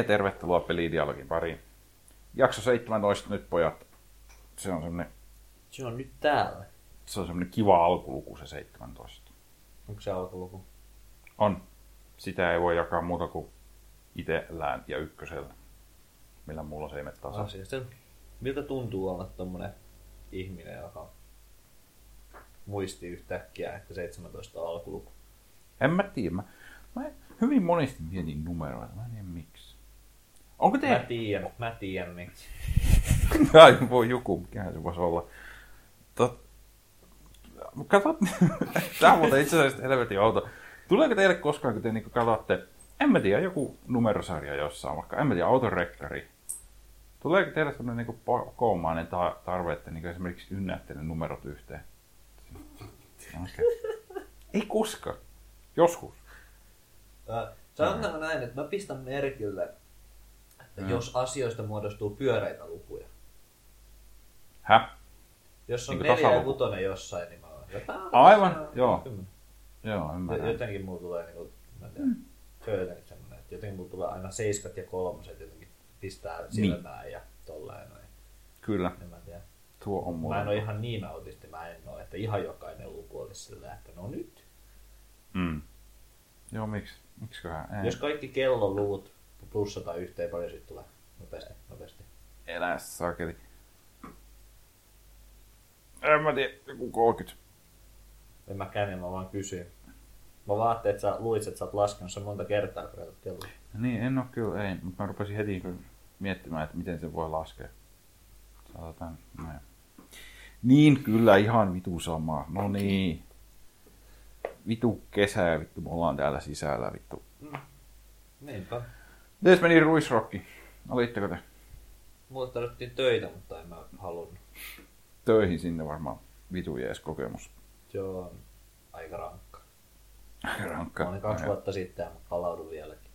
tervetuloa Pelidialogin pariin. Jakso 17 nyt, pojat. Se on nyt täällä. Se on semmonen kiva alkuluku, se 17. Onko se alkuluku? On. Sitä ei voi jakaa muuta kuin itsellään ja ykkösellä. Millä mulla se ei mene tasan. Miltä tuntuu olla tommonen ihminen, joka muisti yhtäkkiä, että 17 on alkuluku? En mä tiedä. Mä hyvin monesti mietin numeroita. Mä en tiedä miksi. Onko te... Mä tiedän miksi. Ai voi joku, mikähän se voisi olla. Katsot, tää on muuten itse asiassa helvetin outo. Tuleeko teille koskaan, kun te niinku katsotte, en mä tiedä, joku numerosarja jossain, vaikka en mä tiedä, autorekkari. Tuleeko teille sellainen niinku koomainen tarve, että niinku esimerkiksi ynnäätte ne numerot yhteen? Okay. Ei koskaan. Joskus. Sanotaan näin, että mä pistän merkille, että jos asioista muodostuu pyöreitä lukuja. Häh? Jos on niin 4 ja 6 jossain, niin mä oon jotain. Aivan, joo. Joo, ymmärrän. Jotenkin mulla tulee, niin kuin, mä tiedän, se on jotenkin semmoinen, että jotenkin mulla tulee aina 7 ja 3 jotenkin pistää silmään niin. Ja tolleen noin. Kyllä. En mä tiedä. Tuo on mulla. Mä en ole ihan niin autisti, mä en ole, että ihan jokainen luku olisi sillä, että no nyt. Joo, miksiköhän? Jos kaikki kellon luvut plussataan yhteen, paljon siitä tulee? Nopeasti. Elää sakeli. En mä tiedä, joku 30. En mä käyn, mä vaan kysyin. Mä vaan ajattelin, että sä luit, että sä oot laskenut sen monta kertaa, kun katsot kelloa. Niin, en oo kyllä, ei. Mutta mä rupesin heti miettimään, että miten se voi laskea. Saatataan näin. Niin, kyllä, ihan vitu sama. No niin. Vitu kesä, vittu, me ollaan täällä sisällä, vittu. Niinpä. Mites meni Ruisrokki? Olitteko te? Mulle tarvittiin töitä, mutta en mä halunnut. Töihin sinne varmaan vitu jees kokemus. Se on aika rankka. Aika rankka. Mä olin 2 vuotta sitten ja mä palaudun vieläkin.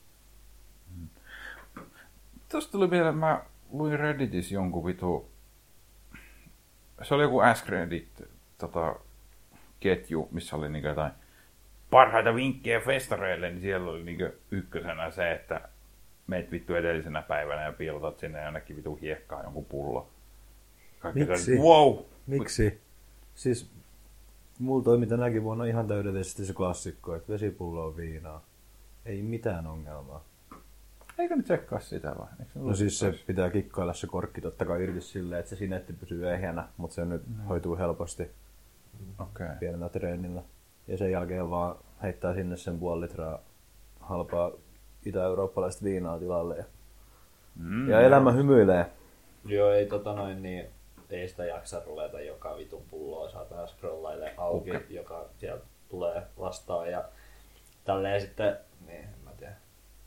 Tuosta tuli vielä, mä luin Redditissä jonkun vitu. Se oli joku Ask-Reddit ketju, missä oli niinku jotain parhaita vinkkejä festareille, niin siellä oli niinku ykkösenä se, että meet vittu edellisenä päivänä ja piilotat sinne jonnekin vitu hiekkaan jonkun pullo. Miksi? Wow! Miksi? Siis mulla toimi tänäkin vuonna ihan täydellisesti se klassikko, että vesipullo on viinaa. Ei mitään ongelmaa. Eikö nyt tsekkaa sitä vai? No siis se pitää kikkailla se korkki totta kai irti silleen, että se sinetti pysyy ehjänä, mutta se nyt hoituu helposti pienellä treenillä. Ja sen jälkeen vaan heittää sinne sen 0,5 litraa halpaa itä-eurooppalaista viinaa tilalle. Ja elämä hymyilee. Joo, ei niin ei sitä jaksa ruveta joka vitun pulloa, saatana scrollaille auki, joka sieltä tulee vastaan ja tälleen sitten, niin en mä tiedä.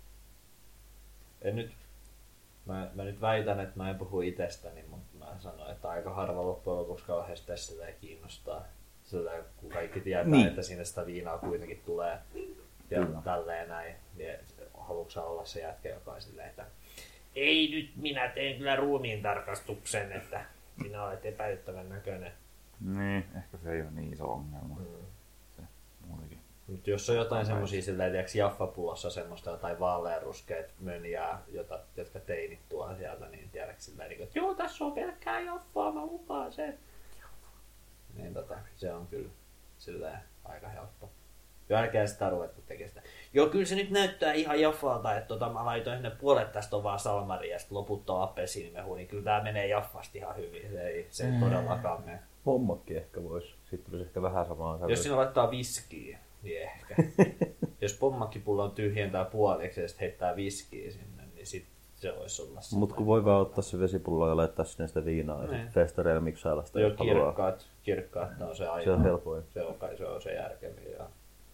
Mä nyt väitän, että mä en puhu itsestäni, mutta mä sanon, että aika harva loppujen lopuksi kauheasti sitä ei kiinnostaa. Sillä kun kaikki tietää, niin. Että sinne sitä viinaa kuitenkin tulee ja tälleen näin, niin haluatko olla se jätkä, joka on silleen, että ei nyt, minä teen kyllä ruumiin tarkastuksen, että sinä olet epäilyttävän näköinen. Niin, ehkä se ei ole niin iso ongelma. Se muutenkin. Mutta jos on jotain semmosia silleen, tiiäks jaffapullossa semmoista jotain vaaleanruskeet mönjää, jotka teinit tuo sieltä, niin tiedäks silleen, että joo, tässä on pelkkää jaffaa, mä lupaan sen. Niin se on kyllä silleen aika helppo. Jo älkää sitä ruvettu tekemään sitä. Joo, kyllä se nyt näyttää ihan jaffalta, että mä laitoin sinne puolet tästä on vaan salmari ja sitten loput on appelsiinimehu, niin kyllä tää menee jaffasti ihan hyvin. Se ei todellakaan mene. Pommakki ehkä voisi. Sitten tulisi ehkä vähän samaa. Jos siinä laittaa viskiä, niin ehkä. Jos pommakkipullo on tyhjentää puoliksi ja sitten heittää viskiä sinne, niin sit se voisi olla sitä. Mut kun voi vaan ottaa se vesipullo ja laittaa sinne sitä viinaa ja sitten festareilla miksailla sitä. Joo, kirkkaat on se aina. Se on helpoin. Se on se järkevin. Ja...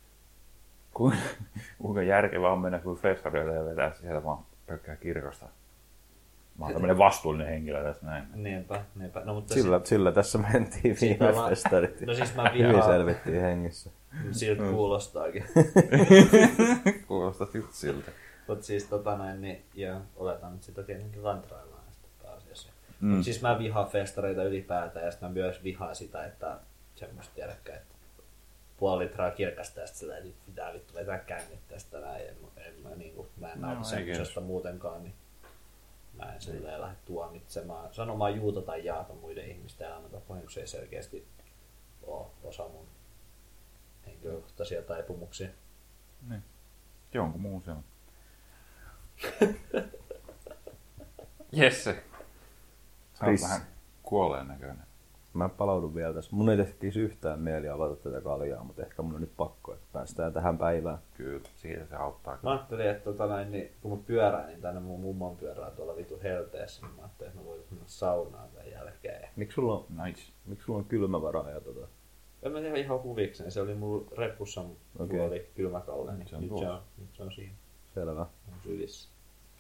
Kuinka järkevää on mennä kuin festareille ja vetää sieltä vaan pelkkää kirkosta. Mä oon tämmönen vastuullinen henkilö tässä näin. Niinpä. No, mutta sillä tässä mentiin viime festarit. No siis mä hyvin selvittiin hengissä. Siltä kuulostaakin. Kuulostaa just siltä. Mutta siis niin, ja oletan, että sitä tietenkin rantraillaan sitten pääasiassa. Mutta siis mä vihaan festareita ylipäätään ja sitten mä myös vihaan sitä, että semmoista tiedäkään, että puoli litraa kirkasta ja sitten sillä nyt pitää vittu vetää kännit tästä näin. Mä en nauti semmoisesta muutenkaan, niin mä en silleen lähde tuomitsemaan, sanomaan juuta tai jaata muiden ihmisten elämäntapoihin, kun se ei selkeästi ole osa mun henkilökohtaisia taipumuksia. Niin. Jonkun muun se on. Jesse. Sä oot vähän kuolleen näköinen. Mä palaudun vielä tässä. Mun ei tehtäisi yhtään mieli avata tätä kaljaa, mutta ehkä mun on nyt pakko, että päästään tähän päivään. Kyllä, siitä se auttaa. Mä ajattelin, että niin, kun mä pyörään, niin tänne mun mummon pyörää tuolla vitu helteessä, niin mä ajattelin, että mä voisin mennä saunaan tämän jälkeen. Miksi sulla on kylmävaraa ja tota? En mä tiedä ihan huvikseni, se oli mun repussa, mulla oli kylmäkalle, niin nyt se on siinä. Selvä. On sylissä.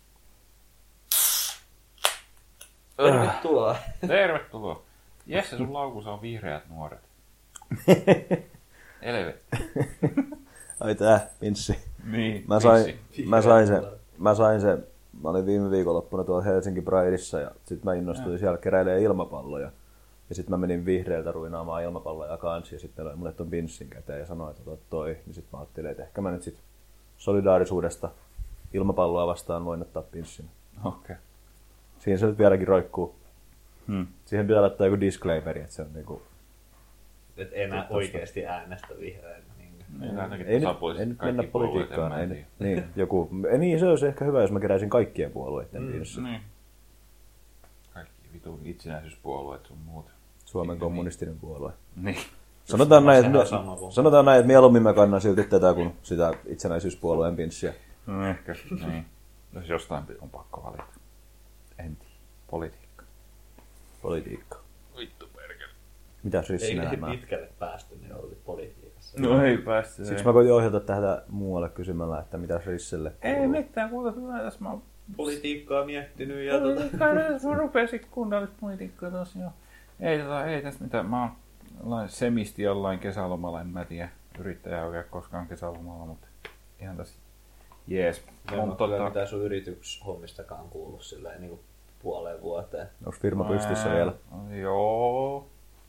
Tervetuloa. Tervetuloa. Jesse, sun laukussa on vihreät nuoret. Helvetti. Ai tää, pinssi. Niin, Mä sain sen. Mä olin viime viikonloppuna tuolla Helsinki Prideissa ja sit mä innostuin siellä keräilemään ilmapalloja. Ja sit mä menin vihreältä ruinaamaan ilmapalloja kanssa ja sitten mulle ton pinssin käteen ja sanoin, että ota toi. Niin sit mä ajattelin, että ehkä mä nyt sit solidaarisuudesta ilmapalloa vastaan voin ottaa pinssin. Okei. Siinä se nyt vieläkin roikkuu. Siihen pitää laittaa joku disclaimeri, että se on niinku... Et enää oikeesti äänestä vihreänä. Ei nyt mennä politiikkaan. Niin, se olisi ehkä hyvä, jos mä keräisin kaikkien puolueiden piirissä. Niin. Kaikki vitu itsenäisyyspuolueet sun muut. Suomen kommunistinen puolue. Niin. Sanotaan näin, että mieluummin mä kannan silti tätä kuin sitä itsenäisyyspuolueen pinssiä. No ehkä, niin. Jos jostain on pakko valita. En tiedä. Politiikka. Vittu perkele. Mitäs Rissi näemään? Ei pitkälle päästy, niin oli politiikassa. No ei päästy. Siksi mä koitin ohjata tähän muualle kysymällä, että mitäs Risselle kuuluu. Ei mitään, kuule hyvä, tässä mä oon politiikkaa miettinyt ja mä rupesin kuunnella politiikkaa tosiaan. Ei tässä mitään. Mä oon semisti jollain kesälomalla, en mä tiedä. Yrittäjä oikein koskaan kesälomalla, mutta ihan tässä jees. Mä en ole mitään sun yrityshommistakaan kuullut silleen niin kuin puoleen vuoteen. Onks firma pystyssä vielä? Joo.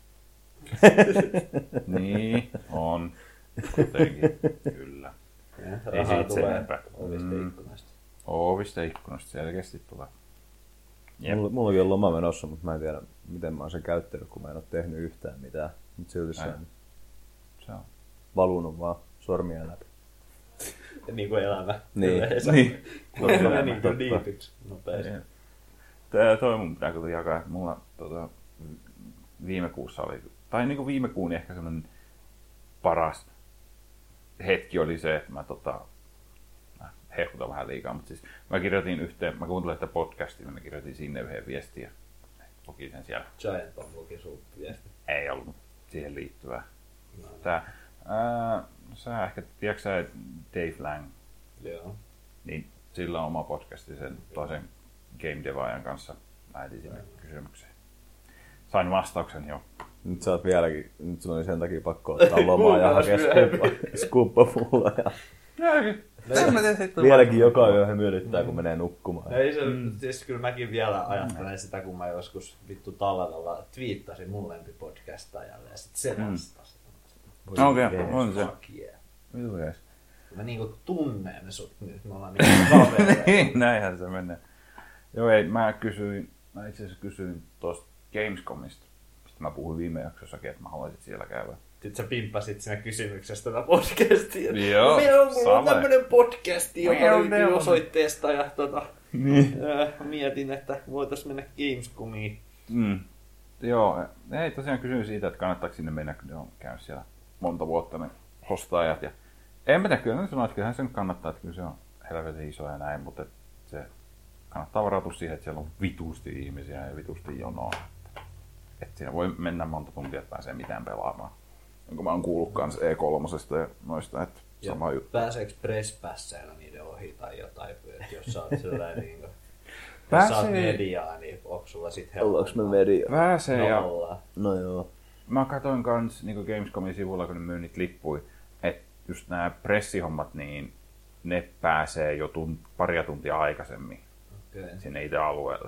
Niin, on. Kuitenkin, kyllä. Ei siitä sen enempää. Ovista ikkunasta. Ovista ikkunasta selkeästi tulee. Mullakin on loma menossa, mutta mä en tiedä, miten mä oon sen käyttänyt, kun mä en ole tehnyt yhtään mitään. Mutta silti se on valunut vaan sormia läpi. Niin kuin elämä. Niin. Niin kuin diipiksi nopeasti. Toi mun pitää kyllä jakaa, että mulla viime kuussa oli, tai niin kuin viime kuun ehkä semmoinen paras hetki oli se, että mä hehkutan vähän liikaa, mutta siis mä kuuntelin sitä podcastia, mä kirjoitin sinne yhden viestiä. Luki sen siellä. Giant on luki sun viesti. Ei ollut siihen liittyvää. Sä ehkä, tiedätkö sä Dave Lang? Joo. Niin sillä on oma podcasti sen toisen Game Devaajan kanssa. Lähetin sinne kysymykseen. Sain vastauksen jo. Nyt sä oot vieläkin, nyt sun oli sen takia pakko ottaa lomaa ja hakea skuuppapuulla. Vieläkin joka yö hymyilyttää, kun menee nukkumaan. Ei se, siis kyllä mäkin vielä ajattelen sitä, kun mä joskus vittu talvella twiittasin mun lempipodcastajalle ja sit se vastasi. Okei, on se. Vitu jees. Mä niinku tunnen sut nyt, me ollaan niinku kavereita. Näinhän se menee. Joo ei, mä itse asiassa kysyin tuosta Gamescomista. Sitten mä puhuin viime jaksossakin, että mä haluaisin siellä käydä. Sitten sä pimppasit siinä kysymyksestä tätä podcastia. Joo, mulla on tämmönen podcasti, joka löytyy osoitteesta ja mietin, että voitais mennä Gamescomiin. Joo, ei tosiaan kysyin siitä, että kannattaako sinne mennä, kun ne on käynyt siellä monta vuotta ne hostaajat. Ja en mä tiedä, kyllä sanoin, että kyllähän sen kannattaa, että kyllä se on helvetin iso ja näin, mutta se kannattaa varautua siihen, että siellä on vitusti ihmisiä ja vitusti jonoa. Että siinä voi mennä monta tuntia, että pääsee mitään pelaamaan. Jonka mä oon kuullut kans E3 ja noista, että sama juttu. Pääseekö press-passeilla niiden ohi tai jotain, että jos sä oot sellainen niin kuin, jos sä oot mediaa, niin onko sulla sit helppoa? Ollaanko me mediaa? Pääsee ja... No joo. Mä katsoin kans niin Gamescomin sivulla, kun ne myy niitä lippuja, että just nää pressihommat, niin ne pääsee jo paria tuntia aikaisemmin sinne itse alueelle.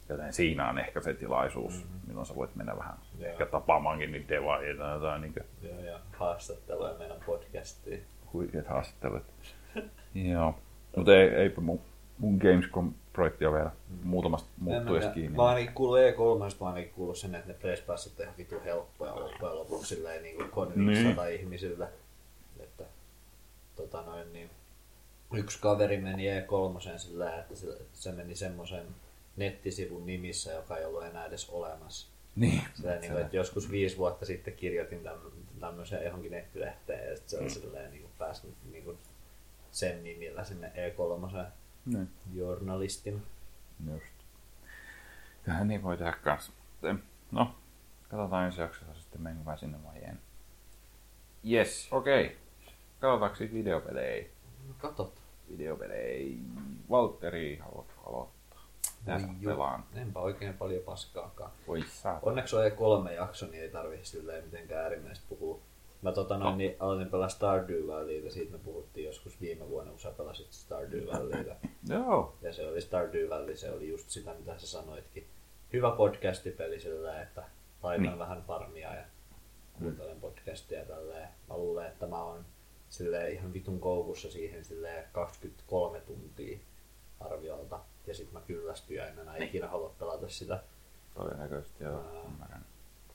Joten siinä on ehkä se tilaisuus, milloin sä voit mennä vähän ehkä tapaamaankin niitä devaajia tai jotain. Niin Joo, ja haastatteluja meidän podcastiin. Huikeat haastattelut. Joo. Mutta eipä mun Gamescom-projekti on vielä muutamasta muuttuessa kiinni. Mä ainakin kuullut E3, mä ainakin kuullut sen, että ne press-passit on ihan vitun helppoja loppujen lopuksi silleen niin kuin 100 ihmisillä. Että niin, yksi kaveri meni E3 sillä, että se meni semmoisen nettisivun nimissä, joka ei ollut enää edes olemassa. Niin. Silleen, niin kuin, että joskus 5 vuotta sitten kirjoitin tämmöiseen johonkin nettilehteen ja sitten se on silleen niin kuin päässyt niin kuin sen nimillä sinne E3 journalistin. Just. Kyllähän niin voi tehdä kanssa. No, katsotaan ensi jaksossa sitten menkö mä sinne vai en. Jes, okei. Katsotaanko siitä videopelejä? Katot. Videopelejä. Valtteri, haluatko aloittaa? Mitä pelaan? Enpä oikein paljon paskaakaan. Voi saa. Onneksi on E3-jakso, niin ei tarvitse silleen mitenkään äärimmäisesti puhua. Mä niin aloitin pelaa Stardew Valleyta, siitä me puhuttiin joskus viime vuonna, kun sä pelasit Stardew Valleyta. Joo. Ja se oli Stardew Valley, se oli just sitä, mitä sä sanoitkin. Hyvä podcastipeli sillä, että laitan vähän farmia ja kuuntelen podcastia ja tälleen. Mä luulen, että mä oon silleen ihan vitun koukussa siihen silleen 23 tuntia arviolta. Ja sit mä kyllästyn ja en enää ikinä halua pelata sitä. Todennäköisesti, joo. Ymmärrän.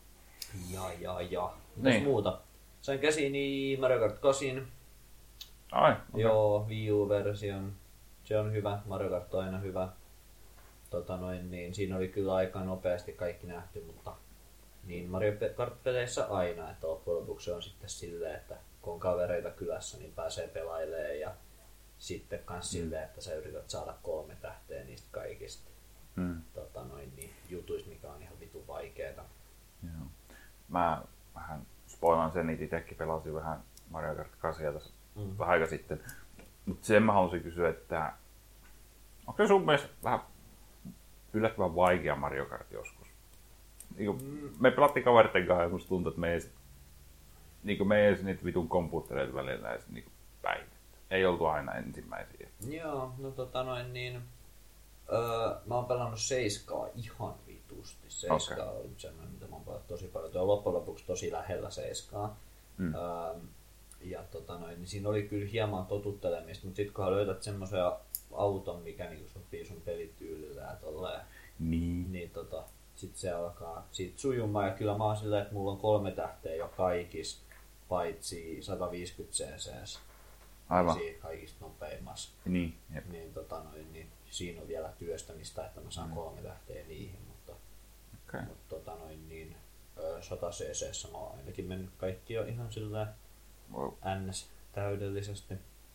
Ja. Mitäs muuta? Sain käsiini Mario Kart 8. Ai, okay. Joo, Wii U-version. Se on hyvä. Mario Kart on aina hyvä. Niin siinä oli kyllä aika nopeasti kaikki nähty, mutta niin Mario Kart-peleissä aina, että loppujen lopuksi on sitten silleen, että kun on kavereita kylässä, niin pääsee pelailemaan ja sitten kans silleen, että sä yrität saada 3 tähteä niistä kaikista niin, jutuista, mikä on ihan vitun vaikeeta. Joo. Mä vähän spoilan sen, että itsekin pelasin vähän Mario Kart 8 tässä vähän aika sitten. Mutta sen mä halusin kysyä, että onko se sun mielestä vähän yllättävän vaikea Mario Kart joskus? Me pelattiin kaveritten kanssa ja musta tuntuu, että me ei edes niitä vitun kompuuttereita välillä edes päivitetty. Ei oltu aina ensimmäisiä. Joo, no mä oon pelannut 7 ihan vitusti. 7 on semmoinen, mitä mä oon pelannut tosi paljon. Tuo on loppujen lopuksi tosi lähellä 7. Ja niin siinä oli kyllä hieman totuttelemista, mutta sit kunhan löydät semmoisen auton, mikä niinku sopii sun pelityylillä ja tolleen, niin sit se alkaa siitä sujumaan. Ja kyllä mä oon silleen, että mulla on 3 tähteä jo kaikissa, paitsi 150 cc. Aivan. Siinä kaikista nopeimmassa. Niin, niin siinä on vielä työstämistä, että mä saan 3 tähteä niihin, mutta 100 cc mä oon ainakin mennyt kaikki jo ihan sillä ns täydellisesti.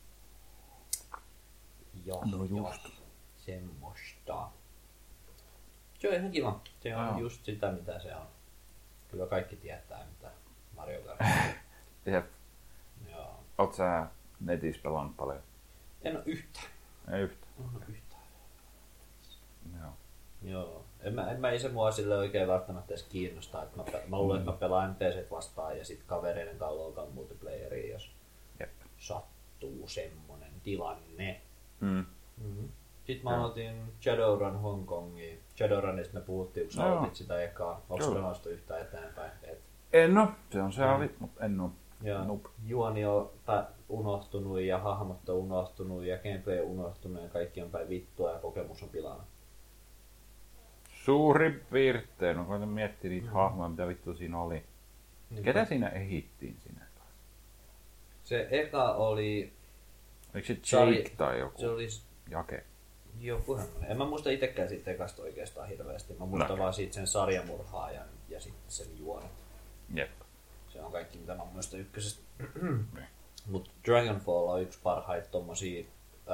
Ja semmoista. Se on ihan kiva. Se on just sitä, mitä se on. Kyllä kaikki tietää, mitä Mario Kart on. Jep. Joo. Oot sä netissä pelannut paljon? En oo yhtään. Ei yhtään? En oo yhtään. Joo. Ei se mua sille oikein välttämättä edes kiinnostaa. Että mä luulen, että mä pelaan NPCt vastaan ja sit kavereiden kanssa loukan multiplayeria, jos sattuu semmonen tilanne. Sitten mä aloitin Shadowrun Hongkongiin. Shadowrunista me puhuttiin, kun sä aloitit sitä ekaa. Onko sä pelannut yhtään eteenpäin? En oo. Se on se avi, mutta en oo. Juoni on unohtunut ja hahmot on unohtunut ja gameplay on unohtunut ja kaikki on päin vittua ja kokemus on pilannut. Suurin piirtein. No koitan miettiä niitä hahmoja, mitä vittu siinä oli. Ketä siinä ehittiin siinä? Se eka oli... Oliko se Jake tai joku? Se oli... Jake. Jokuhan. En mä muista itekään siitä ekasta oikeastaan hirveästi. Mä muistan vaan siitä sen sarjamurhaajan ja sitten sen juonet. Jep. Se on kaikki mitä mä muistan ykkösestä. Mut Dragonfall on yksi parhaita tommosia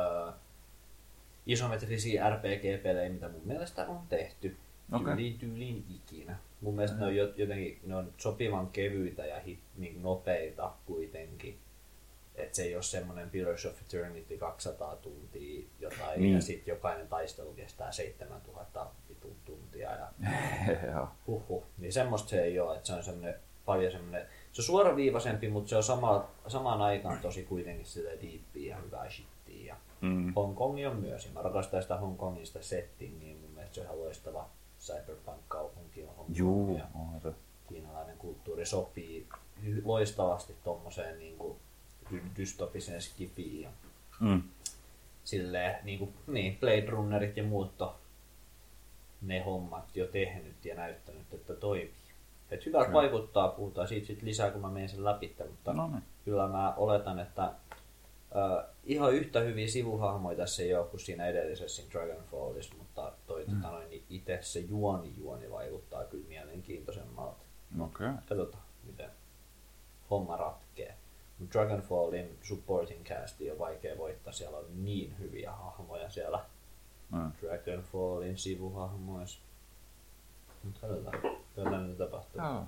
isometrisiä RPG-pelejä, mitä mun mielestä on tehty. Tyyliin ikinä. Mun mielestä ne on jotenkin ne on sopivan kevyitä ja niin nopeita kuitenkin. Et se ei ole semmonen Pillars of Eternity 200 tuntia jotain ja sit jokainen taistelu kestää 7000 tuntia ja niin semmoista se ei oo, että se on semmonen paljon semmonen, se on suoraviivaisempi, mutta se on samaan aikaan tosi kuitenkin silleen deepia ja hyvää shittiä ja Hongkong on myös, ja mä rakastan sitä Hongkongista settingiä, mun mielestä että se on ihan loistava cyberpunk-kaupunki on Juu, ja onhan se. kiinalainen kulttuuri sopii loistavasti tommoseen niinku dystopiseen skifiin ja silleen niinku Blade Runnerit ja muut on ne hommat jo tehnyt ja näyttänyt, että toimii. Et hyvältä vaikuttaa, puhutaan siitä sit lisää, kun mä menen sen läpi, mutta kyllä mä oletan, että ihan yhtä hyviä sivuhahmoja tässä ei ole kuin siinä edellisessä Dragonfallissa, mutta niin itse se juoni vaikuttaa kyllä mielenkiintoisemmalta. Okay. Katsotaan, miten homma ratkee. Dragonfallin supporting castia on vaikea voittaa, siellä on niin hyviä hahmoja siellä Dragonfallin sivuhahmoissa. Mutta katsotaan mitä tapahtuu. Joo.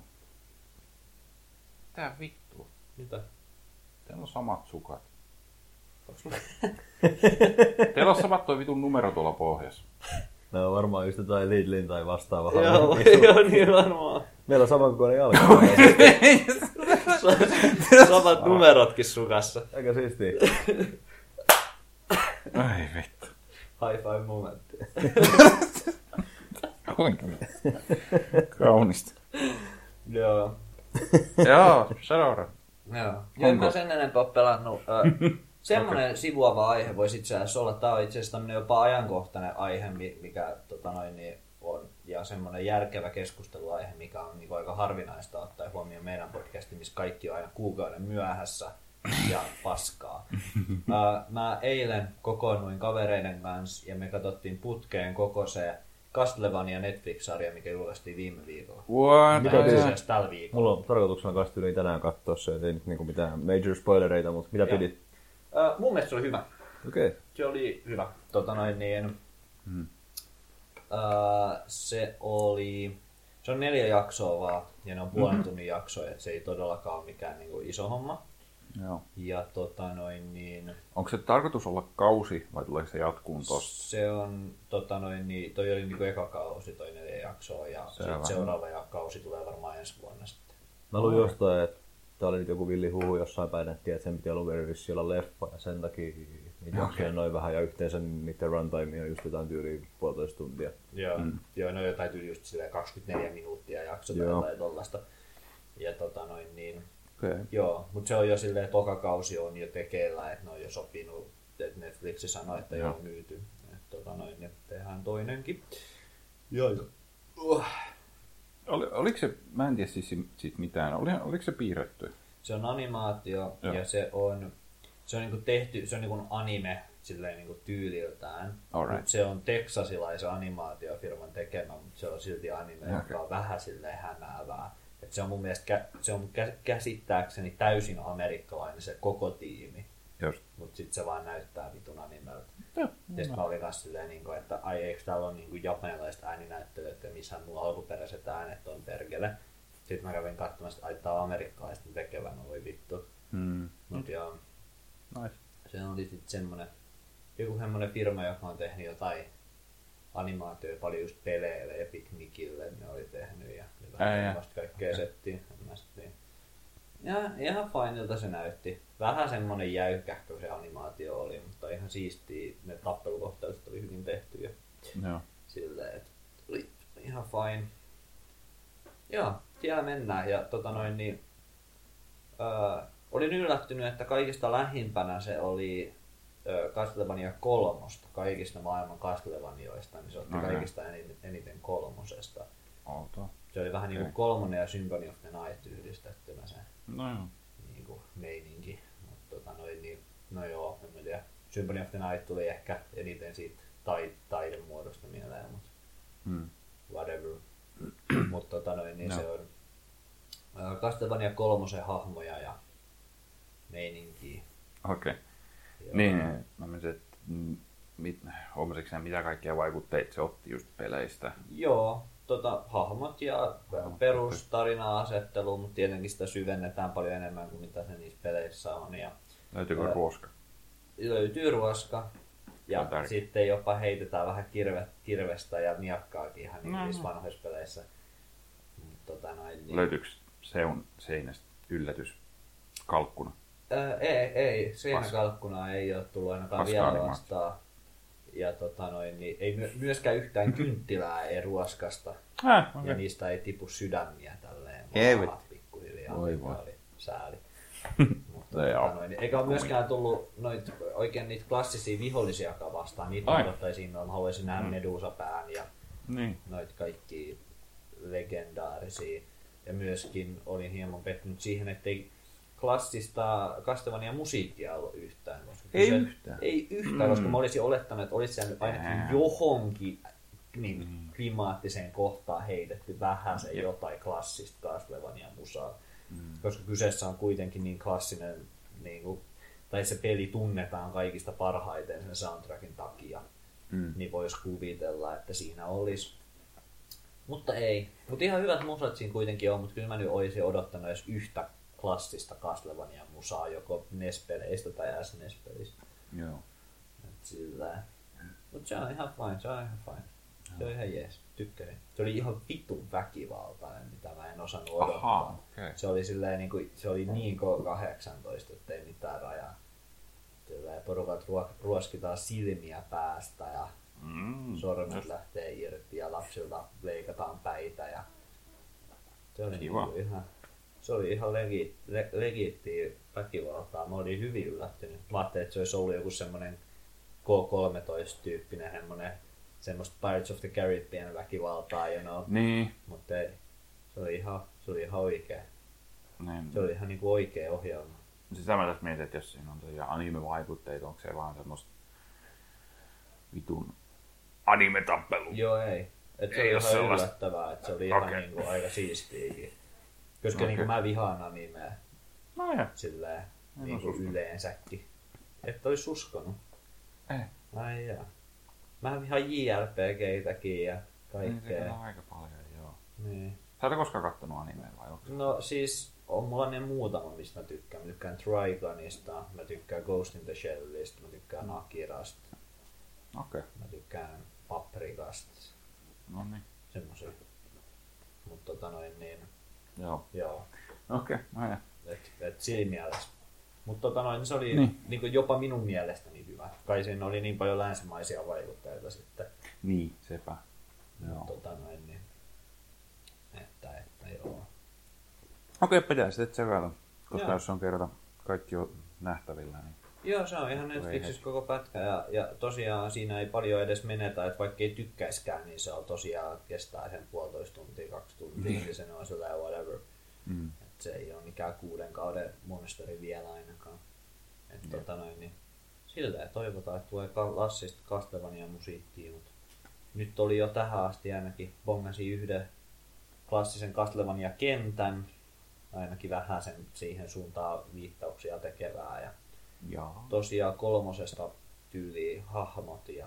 Tää vittu. Mitä? Teillä on samat sukat. Teillä on samat toi vitun numero tuolla pohjassa. Ne on varmaan just jotain Lidlin tai vastaava. Joo, niin varmaan. Meillä on samankokoinen jalka. Samat numerotkin sukassa. Aika siistiä. Ai vittu. High five momentti. Kuinka kaunista. Joo. Joo, Shadowrun. Joo. En mä sen enempää pelannut. Semmoinen sivuava aihe voisi itse asiassa olla. Tämä on itse asiassa tämmöinen jopa ajankohtainen aihe, mikä on. Ja semmoinen järkevä keskusteluaihe, mikä on niin aika harvinaista ottaen huomioon meidän podcastin, missä kaikki on aina kuukauden myöhässä ja paskaa. Mä eilen kokoonnuin kavereiden kanssa ja me katsottiin putkeen koko se Castlevania Netflix-sarja, mikä julkaistiin viime viikolla. What? Mitä pidit? Tällä viikolla. Mulla on tarkoituksena kanssa tyyliin tänään katsoa se, ei nyt niinku mitään major spoilereita, mutta mitä pidit? Mun mielestä se oli hyvä. Okei. Okay. Se oli hyvä. Se on 4 jaksoa vaan, ja ne on puolen tunnin jaksoja, että se ei todellakaan ole mikään niinku iso homma. Joo. Ja onko se tarkoitus olla kausi vai tuleeko se jatkuun tosta? Se on toi oli niinku eka kausi, toi 4 jaksoa, ja sit seuraava kausi tulee varmaan ensi vuonna sitten. Mä luin jostain, että tää oli nyt joku villi huhu jossain päin, että sen piti alun perin vissiin olla leffa, ja sen takia niitä jaksoja noin vähän, ja yhteensä niiden runtime on just jotain tyyliin 1,5 tuntia. Joo, no jotain tyyli just 24 minuuttia jakso tai tollaista. Ja Okay. Joo, mutta se on jo silleen, että toka kausi on jo tekeillä, että ne on jo sopinut, että Netflix sanoi, että joo myyty. Että tehdään toinenkin. Joo. Oliko se, mä en tiedä siis mitään, oliko se piirretty? Se on animaatio ja se on niinku tehty, se on niinku anime silleen niinku tyyliltään. Right. Se on teksasilaisen animaatiofirman tekemä, mutta se on silti anime, joka on vähän silleen hämäävää. Et se on mun mielestä se on käsittääkseni täysin amerikkalainen se koko tiimi. Mutta sitten se vaan näyttää vitun animelta. Ja sitten mä olin kanssa silleen, että ai eikö täällä ole niinku japanilaiset ääninäyttelijät ja missähän mulla alkuperäiset äänet on perkele. Sitten mä kävin katsomassa, että ai tää on amerikkalaisten tekevän, voi vittu. Mut joo. Nice. Se oli sitten semmonen joku semmonen firma, joka on tehnyt jotain animaatioja paljon just peleille ja piknikille, ne oli tehnyt ja vasta kaikkea settiin. Ja ihan fineilta se näytti. Vähän semmonen jäykkähkö se animaatio oli, mutta ihan siistiä. Ne tappelukohtaukset oli hyvin tehty ja silleen, että oli ihan fine. Joo, siellä mennään ja olin yllättynyt, että kaikista lähimpänä se oli Castlevania 3, kaikista maailman Castlevanioista, niin se otti kaikista eniten 3. Se oli vähän niin kuin 3 ja Symphony of the Night yhdistettynä se niin kuin meininki. Mutta no joo, en mä tiedä. Symphony of the Night tuli ehkä eniten siitä taidemuodosta mieleen, mutta whatever. Mutta se on Castlevania 3 hahmoja ja meininkiä. Okei. Niin, mä mietin, että huomasitko sinä mitä kaikkia vaikutteita se otti just peleistä? Joo, hahmot ja perustarina-asettelu, mutta tietenkin sitä syvennetään paljon enemmän kuin mitä se niissä peleissä on. Ja, löytyykö ruoska? Löytyy ruoska. Ja sitten jopa heitetään vähän kirvestä ja miakkaakin ihan niin niissä vanhoissa peleissä. Löytyykö seinästä yllätyskalkkuna? Ei. Seinäkalkkuna ei ole tullut ainakaan vielä vastaan. Ja niin ei myöskään yhtään kynttilää ei ruoskasta. Okay. Ja niistä ei tipu sydämiä tälleen. Vaan pikkuhiljaa. Oi voi. Oli sääli. Mutta, eikä ole myöskään tullut niitä klassisia vihollisiakaan vastaan. Niitä odottaisin, mä haluaisin nähdä Medusapään ja noita kaikki legendaarisia. Ja myöskin olin hieman pettynyt siihen, ettei klassista Castlevania musiikkia ollut yhtään. Koska ei yhtään, koska mä olisin olettanut, että olisi siellä ainakin johonkin klimaattiseen kohtaan heitetty vähän se jotain klassista Castlevania musaa. Koska kyseessä on kuitenkin niin klassinen, tai se peli tunnetaan kaikista parhaiten sen soundtrackin takia, niin voisi kuvitella, että siinä olisi. Mutta ei. Mutta ihan hyvät musat siinä kuitenkin on, mutta kyllä mä nyt olisin odottanut edes yhtä klassista Castlevania musaa, joko NES-peleistä tai SNES-pelistä. Joo. Mutta se on ihan fine, Se on ihan jees, tykkäsin. Se oli ihan vitun väkivaltainen, mitä mä en osannut odottaa. Okay. Se oli silleen se oli niin 18, ettei mitään rajaa. Porukat ruoskitaan silmiä päästä ja sormet lähtee irti ja lapsilta leikataan päitä. Ja se oli ihan legiittiä väkivaltaa. Mä olin hyvin yllättynyt. Mä ajattelin, että se olisi ollut joku semmonen K13-tyyppinen semmoista Pirates of the Caribbean väkivaltaa, Niin. Mutta ei. Se oli ihan oikea. Niin. Se oli ihan niinku oikea ohjelma. Sitä mä tässä mietin, että jos siinä on tosiaan anime-vaikutteita, onko se vaan semmoista vitun anime-tappelua? Joo, ei. Et se oli ihan yllättävää, että se oli ihan niinku aika siistiäkin. Koska niinku mä vihaan animea. No joo. Silleen niinku yleensäkin. Et ois uskonut. Ei. Ai jaa. Mä vihaan JRPGitäkin ja kaikkea. Niin, se on aika paljon, joo. Niin. Sä oot koskaan kattonut animea vai onko? No siis on mulla ne muutama, mistä mä tykkään. Mä tykkään Trigunista, mä tykkään Ghost in the Shellistä, mä tykkään Akirasta. Okei. Mä tykkään Paprikasta. No niin. Semmosia. Mut niin. Joo. Okei, no ja. Et siinä mielessä. Mutta se oli niinku jopa minun mielestäni hyvä. Kai siinä oli niin paljon länsimaisia vaikutteita sitten. Niin, sepä. Joo. Niin. Että joo. Okei, pitää sitten tsekata, koska jos on kerta kaikki on nähtävillä. Niin... Joo, se on ihan Netflixissä koko pätkä ja tosiaan siinä ei paljon edes menetä, että vaikka ei tykkäiskään, niin se on tosiaan kestää sen 1,5 tuntia, 2 tuntia, niin se on sellainen whatever. Et se ei ole mikään 6 kauden monsteri vielä ainakaan. Niin, silleen toivotaan, että tulee klassista Castlevania musiikkia, mutta nyt oli jo tähän asti ainakin bongasi yhden klassisen Castlevania kentän, ainakin vähän sen siihen suuntaan viittauksia tekevää ja tosiaan 3. tyyliin hahmot ja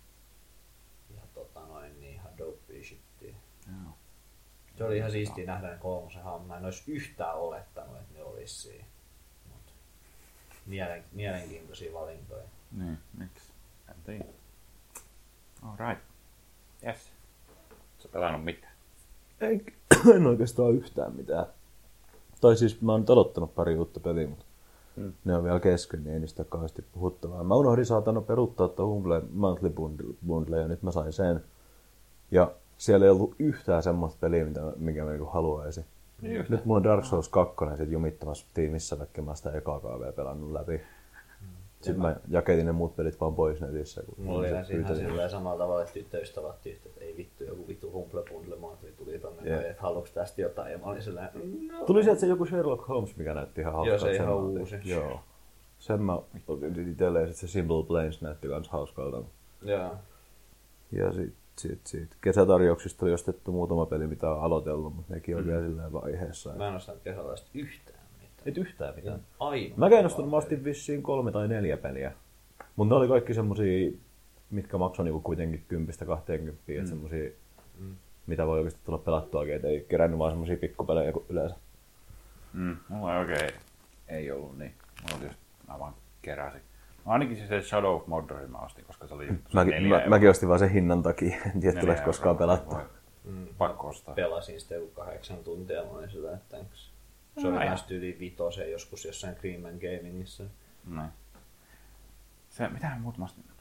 ihan dopey shittiä. Se oli ihan siistiä nähdä ne 3. hahmot. Mä en olisi yhtään olettanut, että ne olisi siinä. Mut mielenkiintoisia valintoja. Niin, miksi? En tiedä. Alright. Yes. Sä pelannut mitään? En oikeastaan yhtään mitään. Tai siis mä oon nyt aloittanut pari uutta peliä, mutta ne on vielä kesken, niin ei niistä kauheasti puhuttavaa. Mä unohdin saatana peruttaa tuon Humble Monthly Bundle ja nyt mä sain sen. Ja siellä ei ollut yhtään semmoista peliä, mikä mä niinku haluaisin. Nyt mulla on Dark Souls 2 sit jumittamassa tiimissä, vaikka mä sitä ekaakaan vielä pelannut läpi. Sitten mä jakelin ne muut pelit vaan pois netissä. Mulla oli ihan silleen samalla tavalla, että tyttöystävät tyhtä, että ei vittu, joku vittu Humble Bundle Monthly tuli tonne, että haluuks tästä jotain, ja mä olin silleen, no. Tuli sieltä se joku Sherlock Holmes, mikä näytti ihan hauskaa. Joo, se ihan uusi. Joo. Sen mä otin itselleen, sit se Simple Planes näytti kans hauskalta. Joo. Ja sit kesätarjouksista oli ostettu muutama peli, mitä on aloitellut, mutta nekin on vielä silleen vaiheessa. Mä en ostanut kesälaista yhtään mitään. Et yhtään mitään? Ainoa. Mäkään ostanut, mä ostin vissiin 3 tai 4 peliä. Mutta ne oli kaikki semmosia, mitkä maksoi niinku kuitenkin 10-20, että semmosia, mitä voi oikeesti tulla pelattuakin, et ei kerännyt vaan semmosia pikkupelejä yleensä. Mulla oikein ei ollut niin. Mulla just, mä vaan keräsin. Ainakin se Shadow of Mordorin mä ostin, koska se oli... Mäkin ostin vaan sen hinnan takia, en tiedä tuleeko koskaan pelattua. Pakko ostaa. Pelasin sitä joku 8 tuntia, mä olin sillä, että thanks. Se oli myös tyyliin 5 joskus jossain Cream and Gamingissa. Noin. Se, mitähän muut mä ostin?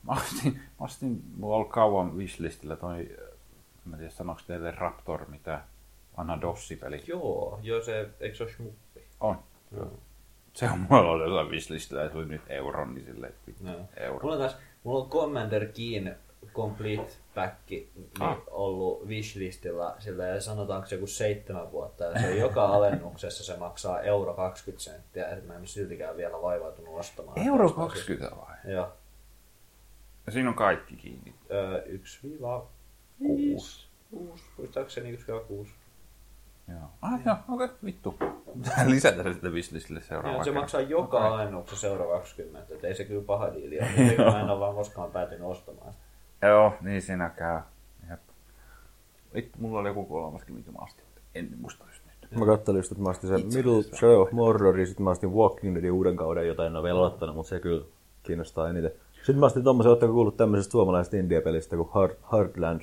mulla on ollut kauan wishlistillä toi, en tiedä sanoiko teille Raptor, mitä vanha DOS-peli. Joo, se, eikö se ole Schmuppi? On. Se on mulla ollut jossain wishlistillä, ja se oli nyt euron, niin silleen, euro. Mulla on Commander Keen Complete Pack ollut wishlistillä, sillä ja sanotaanko se joku 7 vuotta, ja se on joka alennuksessa se maksaa euro 20 senttiä, ja mä en siltikään vielä vaivautunut ostamaan. Euro 20 vai? Joo. Ja siinä on kaikki kiinni. 1-6. Muistaakseni 1-6. Joo. Joo, okei, vittu. Lisätä se sitten wishlistille seuraavaan. Se maksaa joka alennuksessa euro 20, et ei se kyllä paha diili ole. Mä en ole vaan koskaan päätynyt ostamaan sitä. Joo, niin siinä käy. Jep. Vittu, mulla oli joku kolmaskin, minkä mä astin. En muista just nyt. Mä kattelin just, että mä astin sen Middle Shadow of Mordorin, sit mä astin Walking Deadin uuden kauden, jota en ole vielä aloittanut, mutta se kyllä kiinnostaa eniten. Sitten mä astin tommosen, ootteko kuullut tämmöisestä suomalaisesta indie-pelistä kuin Heartland?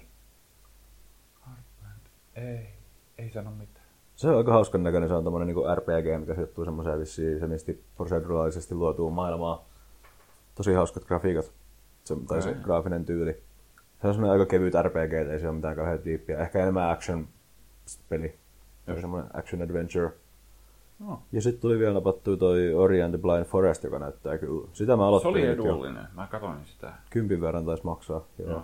Ei sano mitään. Se on aika hauskan näköinen, se on tommonen niinku RPG, mikä sijoittuu semmoiseen vissiin semisti proceduraalisesti luotuun maailmaan. Tosi hauskat grafiikat, se graafinen tyyli. Se on semmoinen aika kevyt RPG, ei se ole mitään kauhean tyyppiä. Ehkä enemmän action-peli. Se on semmoinen action-adventure. No. Ja sitten tuli vielä napattua toi Ori and the Blind Forest, joka näyttää kyllä. Sitä mä aloittelin. Se oli edullinen, mä katsoin sitä. 10 verran taisi maksaa.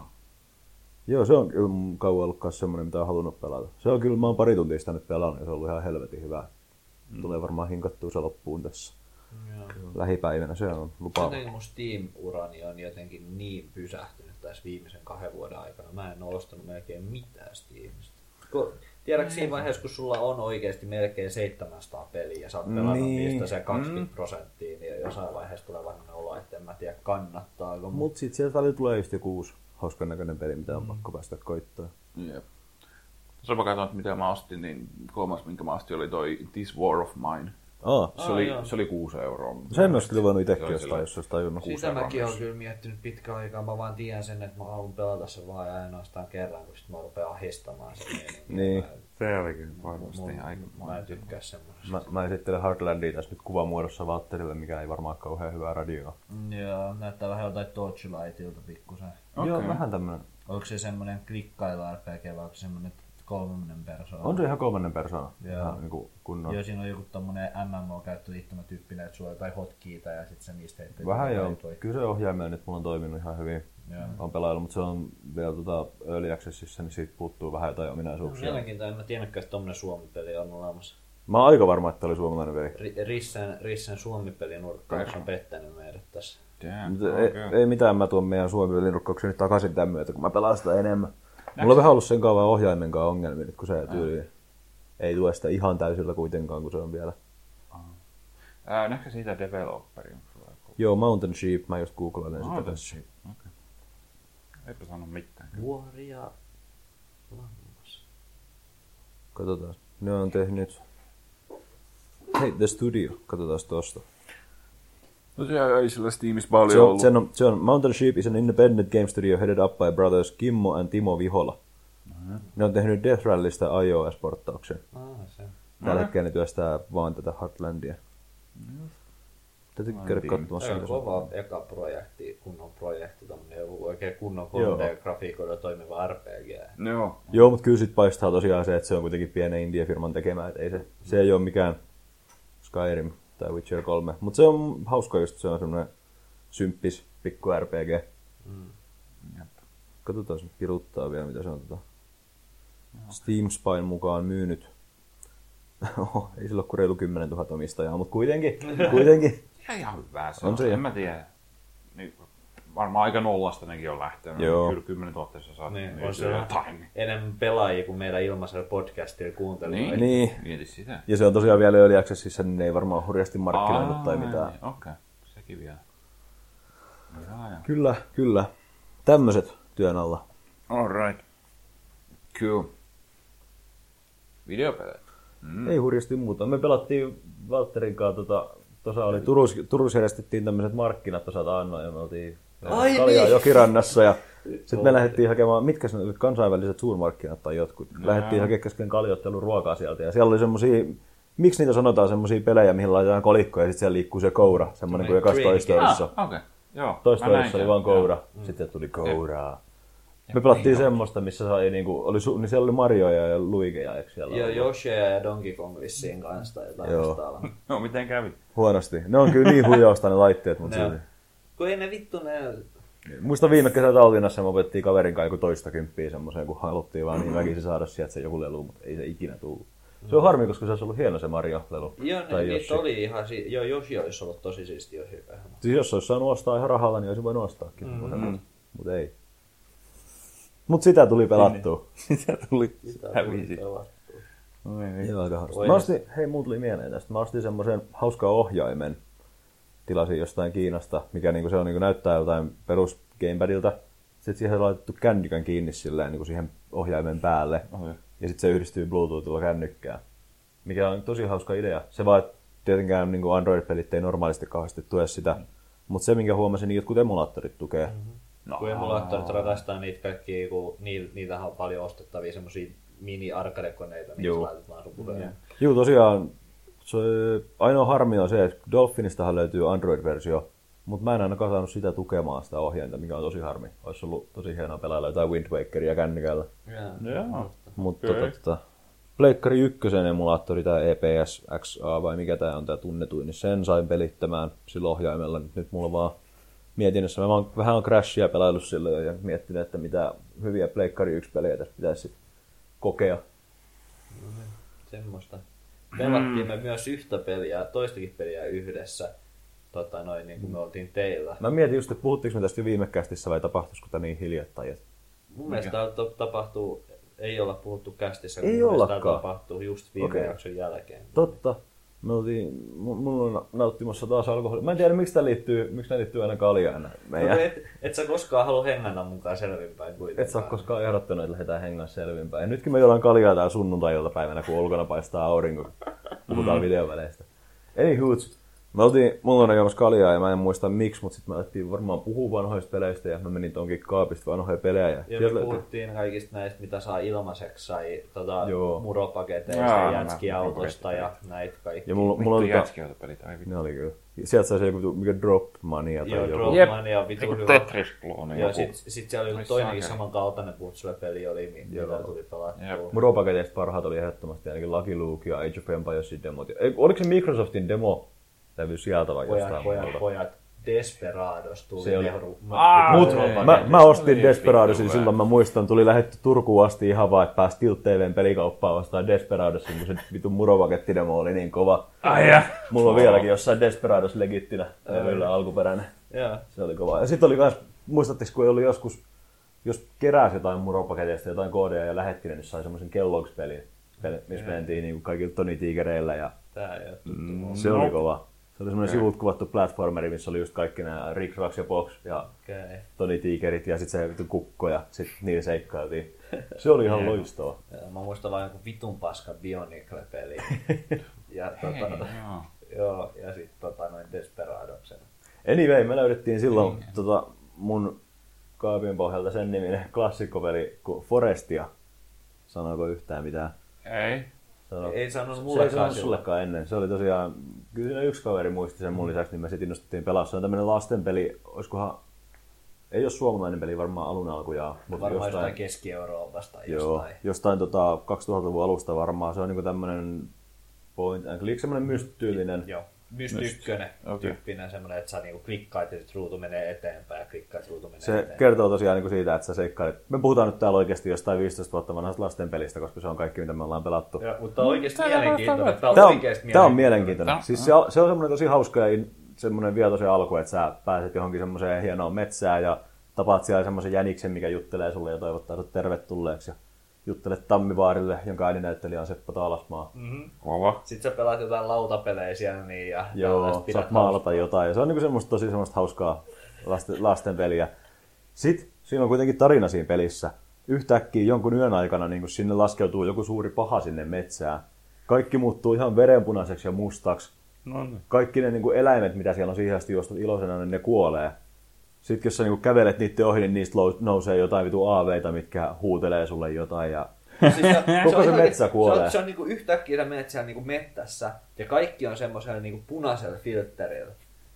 Joo, se on kyllä kauan ollut myös semmoinen, mitä on halunnut pelata. Se on kyllä, mä oon pari tuntia sitä nyt pelannut ja se on ollut ihan helvetin hyvää. Tulee varmaan hinkattua se loppuun tässä lähipäivänä. Se on lupaava. Jotenkin mun Steam-urani on jotenkin niin pysähtynyt tässä viimeisen 2 vuoden aikana. Mä en ole ostanut melkein mitään Steamista. Tiedätkö siinä vaiheessa, kun sulla on oikeasti melkein 700 peliä ja sä oot pelannut niistä se 20%, niin jossain vaiheessa tulee varmaan olo, että en mä tiedä kannattaako. Mut sit sieltä välillä tulee just joku uusi hauskan näköinen peli, mitä on pakko päästä koittaa. Jep. Jos mä katson, mitä mä ostin, niin kolmas, minkä mä ostin, oli toi This War of Mine. Se oli 6 euroa. Se en myös kyllä voinut itsekin jostain, jos olisi tajunnut. Sitä mäkin olen kyllä miettinyt pitkän aikaa. Mä vaan tiedän sen, että mä haluan pelata sen vaan ja ainoastaan kerran, kun sit mä rupean ahdistamaan sen. Niin. Se oli kyllä varmasti aika. Mä en tykkää semmoisesta. Mä esittelen Heartlandia tässä nyt kuvamuodossa Valtterille, mikä ei varmaan kauhean hyvää radioa. Joo, näyttää vähän jotain Torchlightilta pikkusen. Okay. Joo, vähän tämmönen. Onko se semmonen klikkailu RPG vai onko se semmonen 3. persoona? On se ihan 3. persoona. Joo. Niin kunnon. Joo, siinä on joku tommonen MMO-käyttöliittymä-tyyppinen, että sulla on jotain hotkeitä ja sit se niistä heittää. Vähän joo. Kyllä se ohjaimella nyt mulla on toiminut ihan hyvin. Joo. On pelaillut, mutta se on vielä Early Accessissa, niin siitä puuttuu vähän jotain ominaisuuksia. Mielenkiintoinen, en mä tiedäkään, että tommonen Suomi-peli on olemassa. Mä oon aika varma, että oli suomalainen peli. Rissen Suomi-pelinurkkaus on pettänyt meidät tässä. Ei mitään, mä tuon meidän Suomi-pelinurkkauksen nyt takaisin tämän myötä, kun mä pelaan sitä enemmän. Mulla on vähän ollut sen kauan ohjaimenkaan ongelmia, kun se tyyli ei tue sitä ihan täysillä kuitenkaan, kun se on vielä. Näetkö siitä developerin? Joo, Mountain Sheep, mä just googlailen sitä tässä. Okay. Eipä sano mitään. Vuoria lammas. Katsotaan. Ne on tehnyt Hei, The Studio, katsotaan tosta. No se ei sillä Steamissa paljon ollut. Se on Mountain Sheep is an independent game studio headed up by brothers Kimmo and Timo Vihola. Ne on tehnyt Death Rallysta iOS-porttauksen. Tällä hetkellä ne työstää vaan tätä Heartlandia. Täytyy käydä katsomassa. Se on kova eka projekti, kunnon projekti, oikein kunnon 3D-grafiikoilla toimiva RPG. Joo, mutta kyllä sit paistaa tosiaan se, että se on kuitenkin pienen indie-firman tekemä. Että ei se ei ole mikään Skyrim tai Witcher 3. Mutta se on hauska just, se on semmoinen symppis pikku RPG. Katsotaan, se piruttaa vielä, mitä se on Steam Spyn mukaan myynyt. Ei sillä ole kuin reilu 10 000 omistajaa, mutta kuitenkin. Ihan hyvä se on. En mä tiedä. Niin, varmaan aika nollasta nekin on lähtenyt. Joo. Kyllä 10 000 jos saat niin, on se jotain. Enemmän pelaajia kuin meidän ilmaisella podcastilla kuuntelijoilla. Niin. Mieti sitä. Ja se on tosiaan vielä Early Accessissa, niin ne ei varmaan hurjasti markkinoinut tai mitään. Okei, sekin vielä. Kyllä. Tämmöiset työn alla. Alright. Cool. Videopelejä. Ei hurjasti muuta. Me pelattiin Valtterin kanssa, tuossa oli Turussa järjestettiin tämmöiset markkinat tuossa taannoin ja me oltiin kaljaa Jokirannassa ja sitten me lähdettiin hakemaan, mitkä se oli, kansainväliset suurmarkkinat tai jotkut. Lähdettiin hakemaan kesken kaljoittelun ruokaa sieltä ja siellä oli semmosia, miksi niitä sanotaan semmosia pelejä, mihin laitetaan kolikkoja ja sitten siellä liikkuu se koura, semmoinen kuin jokas toistoissa. Okay. Joo, Toista mä näin oli sen. vaan koura, sitten tuli kouraa. Me pelattiin semmoista, missä sai niinku, niin siellä oli Marioja ja Luigeja, eikö siellä Joo, ollut? Yoshia ja Donkey Kong vissiin kanssa tai jotain Joo. vastaavaa. No, miten kävi? Huonosti. Ne on kyllä niin huijausta ne laitteet, mutta silti. Kun ei ne vittu ne... Muista viime kesänä Tallinnassa me opettiin kaverin kanssa joku toista kymppiä semmoiseen, kun haluttiin vaan niin väkisin saada sieltä se joku lelu, mutta ei se ikinä tullut. Se on harmi, koska se olisi ollut hieno se Mario-lelu. Joo, tai niitä Yoshi. oli ihan... Joo, Yoshi olisi ollut tosi siisti Yoshi. Siis jos olisi saanut ostaa ihan rahalla, niin olisi voinut ostaakin. Mutta ei. Mutta sitä tuli pelattua. Sitä tuli Sitä hävisi. pelattua. Joo, aika harrastaa. Mä ostin, hei, mulla tuli mieleen tästä. Mä ostin semmoisen hauskaa ohjaimen. Tilasin jostain Kiinasta, mikä niinku, se on, niinku, näyttää jotain perus gamepadilta. Sitten siihen on laitettu kännykän kiinni silleen, niinku siihen ohjaimen päälle. Ja sitten se yhdistyy Bluetoothilla kännykkään. Mikä on tosi hauska idea. Se vaan, että tietenkään niinku Android-pelit ei normaalisti kauheasti tue sitä. Mutta se, minkä huomasin, niin jotkut emulaattorit tukee. No, kun emulaattorit rakastaa niitä kaikkia, kun niitähän on paljon ostettavia semmosia mini-arcade-koneita, missä laitetaan sun puheen. Joo, tosiaan se ainoa harmi on se, että Dolphinistahan löytyy Android-versio, mutta mä en ainakaan saanut sitä tukemaan sitä ohjainta, mikä on tosi harmi. Olisi ollut tosi hienoa pelailla jotain Wind Wakeria kännykällä. Joo. Mutta Pleikkari 1 emulaattori, tämä EPS XA vai mikä tämä on tämä tunnetuin, niin sen sain pelittämään sillä ohjaimella. Nyt mulla vaan mietinnössä, mä vähän on Crashia pelaillut sillä ja miettinyt, että mitä hyviä Pleikkari 1 pelejä tässä pitäisi sit kokea. Semmoista. Pelattiin me myös yhtä peliä, toistakin peliä yhdessä, niin kuin me oltiin teillä. Mä mietin just, että puhuttiinko me tästä jo viime kästissä vai tapahtuisiko tämä niin hiljattain? Mun mielestä tapahtuu, ei olla puhuttu kästissä, Ei kun mun mielestä ollakaan. tapahtuu just viime jakson jälkeen. Totta. Me oltiin, mulla on nauttimassa taas alkoholia. Mä en tiedä, miksi nämä liittyy aina kaljaan. Et sä koskaan halua hengänä mukaan selvinpäin kuitenkaan. Et sä ole koskaan ehdottanut, että lähdetään hengaan selvinpäin. Ja nytkin me juodaan kaljaa täällä sunnuntai-iltapäivänä, kun ulkona paistaa aurinko. Puhutaan videoväleistä. Anywhoots. Mulla on näkemässä kaljaa ja mä en muista miksi, mutta sitten me alettiin varmaan puhua vanhoista peleistä ja mä menin tonkin kaapista vanhoja pelejä. Ja me puhuttiin kaikista näistä, mitä saa ilmaiseksi, sai muropaketeista, Jaa, jätskiautosta ja näitä kaikkia. Ja mulla oli jätskiautopelit, ai vittu. ne oli kyllä. Sieltä sai se joku mikä Drop Mania tai Joo, joku. Dropmania, vitu Eiku hyvä. Tetris-klooni Ja joku. sit siellä oli toinenkin samankaltainen putsule-peli, mitä tuli Jep. pelattua. Muropaketeista parhaat oli ehdottomasti ainakin Lucky Luke ja Age of Empiresin demot. Oliko se Microsoftin demo-levy sieltä vai jostain muualta? Pojat, Desperados tuli. Se oli- Mut Mä ostin Desperadosin, silloin mä muistan, tuli lähetty Turkuun asti ihan vaan, että pääsi Tilt TVn pelikauppaan vastaan Desperadosin, kun se vitun muropakettidemo oli niin kova. Mulla on vieläkin jossain Desperados legittinä, levyllä alkuperäinen. Se oli kova. Ja sit oli kans, muistatteko kun oli joskus, jos keräsi jotain muropaketeista, jotain koodeja ja lähetti ne, niin sai semmosen Kellogg's-pelin, missä mentiin niinku kaikilla Tony Tigereillä ja Tää ei oo tuttu. se oli kova. Se oli semmoinen sivut kuvattu platformeri, missä oli just kaikki nämä Rick, Rax ja Box ja Tony Tigerit ja sitten se vittu kukko ja sitten niillä seikkailtiin. Se oli ihan loistava. Mä muistan vaan joku vitun paska Bionicle-peli. ja Joo. ja sit Desperadoksen. Anyway, me löydettiin silloin mun kaapin pohjalta sen niminen klassikkopeli kuin Forestia. Sanoiko yhtään mitään? Ei. Ei sanonut Se ei mullekaan sanonut silloin. sullekaan ennen. Se oli tosiaan, kyllä siinä yksi kaveri muisti sen mun lisäksi, niin me sitten innostuttiin pelaa. Se on tämmönen lastenpeli, oiskohan, ei ole suomalainen peli varmaan alun alkujaan. Mutta Varmaan jostain Keski-Euroopasta tai jostain. Jostain 2000-luvun alusta varmaan. Se on niinku tämmönen point and click, semmonen myst-tyylinen. Joo. Myst 1 tyyppinen semmonen, että sä niinku klikkaat ja sit ruutu menee eteenpäin ja klikkaat ja ruutu menee Se eteenpäin. kertoo tosiaan niinku siitä, että sä seikkailet. Me puhutaan nyt täällä oikeasti jostain 15 vuotta vanhasta lastenpelistä, koska se on kaikki, mitä me ollaan pelattu. Joo, mutta oikeesti mielenkiintoinen. Tää on mielenkiintoinen. Siis se on semmoinen tosi hauska ja semmoinen vielä tosi alku, että sä pääset johonkin semmoiseen hienoon metsään ja tapaat siellä semmoisen jäniksen, mikä juttelee sulle ja toivottaa sut tervetulleeksi. Ja juttelet Tammivaarille, jonka ääninäyttelijä on Seppo Taalasmaa. Kova. Sitten sä pelaat jotain lautapelejä siellä niin ja Joo, saat maalata jotain. Ja se on niinku semmoista tosi semmoista hauskaa lastenpeliä. Sitten siinä on kuitenkin tarina siinä pelissä. Yhtäkkiä jonkun yön aikana niin sinne laskeutuu joku suuri paha sinne metsään. Kaikki muuttuu ihan verenpunaiseksi ja mustaksi. Kaikki ne niin eläimet, mitä siellä on siihen asti juostu iloisena, niin ne kuolee. Sitten jos sä niin kävelet niiden ohi, niin niistä nousee jotain vitu aaveita, mitkä huutelee sulle jotain. Ja koko se metsä kuolee. Se on niinku yhtäkkiä sä menet siellä niinku mettässä ja kaikki on semmoisella niinku punaisella filtterillä.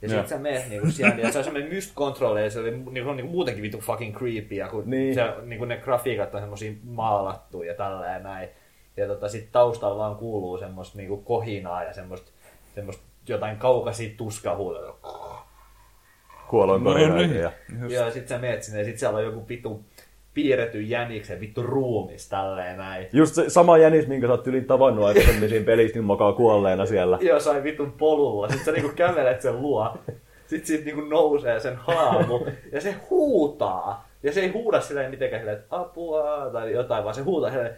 Ja sit sä meet niinku siellä, ja se on semmoinen myst control, ja se oli niinku muutenkin vittu fucking creepy, ja kun niin. se, niinku ne grafiikat on semmosia maalattuja ja tälleen näin. Ja sit taustalla vaan kuuluu semmoista niinku kohinaa ja semmoista jotain kaukaisia tuskahuutoja. Kuolonkorinoita. Ja sit sä meet sinne, ja sit siellä on joku vittu piirretty jäniksen vittu ruumis tälleen näin. Just se sama jänis, minkä sä oot yli tavannut aikaisemmin siinä pelissä, niin makaa kuolleena siellä. Jossain vitun polulla. Sit sä niinku kävelet sen luo. Sit siitä niinku nousee sen haamu. Ja se huutaa. Ja se ei huuda silleen mitenkään silleen, että apua tai jotain, vaan se huutaa silleen,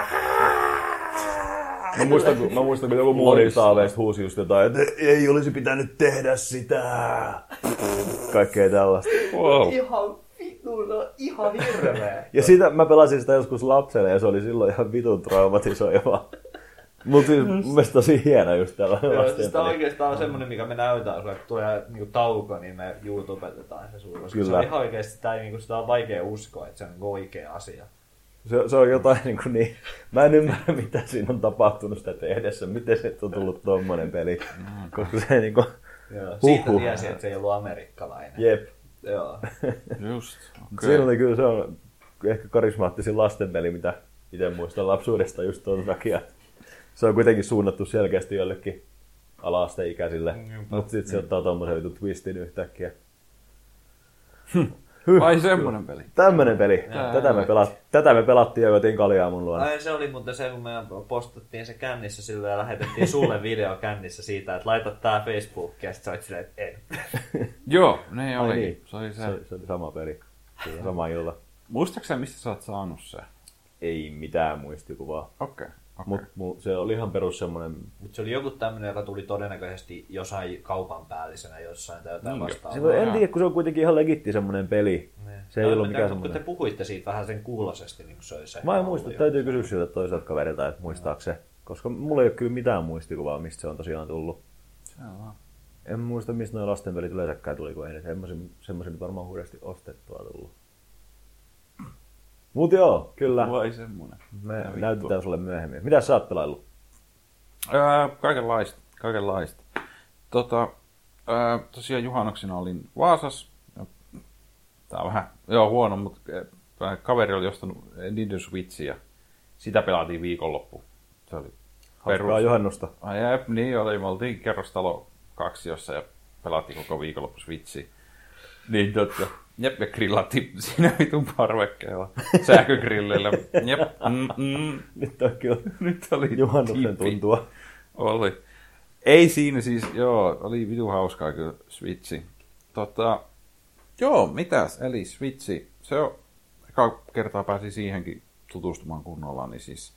Mä muistan, kun joku muodin saaveista huusi just jotain, että ei olisi pitänyt tehdä sitä. Kaikkea tällaista. Wow. Ihan vittu, se on ihan hirveä. Ja sitä mä pelasin sitä joskus lapselle ja se oli silloin ihan vitun traumatisoivaa. Mutta siis mun mielestä tosi hieno just tällainen Joo, lasten siis tää peli. oikeastaan on semmonen, mikä me näytään sulle, kun tulee niinku tauko, niin me YouTubetetaan se sulle. Koska se Kyllä. on ihan oikeesti, sitä on vaikea uskoa, että se on niinku oikea asia. Se on jotain niin, mä en ymmärrä mitä siinä on tapahtunut sitä tehdessä, miten se on tullut tommonen peli. Koska se niinku, Joo, siitä tiesi, että se ei ollut amerikkalainen. jep. Joo. Just. Siinä oli kyllä, se on ehkä karismaattisin lastenpeli, mitä itse muistan lapsuudesta just tuon takia. Se on kuitenkin suunnattu selkeästi jollekin ala-asteikäisille, mutta sitten se ottaa tommosen vitun twistin yhtäkkiä. Ai semmonen peli. Tämmönen peli. Tätä me pelattiin ja jotiin kaljaa mun luona. Ai se oli muuten se, kun me postattiin se kännissä silloin ja lähetettiin sulle video kännissä siitä, että laita tää Facebookiin ja sit sä olit silleen, että en. Joo, ne oli. Niin. Se oli se. Se oli sama peli. Siinä sama ilta. Muistaaksä, mistä sä oot saanut se? Ei mitään muistikuvaa. Okei. Mut se oli ihan perus semmonen... Mutta se oli joku tämmönen, joka tuli todennäköisesti jossain kaupan päällisenä jossain tai jotain vastaavaa. Se, en tiedä, kun se on kuitenkin ihan legitti semmonen peli. Se ei ollut mikään Kun semmonen... te puhuitte siitä vähän sen kuulosesti, niin kuin se oli se. Mä en muista, täytyy kysyä siltä toiselta kaverilta, että muistaako se. Koska mulla ei ole kyllä mitään muistikuvaa, mistä se on tosiaan tullut. En muista, mistä nuo lastenpelit yleensäkään tuli, kun ei ne semmoisen varmaan hurjasti ostettua tullut. Mut joo, kyllä. Vai semmonen. Me näytetään sulle myöhemmin. Mitä sä oot pelaillut? Kaikenlaista. Tosiaan juhannuksena olin Vaasassa. Tää on vähän huono, mutta kaveri oli ostanut Nintendo Switchia. Sitä pelaatiin viikonloppu. Se oli Hauskaa juhannusta. Niin oli. Me oltiin kerrostalo 2 ja pelattiin koko viikonloppu Switchia. Niin jep, ja grillattiin siinä vitun parvekkeella. Sähkögrilleillä. Jep. Nyt on kyllä Nyt oli juhannuksen tuntua. Oli. Ei siinä siis, oli vitun hauskaa kyllä Switchi. Mitäs, eli Switchi. Se on, eka kertaa pääsin siihenkin tutustumaan kunnolla, niin siis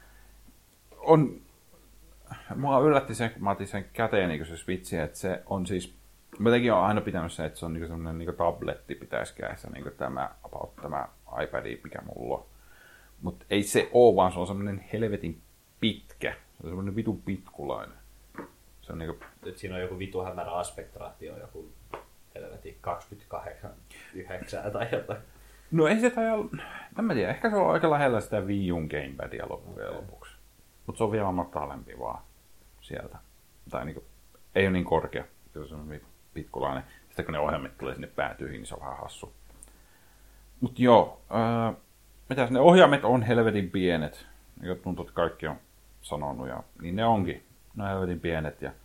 mua yllätti se, kun mä otin sen käteen niin se Switchi, että se on siis, mä jotenkin olen aina pitänyt se, että se on niin semmoinen niin tabletti pitäisi kädessä, niin tämä iPad, mikä mulla on. Mutta ei se ole, vaan se on semmoinen helvetin pitkä. Se on semmoinen vitun pitkulainen. Se on niinku... Nyt siinä on joku vitu hämärä aspektraatio, joku helvetin 28,9 tai jotain. No ei se en mä tiedä, ehkä se on aika lähellä sitä Wii U:n gamepadia loppujen lopuksi. Mutta se on vielä matalempi vaan sieltä. Tai niinku, ei ole niin korkea, se on semmoinen pitkulainen. Sitten kun ne ohjelmat tulee sinne päätyihin, niin se on vähän hassu. Mut joo, mitäs ne ohjaimet on helvetin pienet. Niin tuntuu, että kaikki on sanonut, ja niin ne onkin. Ne on helvetin pienet, ja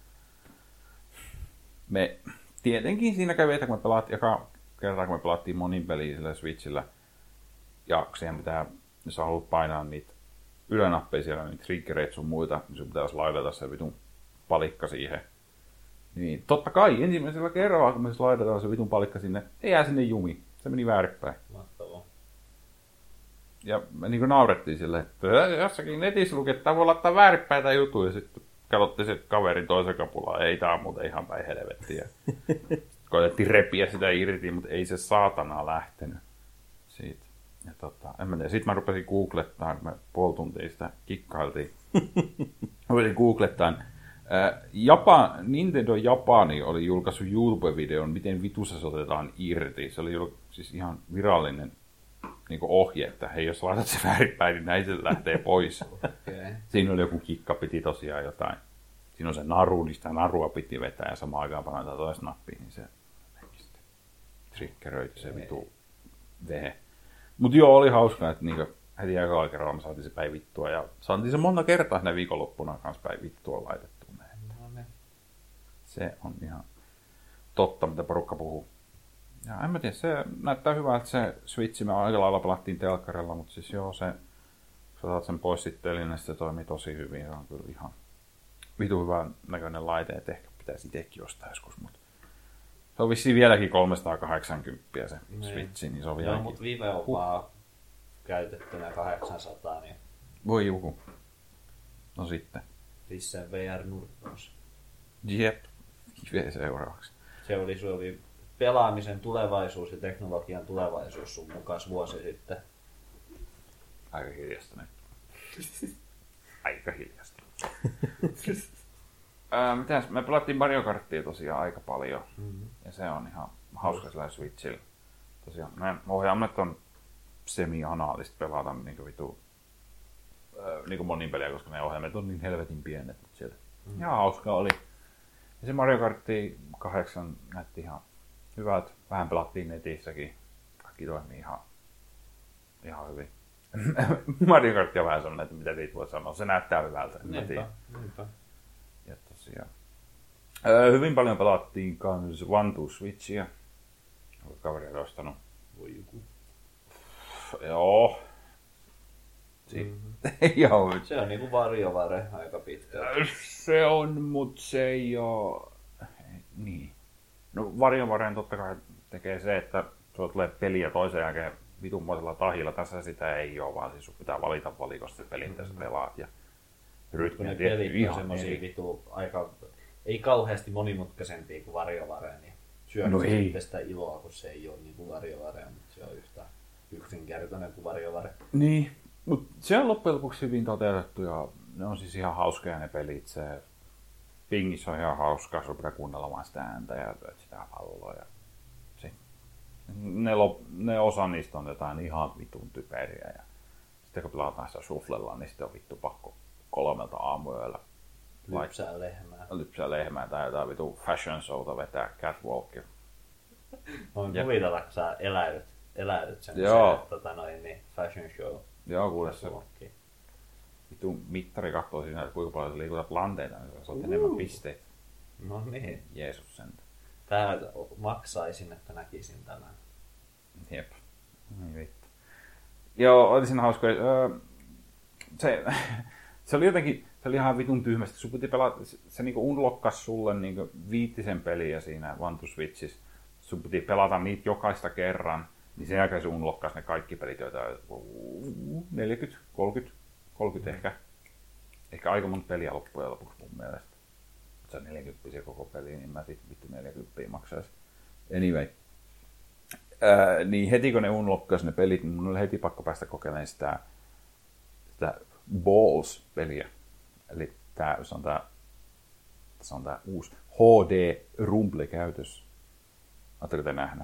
me tietenkin siinä kävi, että kun me pelattiin, joka kerran kun me pelattiin monin peliä sillä Switchillä, ja siihen pitää, jos sä haluat painaa niitä ylänappeja siellä, niin triggereitä sun muita, niin sun pitäisi laitata se vitun palikka siihen. Niin totta kai ensimmäisellä kerralla, kun me laitetaan se vitun palikka sinne, ei jää sinne jumi. Se meni väärinpäin. Mahtavaa. Ja me niin kuin naurettiin silleen, että jossakin netissä luki, että voi laittaa väärinpäitä juttuja, ja sitten katsottiin se kaverin toisen kapulaa, ei tää on muuten ihan päin helvettiä. Koitettiin repiä sitä irti, mutta ei se saatana lähtenyt siitä. Ja en mä tiedä. Sitten mä rupesin googlettaan, me puoli tuntia sitä kikkailtiin. Rupesin googlettaan. Nintendo Japani oli julkaissut YouTube-videon, miten vitussa se otetaan irti. Se oli siis ihan virallinen niin ohje, että hei, jos laitat se väärinpäin, niin näin se lähtee pois. Okay. Siinä oli joku kikka, piti tosiaan jotain siinä on se naru, niin sitä narua piti vetää ja samaan aikaan painaa toista nappia, niin se triggeröiti se vitu vehe. Mut joo, oli hauskaa, että niinku heti aika kerralla me saatiin se päivittua ja saatiin se monta kertaa sinne viikonloppuna kanssa päivittua laitettua. Se on ihan totta, mitä porukka puhuu. Ja en mä tiedä, se näyttää hyvältä se Switch, me aika lailla pelattiin telkkarilla, mutta siis joo, se, kun sä saat sen pois sitten niin se toimii tosi hyvin. Se on kyllä ihan vitu hyvän näköinen laite, että ehkä pitäisi itsekin ostaa joskus, mutta se on vissiin vieläkin 380 se Switch, niin se on vieläkin. Joo, mutta Vive on vaan käytettynä 800, niin... Voi juhu. No sitten. Rissen VR-nurkkaus. Jep. Vive seuraavaksi. Se oli pelaamisen tulevaisuus ja teknologian tulevaisuus sun mukaan vuosi sitten. Aika hiljasta nyt. Aika hiljasta. Mitäs? Me pelattiin Mario Karttia tosiaan aika paljon. Mm-hmm. Ja se on ihan hauska sillä Switchillä. Tosiaan me ohjaamme on semi-anaalista pelata niinku vitu niinku monin peliä, koska ne ohjaimet on niin helvetin pienet. Siellä. Mm-hmm. Ihan hauska oli. Ja se Mario Kartti 8 näytti ihan hyvältä. Vähän pelattiin netissäkin. Kaikki toimii ihan hyvin. Mario Kart on vähän sellainen, että mitä siitä voi sanoa. Se näyttää hyvältä. Niinpä. Ja tosiaan. Hyvin paljon pelattiin kans One to Switchia. Onko kaveri ostanut? Voi joku. Joo. Joo. Se on niinku VarioVare aika pitkään. Se on, mut se ei oo... Niin. No VarioVareen totta kai tekee se, että sulla tulee peliä toisen jälkeen vitunmoisella tahilla. Tässä sitä ei oo, vaan siis sun pitää valita valikosta se peli, mitä sä pelaat. Ja kun ne pelit on semmosia vitu aika... Ei kauheasti monimutkaisempia kuin VarioVare, niin syödä sitten sitä iloa, kun se ei oo niinku VarioVare, mutta se on yhtä yksinkertainen kuin VarioVare. Niin. Mut se on loppujen lopuksi hyvin toteutettu ja ne on siis ihan hauskoja ne pelit. Se pingissä on ihan hauskaa, sun pitää kuunnella vaan sitä ääntä ja sitä palloa. Ja ne osa niistä on jotain ihan vitun typeriä. Ja sitten kun pelataan sitä shufflella, niin sitten on vittu pakko 3 aamuyöllä lypsää lehmää tai jotain vittu fashion showta vetää catwalkia. Voin kuvitella, kun sä eläydyt sen niin fashion show. Joo, kuule se vittu mittari katsoo siinä, että kuinka paljon sä liikutat lanteita, niin sä oot enemmän pisteitä. No niin. Jeesus sentä. Tää maksaisin, että näkisin tämän. Jep. Niin vittu. Joo, oli siinä hauska. Se oli jotenkin, se oli ihan vitun tyhmästi. Sun piti pelata, se niinku unlockas sulle niinku 5 peliä siinä One to Switchissä. Sun piti pelata niitä jokaista kerran. Niin sen jälkeen se unlockas ne kaikki pelit, joita 40, 30 ehkä. Ehkä aika monta peliä loppujen lopuksi mun mielestä. Se on 40 koko peli, niin mä sit vittu 40 maksaisin. Anyway. Niin heti kun ne unlockas ne pelit, niin mun oli heti pakko päästä kokeilemaan sitä Balls-peliä. Eli se on tää uusi HD-rumble-käytös. Oletteko te nähnyt?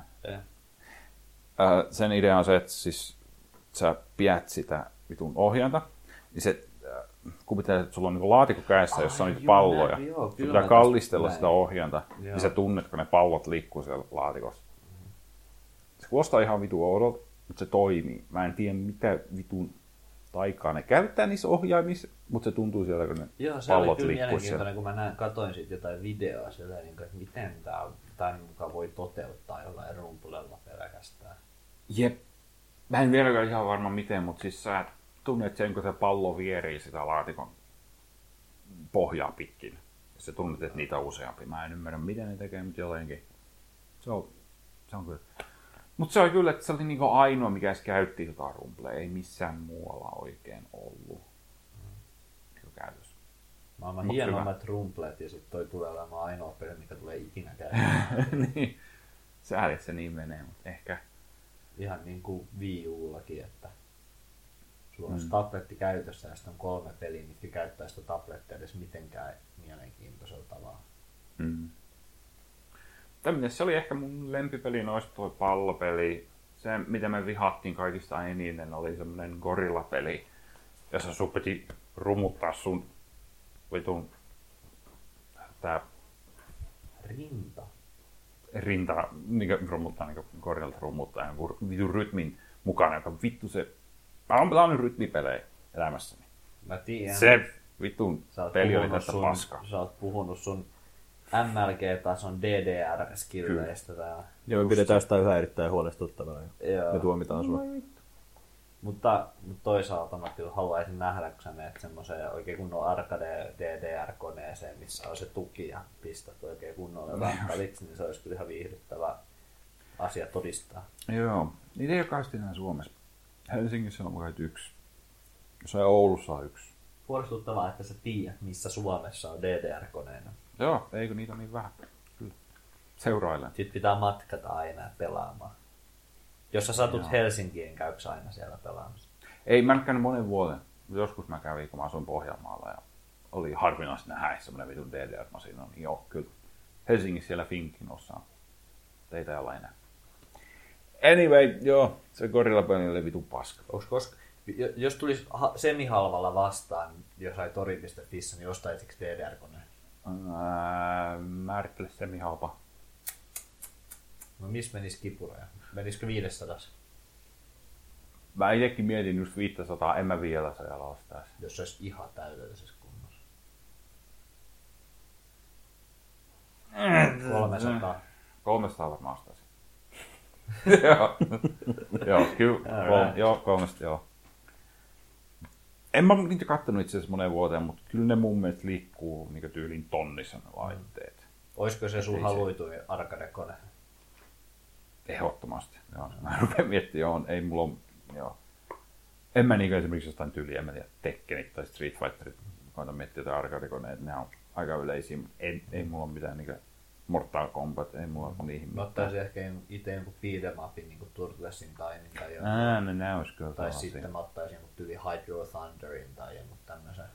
Sen idea on se, että siis sä pidät sitä vitun ohjainta, niin se kuvittelee, että sulla on niin laatikko kädessä, jossa on niitä palloja. Sun pitää kallistella sitä ohjainta, niin sä tunnet, kun ne pallot liikkuu siellä laatikossa. Se kuulostaa ihan vitun oudolta, mutta se toimii. Mä en tiedä, mitä vitun taikaa ne käyttää niissä ohjaimissa, mutta se tuntuu siellä, kun ne pallot liikkuu siellä. Joo, se oli kyllä mielenkiintoinen, kun mä katoin siitä jotain videoa siellä, että miten tämä mukaan voi toteuttaa jollain rumpulella pelkästään. Jep. Mä en vieläkään ihan varma miten, mutta siis sä tunnet sen, kun se pallo vierii sitä laatikon pohjaa pitkin. Se tunnet, että niitä on useampi. Mä en ymmärrä, miten ne tekee, mutta jotenkin. Se on kyllä. Mutta se oli kyllä, että se oli niinku ainoa, mikä edes käytti jotain rumplea. Ei missään muualla oikein ollut. Kyllä käytös. Maailman hienommat rumpleet ja sitten toi tulee olemaan ainoa peli, mikä tulee ikinä käyttää. Niin. Sääli, että se niin menee, mutta ehkä. Ihan niin kuin Wii Ullakin, että sulla on se tabletti käytössä ja sitten on 3 peliä, mitkä käyttää sitä tablettia edes mitenkään mielenkiintoisella tavalla. Se oli ehkä mun lempipeli noista tuo pallopeli. Se, mitä me vihattiin kaikista eniten, oli semmonen gorillapeli, jossa sun piti rumuttaa sun vitun tää rinta niinku rummuttaa niinku korjalta rummuttaa jonkun vitun rytmin mukana, joka vittu se... Mä oon pelannut rytmipelejä elämässäni. Mä tiedän. Se vitun peli oli tästä paska. Sä oot puhunut sun MLG-tason DDR-skilleistä täällä. Joo, me pidetään sitä yhä erittäin huolestuttavana. Joo. Me tuomitaan sua. Mutta toisaalta mä kyllä haluaisin nähdä, kun sä menet semmoiseen oikein kunnon arcade DDR-koneeseen, missä on se tuki ja pistät oikein kunnolla läppäliksi, niin se olisi kyllä ihan viihdyttävä asia todistaa. Joo, niitä ei ole kauheasti enää Suomessa. Helsingissä on kai yksi. Jossain Oulussa on yksi. Huolestuttavaa, että sä tiedät, missä Suomessa on DDR-koneena. Joo, eikö niitä niin vähän? Kyllä. Seurailen. Sitten pitää matkata aina pelaamaan. Jos sä satut Helsinkiin, käykö aina siellä pelaamassa? Ei, mä en käynyt monen vuoden. Joskus mä kävin, kun mä asuin Pohjanmaalla ja oli harvinaista nähdä semmoinen vitun DDR-masina. Niin joo, kyllä. Helsingissä siellä Finkinossa. Teitä ei olla enää. Anyway, joo, se Gorilla-peli oli vitun paska. Jos tulisi semihalvalla vastaan jossain tori.fissä, niin ostaisitko DDR-koneen? Määrittele semihalpa. No missä menisi kipuroja? Menisikö 500? Mä itsekin mietin just 500, en mä vielä siellä ostaisi. Jos se olisi ihan täydellisessä kunnossa. 300. 300 varmaan ostaisin. Joo, kyllä. Joo, 300, joo. En mä niitä kattonut itse asiassa moneen vuoteen, mutta kyllä ne mun mielestä liikkuu niin tyylin tonnissa ne laitteet. Olisiko se sun haluituin arcade-kone? Ehdottomasti. Joo. Mä rupean miettimään, ei mulla on, joo. En mä niinkö esimerkiksi jostain tyyliä, en mä tiedä, Tekkenit tai Street Fighterit, koitan miettiä jotain arcade-koneet, ne on aika yleisiä, mutta ei mulla ole mitään niinkö Mortal Kombat, ei mulla ole niihin mitään. Mä ottaisin ehkä itse jonkun beat'em upin, niinku Turtlesin Timein tai joku. Ne olisi kyllä tai sitten mä ottaisin jonkun tyyli Hydro Thunderin tai jonkun tämmösen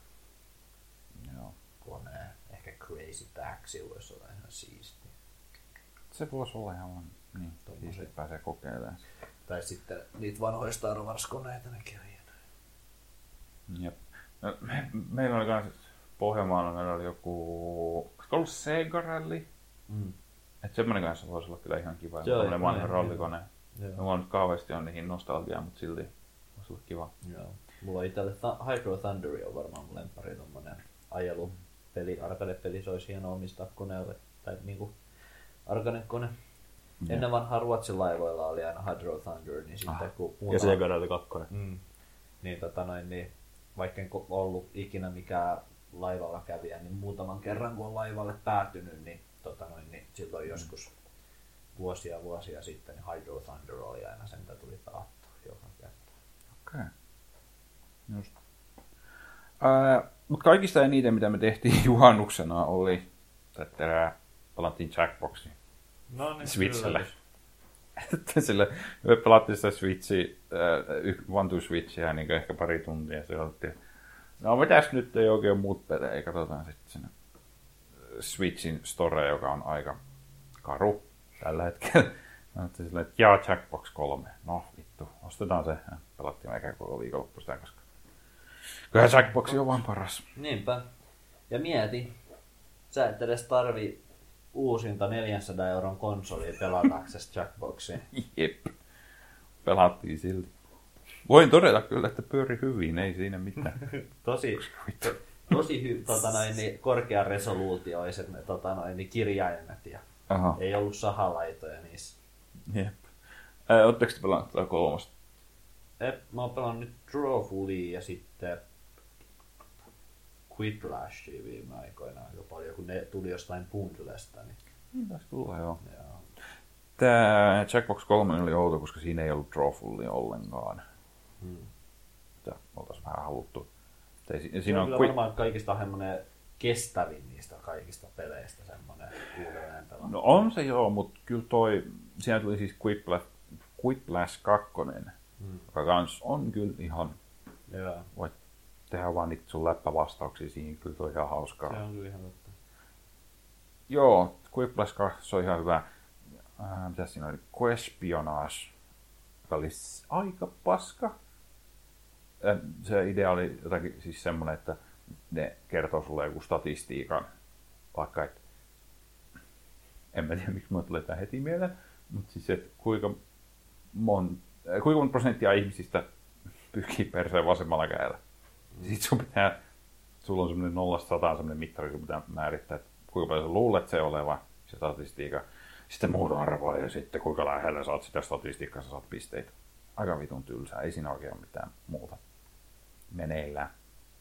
koneen. Ehkä Crazy Taxi voisi olla ihan siistiä. Se voisi olla ihan niin, siistiä pääsee kokeilemaan. Tai sitten niitä vanhoja Star Wars-koneita, nekin on hienoja. Jep. No, meillä oli kans Pohjanmaalla, meillä oli joku, olisiko ollut Sega Rally? Että semmonen kanssa voisi olla kyllä ihan kiva. Semmoinen vanha rallikone. Mulla on nyt kauheasti on niihin nostalgiaa, mutta silti voisi olla kiva. Joo. Mulla on itselle Hydro Thunderi on varmaan mun lemppari tommonen ajelupeli, arcade-peli, se olisi hieno omistaa koneelle. Tai niinku arcade-kone. Ennen vanhaa Ruotsin laivoilla oli aina Hydro Thunder, niin sitten kun ja Sega Rally 2. Niin vaikka en ollut ikinä mikään laivalla kävijä, niin muutaman kerran kun on laivalle päätynyt, niin silloin joskus vuosia sitten niin Hydro Thunder oli aina sen, mitä tuli taattua joka kerta. Okei. Just. Mutta kaikista eniten, mitä me tehtiin juhannuksena, oli pelattiin Jackboxia. No niin, Switchille. Sille, me pelattiin sitä Switchia, One to Switchia niin ehkä pari tuntia. Se oltiin, no mitäs nyt ei oikein muut pelejä, katsotaan sitten sinne Switchin store, joka on aika karu tällä hetkellä. Mä ajattelin silleen, että Jackbox 3. No vittu, ostetaan se. Ja pelattiin eikä koko viikonloppu sitä, koska kyllä Jackbox on vaan paras. Niinpä. Ja mieti, sä et edes tarvii uusinta 400 € konsolia pelataksesi Jackboxia. Jep. Pelattiin silti. Voin todeta kyllä, että pyöri hyvin, ei siinä mitään. tosi korkea resoluutioiset ne kirjaimet ja ei ollut sahalaitoja niissä. Jep. Oletteko te pelannut tätä kolmosta? Mä oon pelannut nyt Drawfulia ja sitten Quiplashia viime aikoina aika paljon, kun ne tuli jostain bundlesta. Niin taisi tulla, joo. Tää Jackbox 3 oli outo, koska siinä ei ollut Drawfulia ollenkaan. Oltais vähän haluttu. Siinä on kyllä varmaan kaikista semmoinen kestävin niistä kaikista peleistä semmoinen uudelleen pelata. No on se joo, mutta kyllä siinä tuli siis Quiplash 2, joka kans on kyllä ihan, voit tehdä vaan niitä sun läppävastauksia siihen, kyllä toi ihan hauskaa. Se on kyllä ihan totta. Joo, Quiplash 2 on ihan hyvä. Mitäs siinä oli? Questionage, joka oli aika paska. Se idea oli jotakin siis semmoinen, että ne kertoo sulle joku statistiikan vaikka, että en mä tiedä, miksi mulle tulee tää heti mieleen, mutta siis, että kuinka monta prosenttia ihmisistä pyyhkii perseen vasemmalla kädellä. Sitten sulla on semmoinen 0-100 semmoinen mittari, sun pitää määrittää, että kuinka paljon sä luulet se olevan, se statistiikka, sitten muut arvoa ja sitten kuinka lähellä saat sitä statistiikkaa, sä saat pisteitä. Aika vitun tylsää, ei siinä oikein ole mitään muuta meneillään.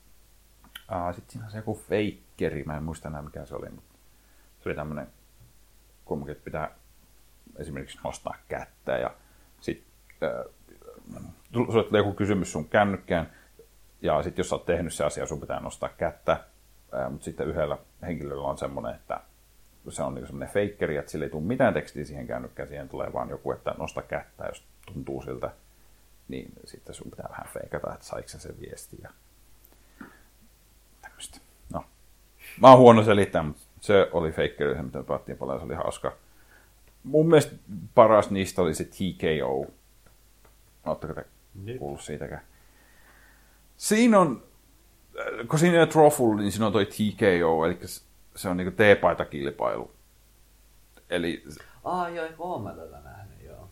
Sitten siinä on se joku feikkeri, mä en muista enää mikä se oli, mutta se oli tämmönen kumminkin, että pitää esimerkiksi nostaa kättä ja sitten sulle tulee joku kysymys sun kännykkään ja sitten jos sä oot tehnyt se asia, sun pitää nostaa kättä, mutta sitten yhdellä henkilöllä on semmoinen, että se on niinku semmoinen feikkeri, että sillä ei tule mitään tekstiä siihen kännykkään, siihen tulee vaan joku, että nosta kättä, jos tuntuu siltä, niin sitten sun pitää vähän feikata, että saiko se viesti ja tämmöistä. No, mä oon huono selittää, mutta se oli feikkeri, se mitä päättiin paljon, se oli hauska. Mun mielestä paras niistä oli se TKO. Oletteko te kuullut siitäkään? Siinä on, kun siinä on Troful, niin siinä on toi TKO, eli se on niinku teepaitakilpailu. Eli joo, oon mä tätä nähnyt, joo.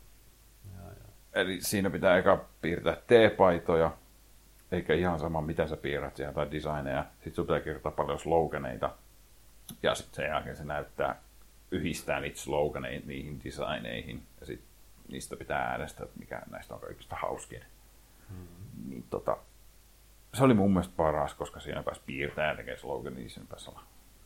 Eli siinä pitää eka piirtää teepaitoja, eikä ihan sama mitä sä piirrät siellä tai designeja. Sitten sun pitää kirjoittaa paljon sloganeita. Ja sitten sen jälkeen se yhdistää niitä sloganeita niihin designeihin. Ja sitten niistä pitää äänestää, että mikä näistä on kaikista hauskin. Niin se oli mun mielestä paras, koska siinä pääsi piirtämään ja tekemään slogania, niin siinä pääsi olla.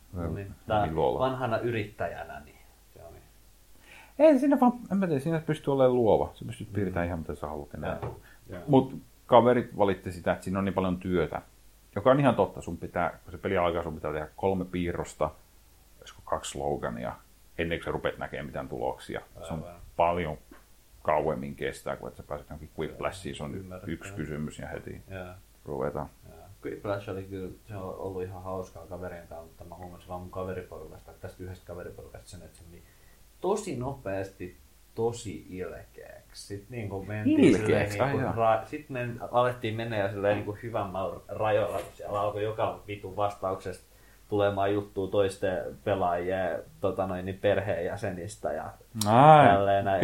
Vanhana yrittäjänä, niin se oli. Ei siinä vaan, en mä tiedä, siinä pystyy olemaan luova. Sä pystyt piirtämään ihan mitä sä haluat enää. Mutta kaverit valitti sitä, että siinä on niin paljon työtä. Joka on ihan totta, sun pitää, kun se peli alkaa, sun pitää tehdä 3 piirrosta, olisiko 2 slogania, ennen kuin sä rupeat näkemään mitään tuloksia. Se on paljon kauemmin kestää, kun että sä pääset johonkin Quicklashiin, se on yksi kysymys ja heti ruvetaan. Quiplash oli kyllä, se on ollut ihan hauskaa kaverien kanssa, mutta mä huomasin vaan mun kaveriporukasta, tästä yhdestä kaveriporukasta sen, että se meni tosi nopeasti, tosi ilkeäksi. Sitten niin kuin mentiin silleen, sitten alettiin mennä ja silleen niin kuin hyvänmällä rajoilla, kun siellä alkoi joka vitun vastauksesta tulemaan juttua toisten pelaajien perheenjäsenistä ja tälleen näin.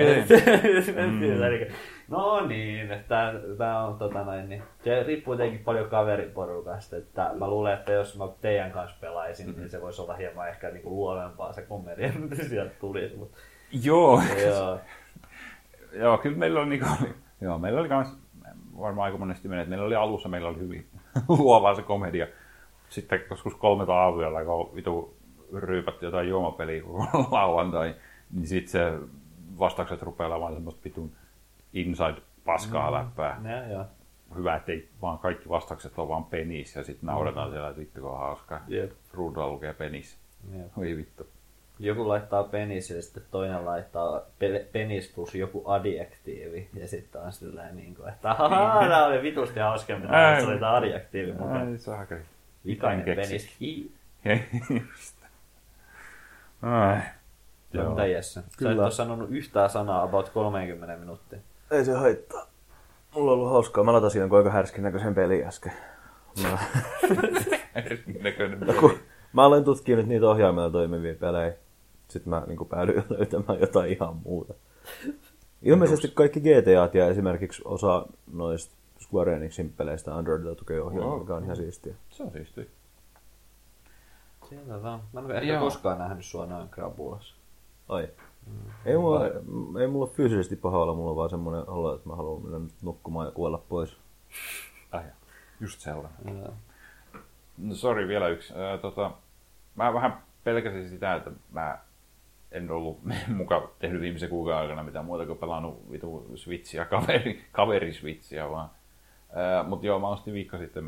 No niin, että tää on niin. Se riippuu tietenkin paljon kaveriporukasta, että mä luulen, että jos mä teidän kanssa pelaisin, niin se voisi olla hieman ehkä niinku luovempaa se komedia, mitä sieltä tulisi. Mutta Joo, kyllä meillä oli meillä oli kans varmaan aika monesti menee, että meillä oli alussa, meillä oli hyvin luovaa se komedia. Sitten joskus 3 aamuyöllä, kun vitu ryypätti jotain juomapeliä lauantai, niin sitten se vastaukset rupeaa olemaan semmoista vitun inside-paskaa läppää. Hyvä, ettei vaan kaikki vastaukset ole vaan penis ja sitten nauretaan siellä, että vittu kun on hauskaa. Ruudulla lukee penis. Oi vittu. Joku laittaa penis ja sitten toinen laittaa penis plus joku adjektiivi. Ja sitten on silleen niin kuin, että tää oli vitusti hauskempi, että se oli tää adjektiivi mukaan. Ai saakeli. Ikainen penis. Mitä Jesse? Sä et ole sanonut yhtään sanaa about 30 minuuttia. Ei se haittaa. Mulla on ollut hauskaa. Mä latasin jonkun aika härskin näköisen pelin äsken. Mä aloin tutkia nyt niitä ohjaimella toimivia pelejä. Sitten mä niin päädyin löytämään jotain ihan muuta. Ilmeisesti kaikki GTAt ja esimerkiksi osa noista Square Enixin peleistä Androidilla tukee ohjelmaa, mikä on ihan siistiä. Se on siistiä. Selvä. Mä en ehkä koskaan nähnyt sua noin krapulassa. Ai. Ei mulla fyysisesti paha olla, mulla on vaan semmoinen olo, että mä haluan mennä nukkumaan ja kuolla pois. Just sellainen. No sori, vielä yksi. Mä vähän pelkäsin sitä, että mä en ollut mukaan tehnyt viimeisen kuukauden aikana mitään muuta kuin pelannut vitu Switchiä, kaveriswitchiä vaan. Mutta joo, mä ostin viikko sitten,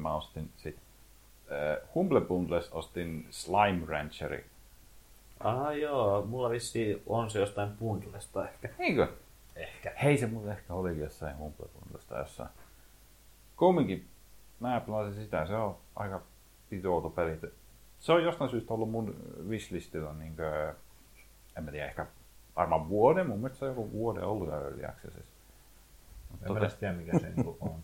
Humble Bundles ostin Slime Rancheri. Joo, mulla vissiin on se jostain bundlesta ehkä. Eikö? Ehkä. Hei, se mulla ehkä olikin jossain Humble Bundlesta jossain. Kumminkin, mä pelasin sitä, se on aika vitu outo peli. Se on jostain syystä ollut mun wishlistilla niinkö, en mä tiedä, ehkä varmaan vuoden, mun mielestä se on joku vuoden ollut early accessissa. En mä tiedä mikä se niinku on.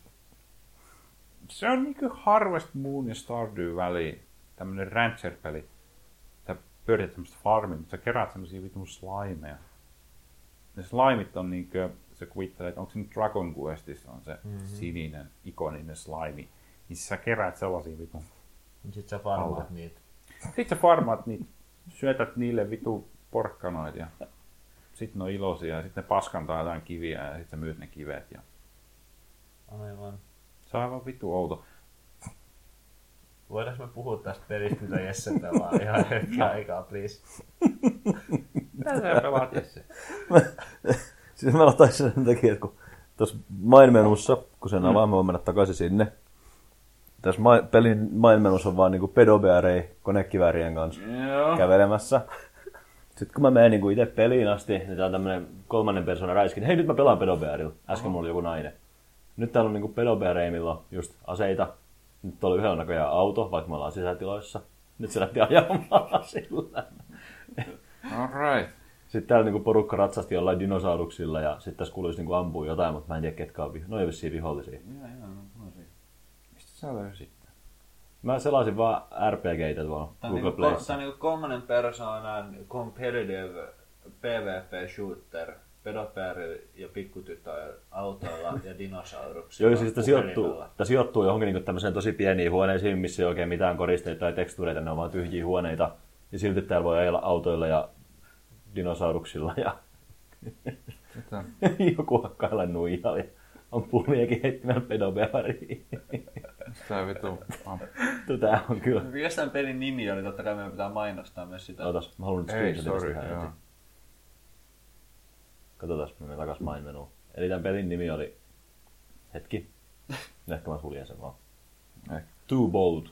Se on niinkö Harvest Moon ja Stardew Valley, tämmönen rancher-peli. pyörität semmoista farmia, mutta sä keräät semmosia vitun slimeja. Ne slimeit on niinkö, sä kuvittelet, että onko se nyt Dragon Questissa on se sininen, ikoninen slime, niin sä keräät sellaisia vitun. Sit sä farmaat niitä. Sit sä farmaat niitä, syötät niille vitun porkkanoita ja sit ne on iloisia ja sit ne paskantaa jotain kiviä ja sit sä myyt ne kivet. Ja... Aivan. Se on aivan vitun outo. Voidaanko me puhua tästä pelistä, mitä Jesse pelaa ihan hetken aikaa, please? Mitä sä pelaat, Jesse? Siis mä ottaisin sen takia, että kun tuossa main-menussa, kun sen avaa, mä voin mennä takaisin sinne. Tässä pelin main-menussa on vaan niinku pedobearei konekiväärien kanssa kävelemässä. Sitten kun mä menen niinku itse peliin asti, niin tää on tämmönen kolmannen persoonan räiskin. Hei, nyt mä pelaan pedobearilla. Äsken mulla oli joku nainen. Nyt täällä on niinku pedobeareimilla just aseita. Nyt oli yhdellä näköjään auto, vaikka me ollaan sisätiloissa. Nyt se lähti ajamaan sillä. Alright. Sitten täällä niinku porukka ratsasti jollain dinosauruksilla ja sitten tässä kuuluisi niinku ampua jotain, mutta mä en tiedä ketkä on no ei vissiin vihollisia. Mistä sä löysit? Mä selasin vaan RPGitä tuolla Google Playssa. Tää on niinku kolmannen persoonan competitive PvP shooter. Pedopäärillä ja pikkutyttöillä autoilla ja dinosauruksilla. Joo, siis tämä sijoittuu johonkin niin tämmöiseen tosi pieniin huoneisiin, missä ei oikein mitään koristeita tai tekstureita, ne on vaan tyhjiä huoneita. Ja silti täällä voi ajella autoilla ja dinosauruksilla ja joku hakkailla nuijalla ja ampuu miekin heittimään pedobeariin. Tää vitu. Tää on kyllä. Mikä tämän pelin nimi oli? Totta kai meidän pitää mainostaa myös sitä. Ootas, mä haluan nyt Ei, screenshotista sorry, heti. Katsotaan, mä menen takas main-menuun. Eli tämän pelin nimi oli... Hetki. Ehkä mä suljen sen vaan. Too bold.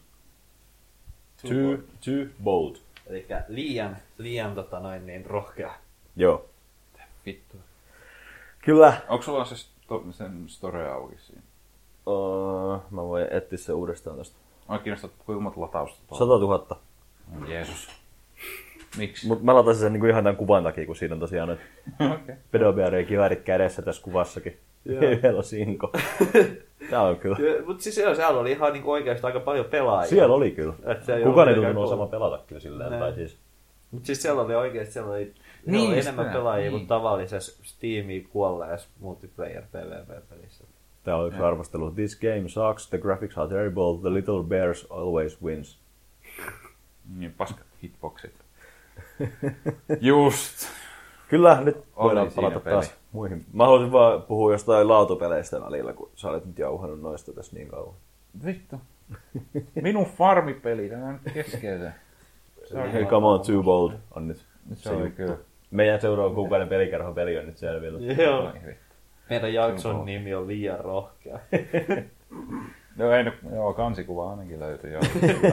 Too bold. Elikkä liian niin rohkea. Joo. Vittu. Kyllä. Onko sulla sen story auki siinä? Mä voin etsiä sen uudestaan tästä. Mä kiinnostaa, kuinka monta latausta 100 000. Jeesus. Miksi? Mut mä latasin sen niinku ihan tämän kuvan takia, kun siinä on tosiaan nyt Okay. pedobearien kiväärit kädessä tässä kuvassakin. Yhdellä sinko. Tää on kyllä. Mut siis siellä oli ihan niinku oikeasti aika paljon pelaajia. Siellä oli kyllä. Kukaan ei tuntunut osaamaan pelata kyllä silleen. Tai siis. Mut siis siellä oli oikeesti oli enemmän pelaajia kuin tavallisessa Steamiin kuolleessa multiplayer PvP-pelissä. Tää on yksi arvostelu. This game sucks, the graphics are terrible, the little bears always wins. Niin paskat hitboxit. Just. Kyllä, nyt voidaan Oli palata siinä taas peli. muihin. Mä haluaisin vaan puhua jostain lautupeleistä välillä, kun sä olet nyt jauhannut noista tässä niin kauan. Vittu. Minun farmipeli, tämä on nyt keskeinen. Hey, come on, Too Bold on nyt Se oli kyllä. Meidän seuraava kuukauden pelikerhopeli on nyt selvillä. Joo. Ai vittu. Meidän jakson nimi on liian rohkea. No ei, joo, kansikuva ainakin löytyy. Joo,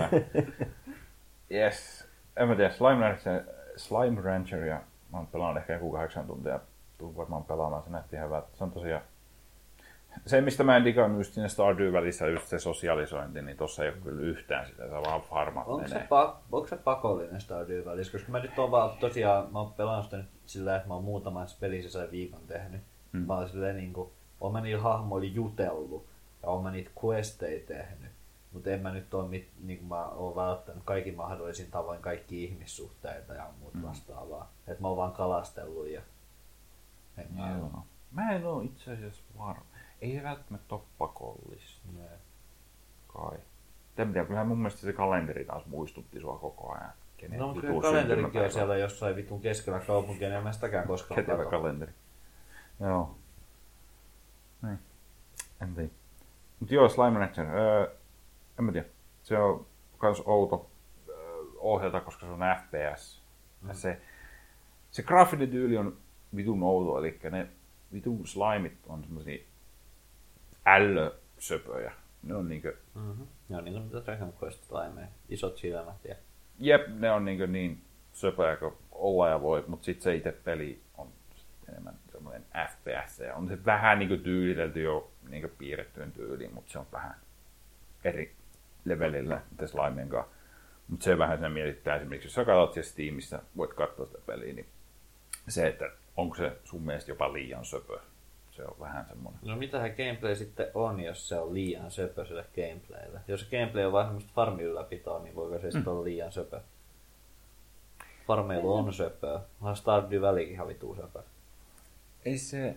yes. En mä tiedä, Slime Rancheria mä oon pelannut ehkä joku 8 tuntia. Tuun varmaan pelaamaan, se näytti ihan hyvältä. Se on tosiaan... Se, mistä mä en digannut just siinä Stardew välissä, just se sosialisointi, niin tossa ei ole kyllä yhtään sitä, se vaan farmat menee. Onko se pakollinen Stardew välissä? Koska mä nyt oon vaan tosiaan, mä oon pelannut sitä nyt sillä, että mä oon muutamassa pelissä sen viikon tehnyt. Mä oon silleen niinku, oon mä niillä hahmoilla jutellut ja oon mä niitä questeja tehnyt. Mutta en mä nyt oo, niin mä oon välttänyt kaikki mahdollisin tavoin kaikki ihmissuhteita ja muut vastaavaa. Että mä oon vaan kalastellut ja... Joo. Mä en oo itse asiassa varma. Ei se välttämättä ole pakollista. Kai. En tiedä, kyllähän mun mielestä se kalenteri taas muistutti sua koko ajan. No mutta kyllä kalenterinkin on siellä jossain vitun keskellä kaupunkia, niin en mä sitäkään koskaan Ketevä kalenteri. Joo. Niin. En tiedä. Mut joo, Slime Rancher. En mä tiedä. Se on kans outo ohjata, koska se on FPS. Ja se graafinen tyyli on vitun outo, eli ne vitun slimeit on semmosia ällösöpöjä. Ne on niinkö... Ne on niinku mitä Dragon Quest -slimeja. Isot silmät ja... Jep, ne on niin söpöjä kuin olla ja voi, mutta sit se itse peli on enemmän semmoinen FPS. Ja on se vähän niinku tyylitelty jo niinku piirrettyyn tyyliin, mutta se on vähän eri levelillä slimien kanssa. Mutta se vähän sen mietittää esimerkiksi, jos sä katsot siellä Steamissa, voit katsoa sitä peliä, niin se, että onko se sun mielestä jopa liian söpö. Se on vähän semmoinen. No mitähän gameplay sitten on, jos se on liian söpö sille gameplaylle? Jos se gameplay on vaan semmoista farmin ylläpitoa, niin voiko se sitten olla liian söpö? Farmeilu on söpöä. Onhan Stardew Valleykin ihan vituu söpöä. Ei se...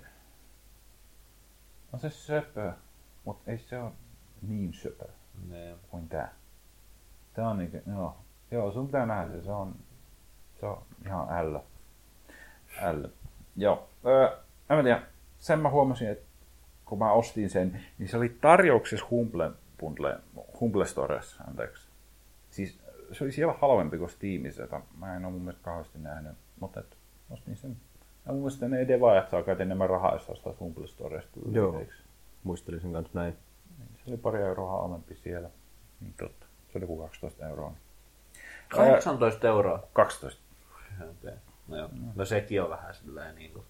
On se söpö, mutta ei se ole niin söpö kuin tää. Tää on niinku... Joo, sun pitää nähdä se. Se on ihan ällö. Joo. En mä tiedä. Sen mä huomasin, että kun mä ostin sen, niin se oli tarjouksessa Humble Storessa, anteeksi. Siis se oli siellä halvempi kuin Steamissa, jota mä en ole mun mielestä kauheasti nähnyt, mutta ostin sen. Ja mun mielestä ne devaajat saa käytä enemmän rahaa, jos ostaa Humble Storesta. Joo, muistelin sen kanssa näin. Se oli pari euroa halvempi siellä. Niin totta. Se oli kuin 12 euroa. 18 euroa? 12. Okay. No sekin on vähän silleen niinku.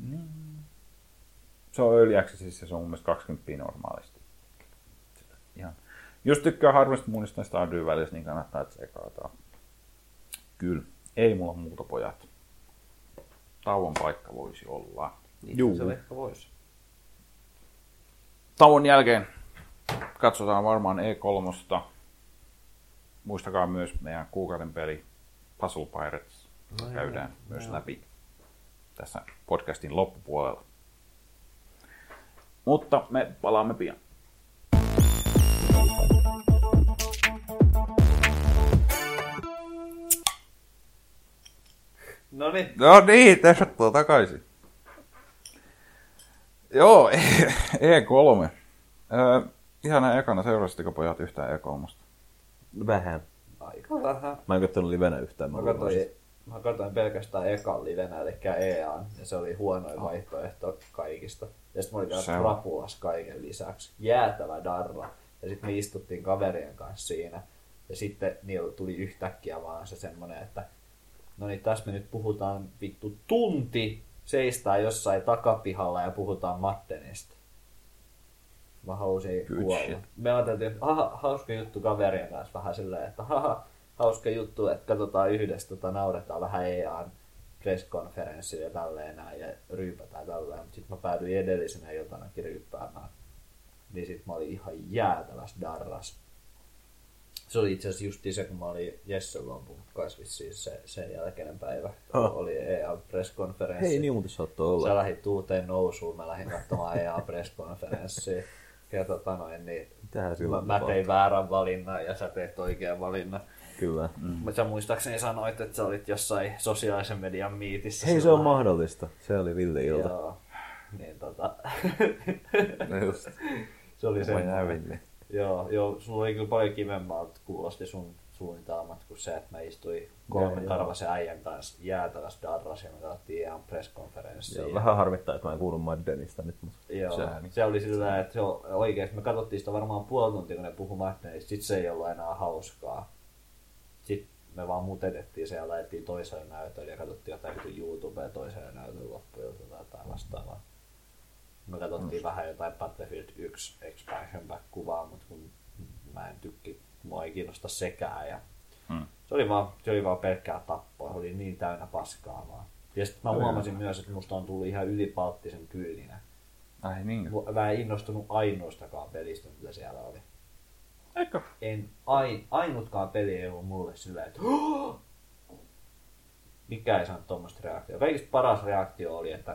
Se on Early Accessissa, se on mun mielestä 20 normaalisti. Ihan. Jos tykkää Harvest Moonista Stardew Valleystä, niin kannattaa tsekata. Kyllä. Ei mulla muuta, pojat. Tauon paikka voisi olla. Niin, se ehkä voisi. Tauon jälkeen katsotaan varmaan E3. Muistakaa myös meidän kuukauden peli Puzzle Pirates. Käydään myös läpi tässä podcastin loppupuolella. Mutta me palaamme pian. No niin, tervetuloa takaisin. Joo, E3. Ihan ekana seurasitteko pojat yhtään E3? Vähän. Aika vähän. Mä en kattonut livenä yhtään. Mä katsoin pelkästään ekan livenä, eli EA:n, ja se oli huonoin vaihtoehto kaikista. Ja sitten mä olin vielä rapulas kaiken lisäksi. Jäätävä darra. Ja sitten me istuttiin kaverien kanssa siinä. Ja sitten niillä tuli yhtäkkiä vaan se semmonen, että no niin, tässä me nyt puhutaan vittu tunti, seistään jossain takapihalla ja puhutaan Maddenista. Mä halusin kuolla. Me ajateltiin, että hauska juttu kaverien kanssa vähän silleen, että hauska juttu, että katsotaan yhdessä, nauretaan vähän EA:n press-konferenssiin ja tälleen näin ja ryypätään tälleen. Mutta sitten mä päädyin edellisenä iltanakin ryyppäämään. Niin sit mä olin ihan jäätävässä darras. Se oli itse asiassa just se, kun mä olin Jesse Lompun kanssa vissiin sen jälkeinen päivä. Oli EA press-konferenssi. Hei, niin muuten saattoi olla. Sä lähdit uuteen nousuun, mä lähdin katsomaan EA press-konferenssiin. Ja niin mä tein väärän valinnan ja sä teit oikean valinnan. Kyllä. Sä muistaakseni sanoit, että sä olit jossain sosiaalisen median miitissä. Hei, se on mahdollista. Se oli villi ilta. Joo. Niin No just. Se oli se. Joo, sulla oli kyllä paljon kivemmalta kuulosti sun suunnitelmat kuin se, että mä istuin kolmikarvasen äijän kanssa jäätävässä darras ja me katsottiin ihan press-konferenssiin. Joo, vähän harmittaa, että mä en kuulu Maddenista nyt. Joo, se oli sillä, että se oikeesti me katsottiin sitä varmaan puoli tuntia, kun ne puhui Maddenista, sit se ei ollut enää hauskaa. Sitten me vaan mutetettiin se ja laitettiin toiselle näytölle ja katsottiin jotain YouTubea toiselle näytölle loppuilta tai jotain vastaavaa. Me katsottiin vähän jotain Battlefield 1 Expansion Pack-kuvaa, mutta kun mä en mua ei kiinnosta sekään. Ja se oli vaan pelkkää tappoa, se oli niin täynnä paskaa vaan. Ja sitten mä huomasin myös, että musta on tullut ihan ylipalttisen kyyninen. Ai niin. Mä en innostunut ainoastakaan pelistä, mitä siellä oli. Eikö? Ainutkaan peli ei ollut mulle silleen, että mikä ei saanut tommoista reaktiota. Kaikista paras reaktio oli, että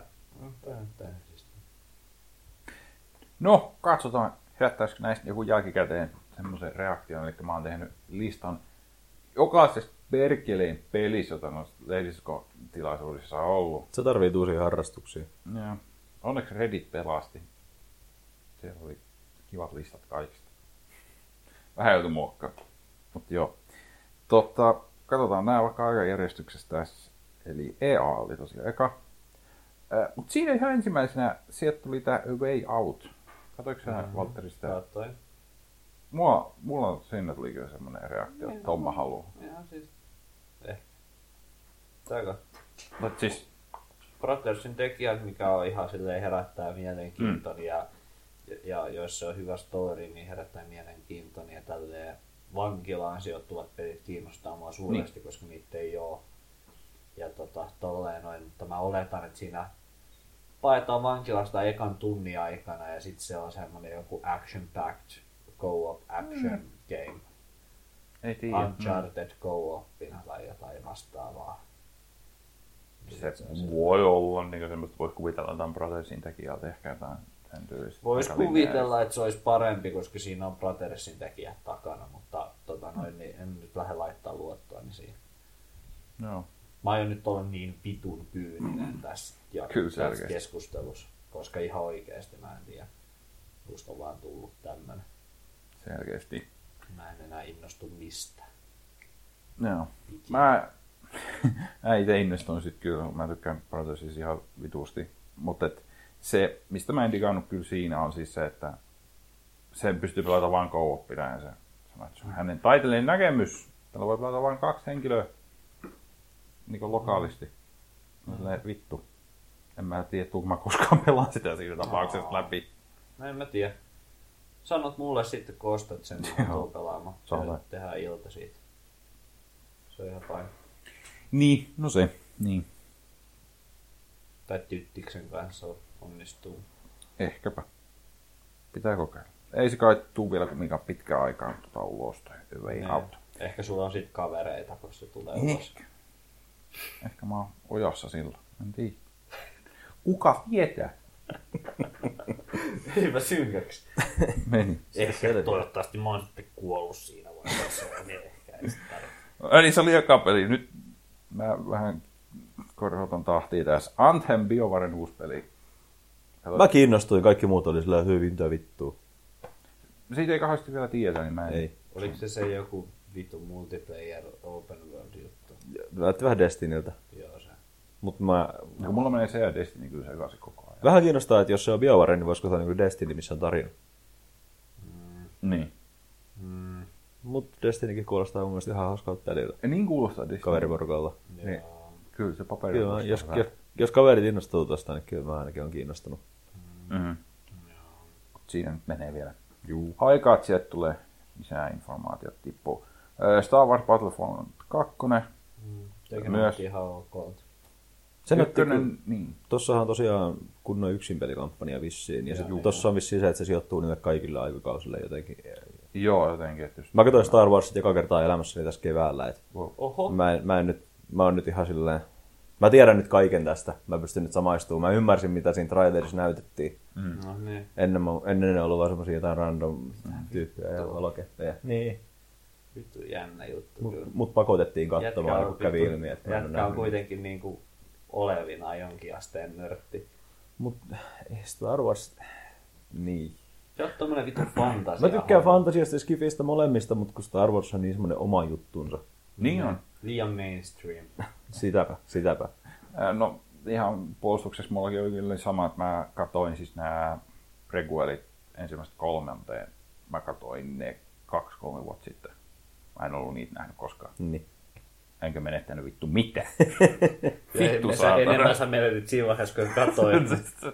no, katsotaan, herättäisikö näistä joku jälkikäteen semmoisen reaktion. Eli mä oon tehnyt listan jokaisesta perkeleen pelissä, jota noissa lehdistötilaisuudessa on ollut. Se tarvii uusia harrastuksia. Ja onneksi Reddit pelasti. Siellä oli kivat listat kaikista. Vähän joutui muokkaan. Mutta joo. Katsotaan nämä vaikka aikajärjestyksessä tässä. Eli EA oli tosiaan eka. Mutta siinä ihan ensimmäisenä sieltä tuli tää A Way Out. Katoiko sä Valtteri sitä? Katsoin. Mulla siinä tuli kyllä semmonen reaktio, että Tomma haluu. Ihan siis. Ehkä. Tääkö? Mutta siis. Brothersin tekijät, mikä on ihan silleen herättää mielenkiintoa ja jos se on hyvä story, niin herättää mielenkiintoa ja tälleen vankilaan sijoittuvat pelit kiinnostaa mua suuresti, koska niitä ei oo. Ja tolleen noin, mutta mä oletan, että siinä paetaan vankilasta ekan tunnin aikana ja sit se on semmonen joku action-packed co-op action game. Ei tiedä. Uncharted co-opina tai jotain vastaavaa. Se voi olla, niin semmoista voisi kuvitella jotain Brothersin tekijältä ehkä jotain sen tyylistä. Voisi kuvitella, että se olisi parempi, koska siinä on Brothersin tekijät takana, mutta niin en nyt lähde laittaa luottoa niin siihen. No. Mä aion nyt olla niin vitun kyyninen tässä keskustelussa, koska ihan oikeasti mä en tiedä. Musta on vaan tullut tämmönen. Selkeästi. Mä en enää innostu mistään. Joo. Mä itse innostuin sit kyllä, mä tykkään Brothersista ihan vitusti. Mutta se, mistä mä en digannut kyllä siinä on siis se, että se pystyy pelata vain co-opina ja se hänen taiteellinen näkemys. Täällä voi pelata vain 2 henkilöä niin lokaalisti. Vittu. En mä tiedä, tuunko mä koskaan pelaan sitä siinä tapauksessa läpi. No en mä tiedä. Sanot mulle sitten, kun ostat sen, niin tuu pelaamaan. Tehdään ilta siitä. Se on ihan fine. Niin, no se. Niin. Tai Tyttiksen kanssa onnistuu. Ehkäpä. Pitää kokeilla. Ei se kai tuu vielä mikään pitkään aikaan ulos tai Way Out. Ehkä sulla on sit kavereita, kun se tulee ulos. Ehkä mä oon ojassa silloin. En tiedä. Kuka tietää? Ei mä synkäksi. Meni. Ehkä toivottavasti mä oon sitten kuollut siinä vaiheessa. Ehkä ei sitä Eli se oli eka peli. Nyt mä vähän korhotan tahtia tässä. Anthem BioWaren uusi peli. Mä kiinnostuin, kaikki muut oli sillä hyvin vittua. Siitä ei kauheasti vielä tiedä, niin mä en... Ei. Oliko se joku vittu multiplayer open world juttu? Näytti vähän Destinyltä. Joo se. Mut kun mulla menee se ja Destiny kyllä sekaisin koko ajan. Vähän kiinnostaa, että jos se on BioWare, niin voisiko se olla niin Destiny, missä on tarina. Niin. Mut Destinykin kuulostaa mun mielestä ihan hauskalta peliltä. Ja niin kuulostaa Destiny. Kaveriporukalla. Niin. Kyllä se paperi kyllä, jos kaverit innostuu tosta, niin kyllä mä ainakin on kiinnostunut. Siinä nyt menee vielä aikaa, että sieltä tulee lisää informaatiota tippuu. Star Wars Battlefront 2. Myös ihan ok. Se niin. Tossahan on tosiaan kunnon yksinpelikampanja vissiin. Ja tossa on vissiin se, että se sijoittuu niille kaikille aikakausille jotenkin. Joo, jotenkin. Mä katsoin Star Warsit joka kertaa elämässäni tässä keväällä. Oho. Mä oon nyt ihan silleen... Mä tiedän nyt kaiken tästä. Mä pystyn nyt samaistumaan. Mä ymmärsin, mitä siinä trailerissa näytettiin. No, niin. Ennen ne ollut vaan semmosia jotain random tyyppejä ja valokeppeja. Niin. Vittu jännä juttu. Mut pakotettiin katsomaan, kun kävi ilmi, että mä en jätkä on kuitenkin niinku olevina jonkin asteen nörtti. Mut Star Wars... Niin. Se on tommonen vittu fantasia. Mä tykkään fantasiasta ja skifistä molemmista, mutta kun Star Wars on niin semmonen oma juttunsa. Niin on. Liian mainstream. Sitäpä. No ihan puolustuksessa mullakin oli kyllä sama, että mä katoin siis nämä prequelit ensimmäistä 3. Mä katoin ne 2-3 vuotta sitten. Mä en ollut niitä nähnyt koskaan. Niin. Enkä menettänyt vittu mitään. Vittu saatana. Enemmän sä menetit siinä vaiheessa, kun katsoin.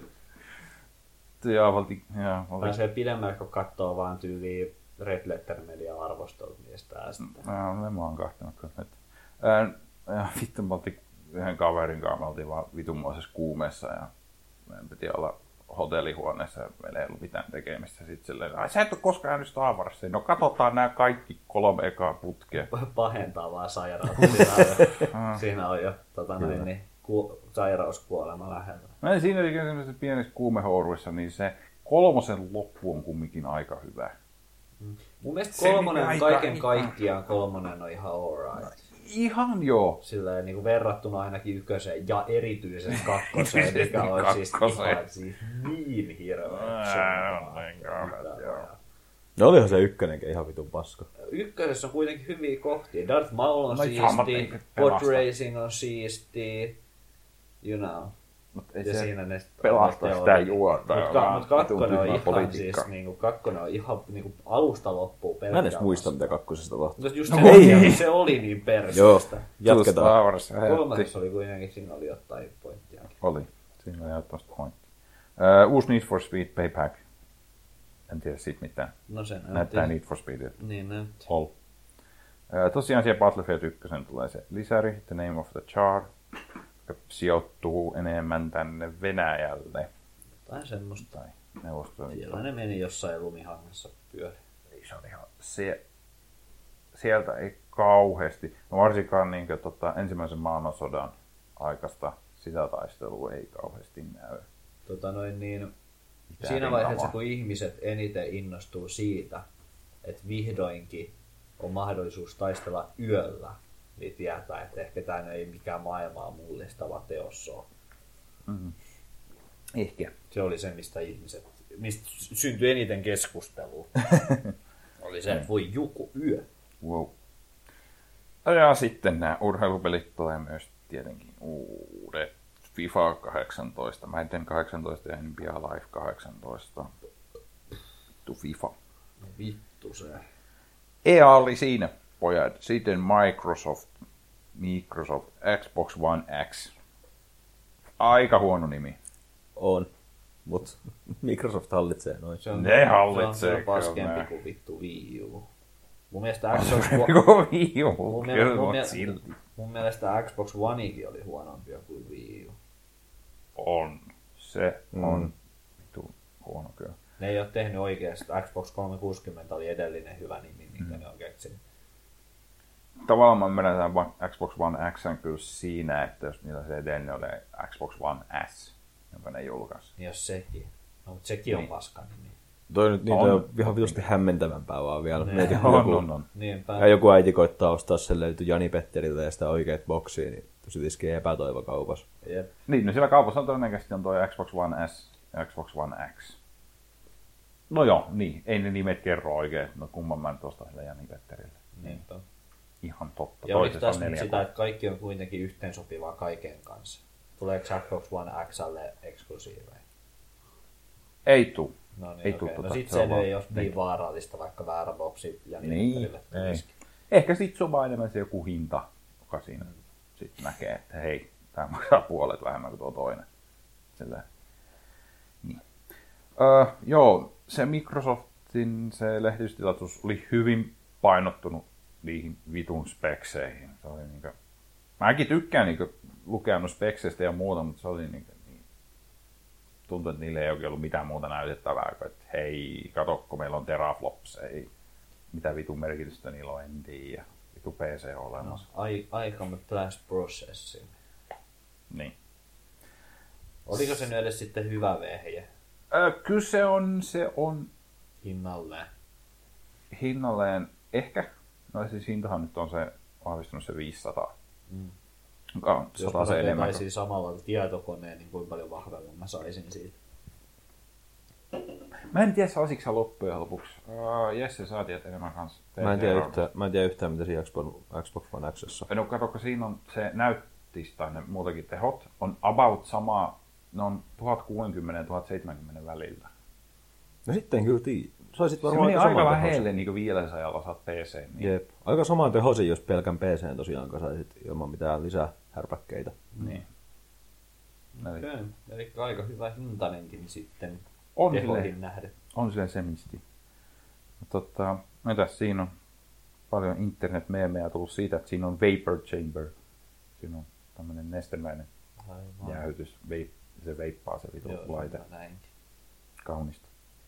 Pääsee pidemmälle, kun katsoo vaan tyyliä Red Letter Media arvostelut niistä sitten. Mä oon kahtanut kyllä. Vittu, me oltiin yhden kaverin kanssa, me oltiin vaan vitunmoisessa kuumeessa ja meidän piti olla hotellihuoneessa ja meillä ei ollut mitään tekemistä. Sitten silleen, sä et ole koskaan jäänyt Star Warsiin. No katsotaan nämä kaikki 3 ekaa putkea. Pahentaa vaan sairautta. Siinä on jo sairauskuolema lähellä. Mä siinä oli sellaisessa pienessä kuumehouruissa, niin se 3 loppu on kumminkin aika hyvä. Mun mielestä 3 on kaiken kaikkiaan 3 on ihan alright. Ihan joo. Silleen niin kuin verrattuna ainakin 1 ja erityisesti 2, mikä on siis ihan siis niin hirveä. No olihan se 1 ihan vitun paska. 1 on kuitenkin hyviä kohtia. Darth Maul on siisti, Pod Racing on siisti, you know. Ja siinä ne pelastaa sitä juonta. Mutta 2 on ihan siis, niinku, 2 on ihan niinku, alusta loppuun pelkkää. Mä en edes muista, mitä 2 tapahtui. Just se oli niin perseestä. Joo, jatketaan. 3 oli kuitenkin, siinä oli jotain pointtia. Oli, siinä oli jotain pointtia. Uusi Need for Speed Payback. En tiedä siitä mitään. No se näyttää Need for Speediltä. Niin näyttää. Tosiaan siellä Battlefield 1 tulee se lisäri, The Name of the Char, joka sijoittuu enemmän tänne Venäjälle. Tai semmoista. Tai Neuvostoliittoon. Siellä ne meni jossain lumihangessa pyöri. Ei se on ihan... Sieltä ei kauheasti, no varsinkaan niin, ensimmäisen maailmansodan aikaista sitä taistelua ei kauheasti näy. Siinä vaiheessa, kun ihmiset eniten innostuu siitä, että vihdoinkin on mahdollisuus taistella yöllä, niin tietää, että ehkä tämä ei mikään maailmaa mullistava teos ole. Mm. Ehkä. Se oli se, mistä syntyi eniten keskustelua. Oli se, että voi joku yö. Wow. Ja sitten nämä urheilupelit tulee myös tietenkin uudet. FIFA 18, Madden 18 ja NBA Live 18. Vittu FIFA. Vittu se. EA oli siinä, pojat. Sitten Microsoft Xbox One X. Aika huono nimi. On. Mut Microsoft hallitsee noin. Ne hallitsee. Se on paskempi kuin vittu Wii U. Mun mielestä mun mielestä Xbox Oneikin oli huonompia kuin Wii U. On. Se on vittu huono kyllä. Ne ei ole tehnyt oikeasti. Xbox 360 oli edellinen hyvä nimi, minkä ne on keksinyt. Tavallaan mä ymmärrän tämän Xbox One X kyllä siinä, että jos niillä se edellinen oli Xbox One S, jonka ne julkaisi. Niin jos sekin. No, mutta sekin on paska nimi. Toi nyt niitä on ihan vitusti hämmentävämpää vaan vielä. On. Ja joku äiti koittaa ostaa sen löyty Jani Petteriltä ja sitä oikeat boksia, niin tosi tiskii epätoivo kaupassa. Jep. Niin, no siellä kaupassa on todennäköisesti on toi Xbox One S ja Xbox One X. No joo, niin. Ei ne nimet kerro oikein, no kumman mä nyt ostan sille Jani Petterille. Niinpä. Ihan totta. Ja oliko tässä nyt sitä, että kaikki on kuitenkin yhteensopivaa kaiken kanssa? Tuleeko Xbox One X:lle eksklusiiveja? Ei tuu. No niin, okei. No sit se ei ole niin vaarallista, vaikka väärä boksi ja niin, ehkä sit se on vaan enemmän se joku hinta, joka siinä sitten näkee, että hei, tää maksaa puolet vähemmän kuin tuo toinen. Niin. Joo, se Microsoftin se lehdistilaisuus oli hyvin painottunut niihin vitun spekseihin. Se oli niinkö... Mäkin tykkään niinkö lukea no spekseistä ja muuta, mutta se oli niinkö... Tuntuu, että niille ei oikein ollut mitään muuta näytettävää kuin, että hei, katokko, meillä on teraflops, ei mitä vitun merkitystä niillä on, en tiedä. Vitu PC on olemassa. No, aikamme flash processing. Niin. Oliko se nyt edes sitten hyvä vehje? Kyllä se on... Hinnalleen ehkä. No siis hintahan nyt on se vahvistunut se 500. Jos mä rakentaisin samalla tietokoneen, niin kuinka paljon vahvemmin mä saisin siitä. Mä en tiedä, saisitko sä loppujen lopuksi. Jesse, sä tiedät enemmän kanssa. Mä en tiedä yhtään, mitä siinä Xbox One X:ssä on. No katsokko, siinä on se näyttis tai ne muutakin tehot on about sama, ne on 1060 ja 1070 välillä. No sitten kyllä saisit varmaan se meni aika lähelle niin 500 saat PC. Niin. Jep. Aika saman tehosin, jos pelkän PC:n tosiaan saisit ilman mitään lisää härpäkkeitä. Niin. Eli aika hyvä hintainenkin sitten on tehoihin nähden. On silleen semisti. Mitäs siinä on paljon internet-meemejä tullut siitä, että siinä on vapor chamber. Siinä on tämmönen nestemäinen jäähytys. Se veippaa se vitu laite. Kaunista.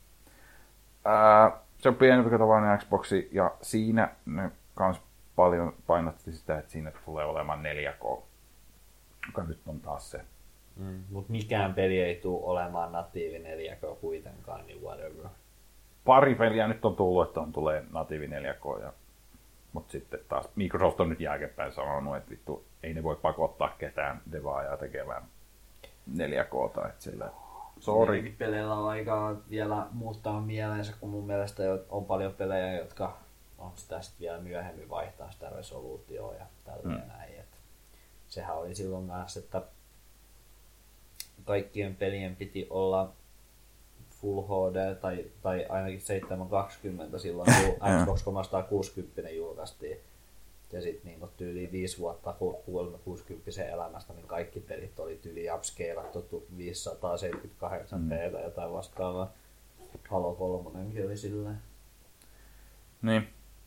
Se on pienempi kuin tavallinen Xboxi ja siinä ne kans paljon painotti sitä, että siinä tulee olemaan 4K, joka nyt on taas se. Mutta mikään peli ei tule olemaan natiivi 4K kuitenkaan, niin whatever. Pari peliä nyt on tullut, että tulee natiivi 4K, mutta sitten taas Microsoft on nyt jälkeenpäin sanonut, että vittu ei ne voi pakottaa ketään devaajaa tekemään 4K:ta, että sillä sorry. Peleillä on aikaa vielä muuttaa mielensä, kun mun mielestä on paljon pelejä, jotka on sitä sitten vielä myöhemmin vaihtaa sitä resoluutioa ja tälleen näin. Et sehän oli silloin kanssa, että kaikkien pelien piti olla Full HD tai ainakin 720 silloin, kun Xbox 360 julkaistiin. Ja sitten niin tyyliin 5 vuotta 360 elämästä, niin kaikki pelit oli tyyliin upscalattu 578p tai jotain vastaavaa. Halo 3 oli silleen. Niin.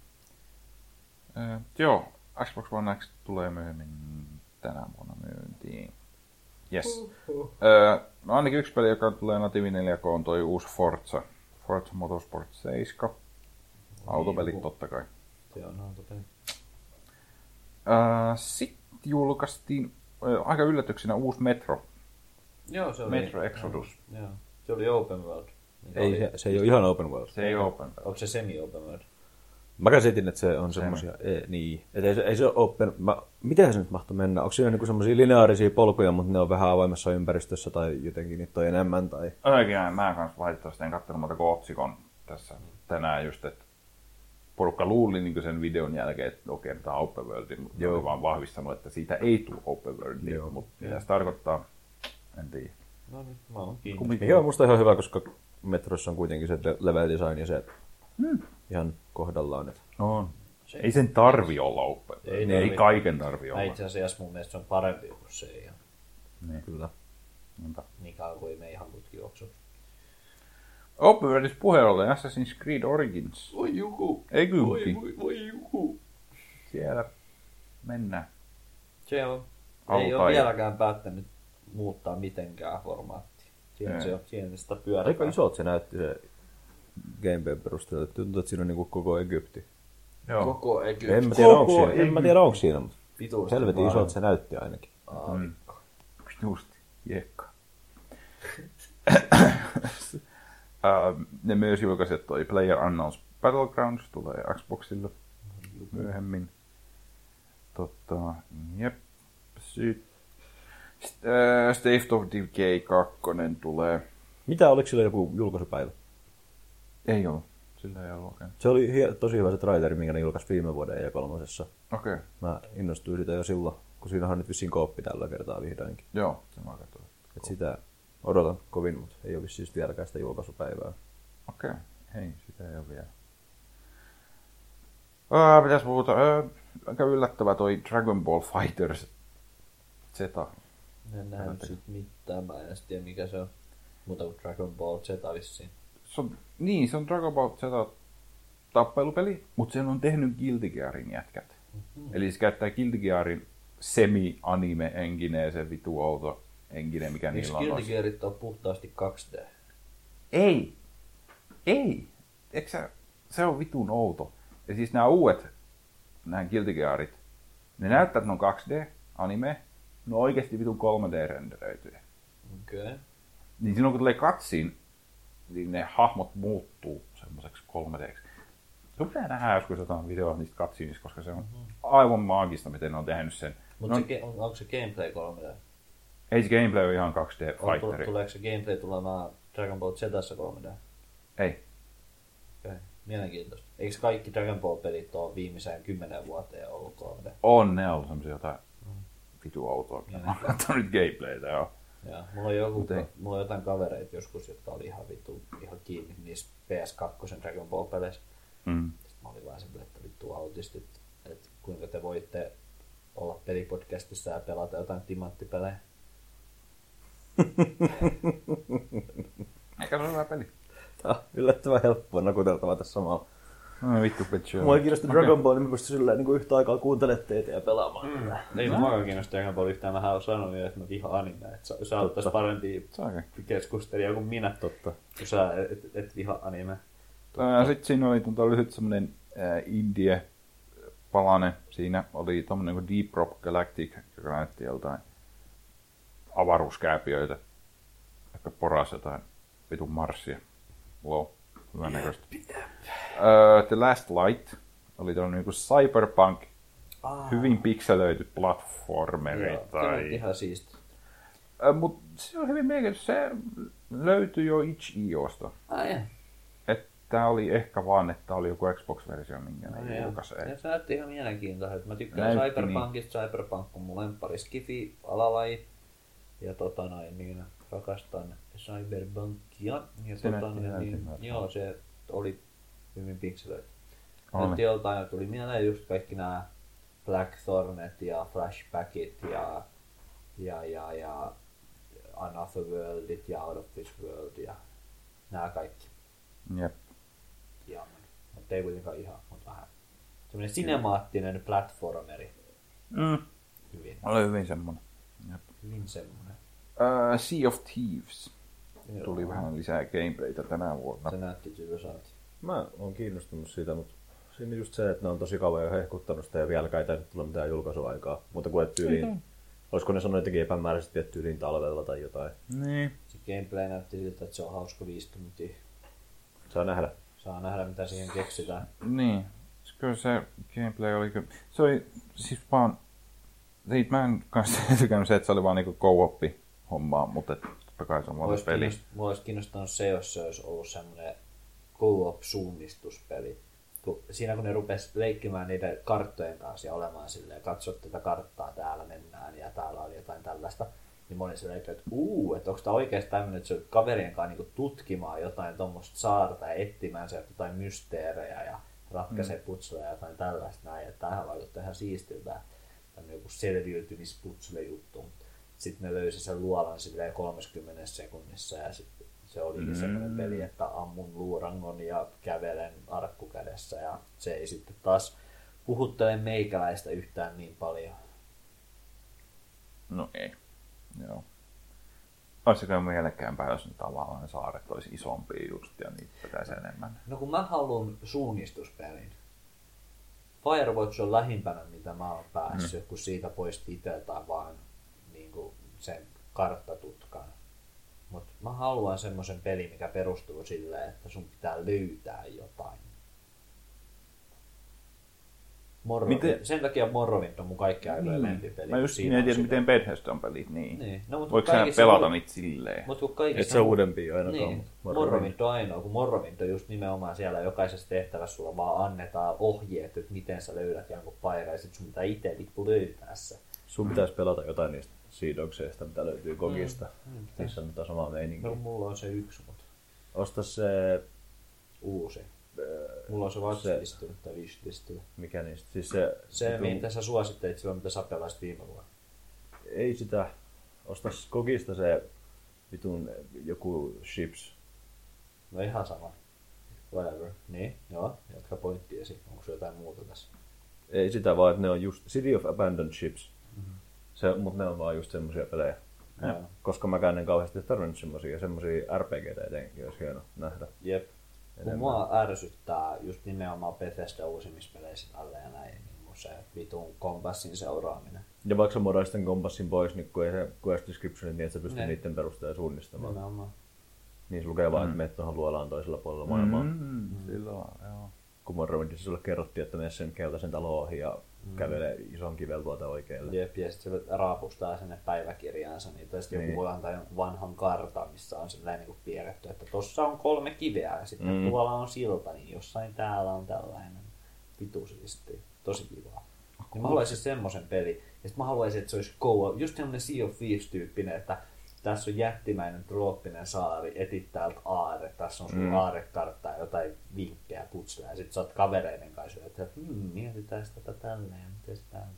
Joo, Xbox One X tulee myöhemmin tänä vuonna myyntiin. Yes. No ainakin yksi peli, joka tulee natiivi 4K, on toi uusi Forza Motorsport 7. Autopelit totta kai. Se on autopeli. Sitten julkaistiin aika yllätyksenä uusi Metro. Joo, se oli. Metro Exodus. Joo. Se oli open world. Ei, se ei ole ihan open world. Se ei ole open world. Onko se semi-open world? Mä käsitin, että se on semmosia, niin. Et ei se ole open, miten se nyt mahtoi mennä? Onko siinä niinku semmosia lineaarisia polkuja, mutta ne on vähän avoimessa ympäristössä tai jotenkin niitä on enemmän? Tai... Oikein, mä kans valitettavasti en kattonut muuta kuin otsikon tässä tänään just, että porukka luuli niin sen videon jälkeen, että okei, tämä on open world, mutta oli vaan vahvistanut, että siitä ei tule open world, mutta mitä se tarkoittaa, en tiedä. No nyt mä oon kiinni. Joo, musta ihan hyvä, koska Metrossa on kuitenkin se level design ja se ihan kohdallaan. Että... On. Ei sen tarvi olla open. Ei kaiken tarvi olla. Itse asiassa mun mielestä se on parempi kuin se ei. Niin. Kyllä. Niin kauan kuin me ihan mutkin juoksu. Open Worldissa puheen ollen Assassin's Creed Origins. Voi juhu. Ei kylki. Voi juhu. Siellä mennään. Se on. Ei ole vieläkään päättänyt muuttaa mitenkään formaattia. Siinä sitä pyörää. Aika isot se näytti se gameplayn perusteella. Tuntuu, että siinä on niinku koko Egypti. Joo. Koko Egypti. En mä tiedä, onko siinä, mutta Vituusti helvetin isot se näytti ainakin. Just, jekka. Ne myös julkaiset toi PlayerUnknown's Battlegrounds tulee Xboxille myöhemmin. Jep. State of Decay 2 tulee. Mitä, oliko sillä joku julkaisupäivä? Ei ollut. Sillä ei ollut oikein. Se oli tosi hyvä se traileri, minkä ne julkaisi viime vuoden E3. Okei. Mä innostuin sitä jo silloin, kun siinä on nyt vissiin kooppi tällä kertaa vihdoinkin. Joo, se mä katsoin. Et sitä odotan kovin, mutta ei ole vissiin vieläkään sitä julkaisupäivää. Okei. Hei, sitä ei ole vielä. Pitäis puhuta. Aika yllättävä toi Dragon Ball Fighters Z. En nähnyt sit mitään, mä en tiedä mikä se on. Muuta kuin Dragon Ball Z vissiin. Se on Dragon Ball Z tappelupeli, mutta sen on tehnyt Guilty Gearin jätkät. Eli se käyttää Guilty Gearin semi-anime engineen, se vitu outo engine, mikä niillä on. Eikö Guilty Gearit on puhtaasti 2D? Ei. Eikö se on vitun outo. Ja siis nämä uudet, nämä Guilty Gearit, ne näyttää, että ne on 2D-anime, ne on oikeasti vitun 3D-renderöityjä. Okei. Niin silloin kun tulee katsiin, niin ne hahmot muuttuu semmoiseksi 3D:ksi. Sun pitää nähdä joskus jotain videoa niistä katsiinista, koska se on aivan maagista, miten ne on tehnyt sen. Mutta onko se gameplay 3D? Ei se gameplay ole ihan 2D-fighteri. Tuleeko se gameplay tulemaan Dragon Ball Z:ssä 3D? Ei. Okei. Mielenkiintoista. Eikö kaikki Dragon Ball-pelit ole viimeiseen 10 vuoteen ollut 3D? On, ne on semmosia jotain vitu outoa. Mä oon katsonut gameplaytä, joo. Joo, mulla on jotain kavereita joskus, jotka oli ihan kiinni niissä PS2 Dragon Ball-peleissä. Sitten mä olin vaan semmoinen, että vittu autistit, että kuinka te voitte olla pelipodcastissa ja pelata jotain timanttipelejä. Eikä se ole hyvä peli. Tää on yllättävän helppoa nakuteltavaa tässä samalla. No vittu bitch. Mua ei kiinnosta Dragon Ball, niin mä pystyn silleen niin yhtä aikaa kuuntelemaan teitä ja pelaamaan. Ei mua kiinnosta Dragon Ball yhtään. Mähän oon sanonut jo, että mä vihaan animea. Että sä ottais parempia keskustelija kuin minä. Totta. Kun sä et vihaa animea. Sitten siinä oli lyhyt semmonen indie-palane. Siinä oli tommonen kuin Deep Rock Galactic, joka näytti joltain avaruuskääpiöitä. Ehkä poras jotain vitun marssia. Wow, hyvän näköistä. The Last Light oli tämmönen niinku cyberpunk, hyvin pikselöity platformeri. Joo, tai... ihan siisti. Mut se on hyvin mielenkiintoista. Se löytyi jo itch.iosta. Tää oli ehkä vaan, että oli joku Xbox-versio, minkä ne julkaisee. Se näytti ihan mielenkiintoiselta. Mä tykkään Cyberpunkista. Niin. Cyberpunk on mun lemppari skifi-alalaji. Ja niin rakastan Cyberpunkia. Ja joo, se oli hyvin pikselöity. Nyt joltain tuli mieleen just kaikki nämä Blackthornet ja Flashbackit ja Another Worldit ja Out of This World ja nämä kaikki. Jep. Ja, mutta ei kuitenkaan ihan, mutta vähän. Semmoinen sinemaattinen platformeri. Hyvin. Oli hyvin semmonen. Jep. Hyvin semmonen. Sea of Thieves. Joo. Tuli vähän lisää gameplaytä tänä vuonna. Se näytti tylsältä. Mä oon kiinnostunut siitä, mutta siinä just se, että ne on tosi kauan jo hehkuttanut sitä ja vieläkään ei tule mitään julkaisuaikaa. Mutta kun et tyyliin Olisiko ne sanonut jotenkin epämääräisesti tiettyyn talvella tai jotain? Niin. Se gameplay näytti siltä, että se on hauska 5 tuntia. Saa nähdä mitä siihen keksitään. Niin. Kyllä se gameplay oli kyllä. Se oli siis vaan... Siitä mä en kanssa tykännyt se, että se oli vaan niinku co-oppi hommaa, mutta totta kai se on vaan peli. Mua olisi kiinnostanut se, jos se olisi ollut semmoinen co-op-suunnistuspeli. Siinä kun ne rupes leikkimään niiden karttojen kanssa ja olemaan silleen, katsot tätä karttaa, täällä mennään ja täällä on jotain tällaista, niin moni silleen, että onko tämä oikeasti tämmöinen, että se on kaverien kanssa niinku tutkimaan jotain tuommoista saarta ja etsimään sieltä jotain mysteerejä ja ratkaisee putseleja ja jotain tällaista näin, että tämähän vaikuttaa ihan siistiltä, tämmöinen joku selviytymisputsele juttu. Sitten ne löysi sen luolan silleen 30 sekunnissa ja sitten se olikin semmoinen peli, että ammun luurangon ja kävelen arkku kädessä ja se ei sitten taas puhuttele meikäläistä yhtään niin paljon. No ei. Joo. Olisiko kyllä mielekkäämpää, jos ne tavallaan ne saaret olisi isompia just ja niitä pitäisi enemmän? No kun mä haluan suunnistuspelin. Firewatch on lähimpänä mitä mä oon päässyt, kun siitä poisti itseltään vaan niin kuin sen karttatutkan. Mutta mä haluan semmoisen pelin, mikä perustuu silleen, että sun pitää löytää jotain. Sen takia Morrowind on mun kaikki aikojen lempipeli. Mä just mietin, että miten Bethesdan pelit, niin. No, voiko sä pelata niitä silleen? Et sä uudempia ainakaan. Niin. Morrowind on ainoa, kun Morrowind on just nimenomaan siellä jokaisessa tehtävässä sulla vaan annetaan ohjeet, että miten sä löydät jonkun paikan ja sit sun pitää itse vittu löytää se. Sun pitäisi pelata jotain niistä Sea Dogsista, mitä löytyy Gogista. Niissä on sama meininki. No mulla on se yksi, mutta... Osta se... Uusi. Mulla on se watchlistyllä tai wishlistyllä. Mikä niistä? Siis se mitä sä suosittelit silloin, mitä sä pelasit viime vuonna. Ei sitä. Osta Gogista se vitun joku Ships. No ihan sama. Whatever. Niin, joo. Jatka pointtiesi. Onko se jotain muuta tässä? Ei sitä vaan, että ne on just City of Abandoned Ships. Mutta ne on vaan just semmosia pelejä. Ja. Koska mäkään en kauheasti tarvinnut semmosia RPGtä etenkin, olisi hieno nähdä. Jep. Kun mua ärsyttää just nimenomaan Bethesda uusimmissa peleissä alle ja näin, niin se vitun kompassin seuraaminen. Ja vaikka sä modaisit sen kompassin pois, niin kun ei se quest description, niin et sä pysty niiden perusteella suunnistamaan. Nimenomaan. Niin se lukee vaan, että menet tuohon luolaan toisella puolella maailmaa. Silloin, joo. Kun Morrowindissa sulle kerrottiin, että mene sen keltaisen talon ohi ja kävelee ison kiveltuota oikealle. Jep, ja sitten se raapustaa sinne päiväkirjaansa, niin tai sitten joku voi antaa jonkun vanhan kartan, missä on sellainen niin piirretty, että tossa on 3 kiveä ja sitten tuolla on silta, niin jossain täällä on tällainen. Vituisesti. Tosi kivaa. Ja mä haluaisin semmoisen pelin. Ja sitten mä haluaisin, että se olisi just semmoinen Sea of Thieves-tyyppinen, että tässä on jättimäinen trooppinen saari, etit täältä aare, tässä on sun aarekartta ja jotain vinkkejä putseleja. Ja sit sä oot kavereiden kanssa, että mietitään tätä tälleen, miten täältä.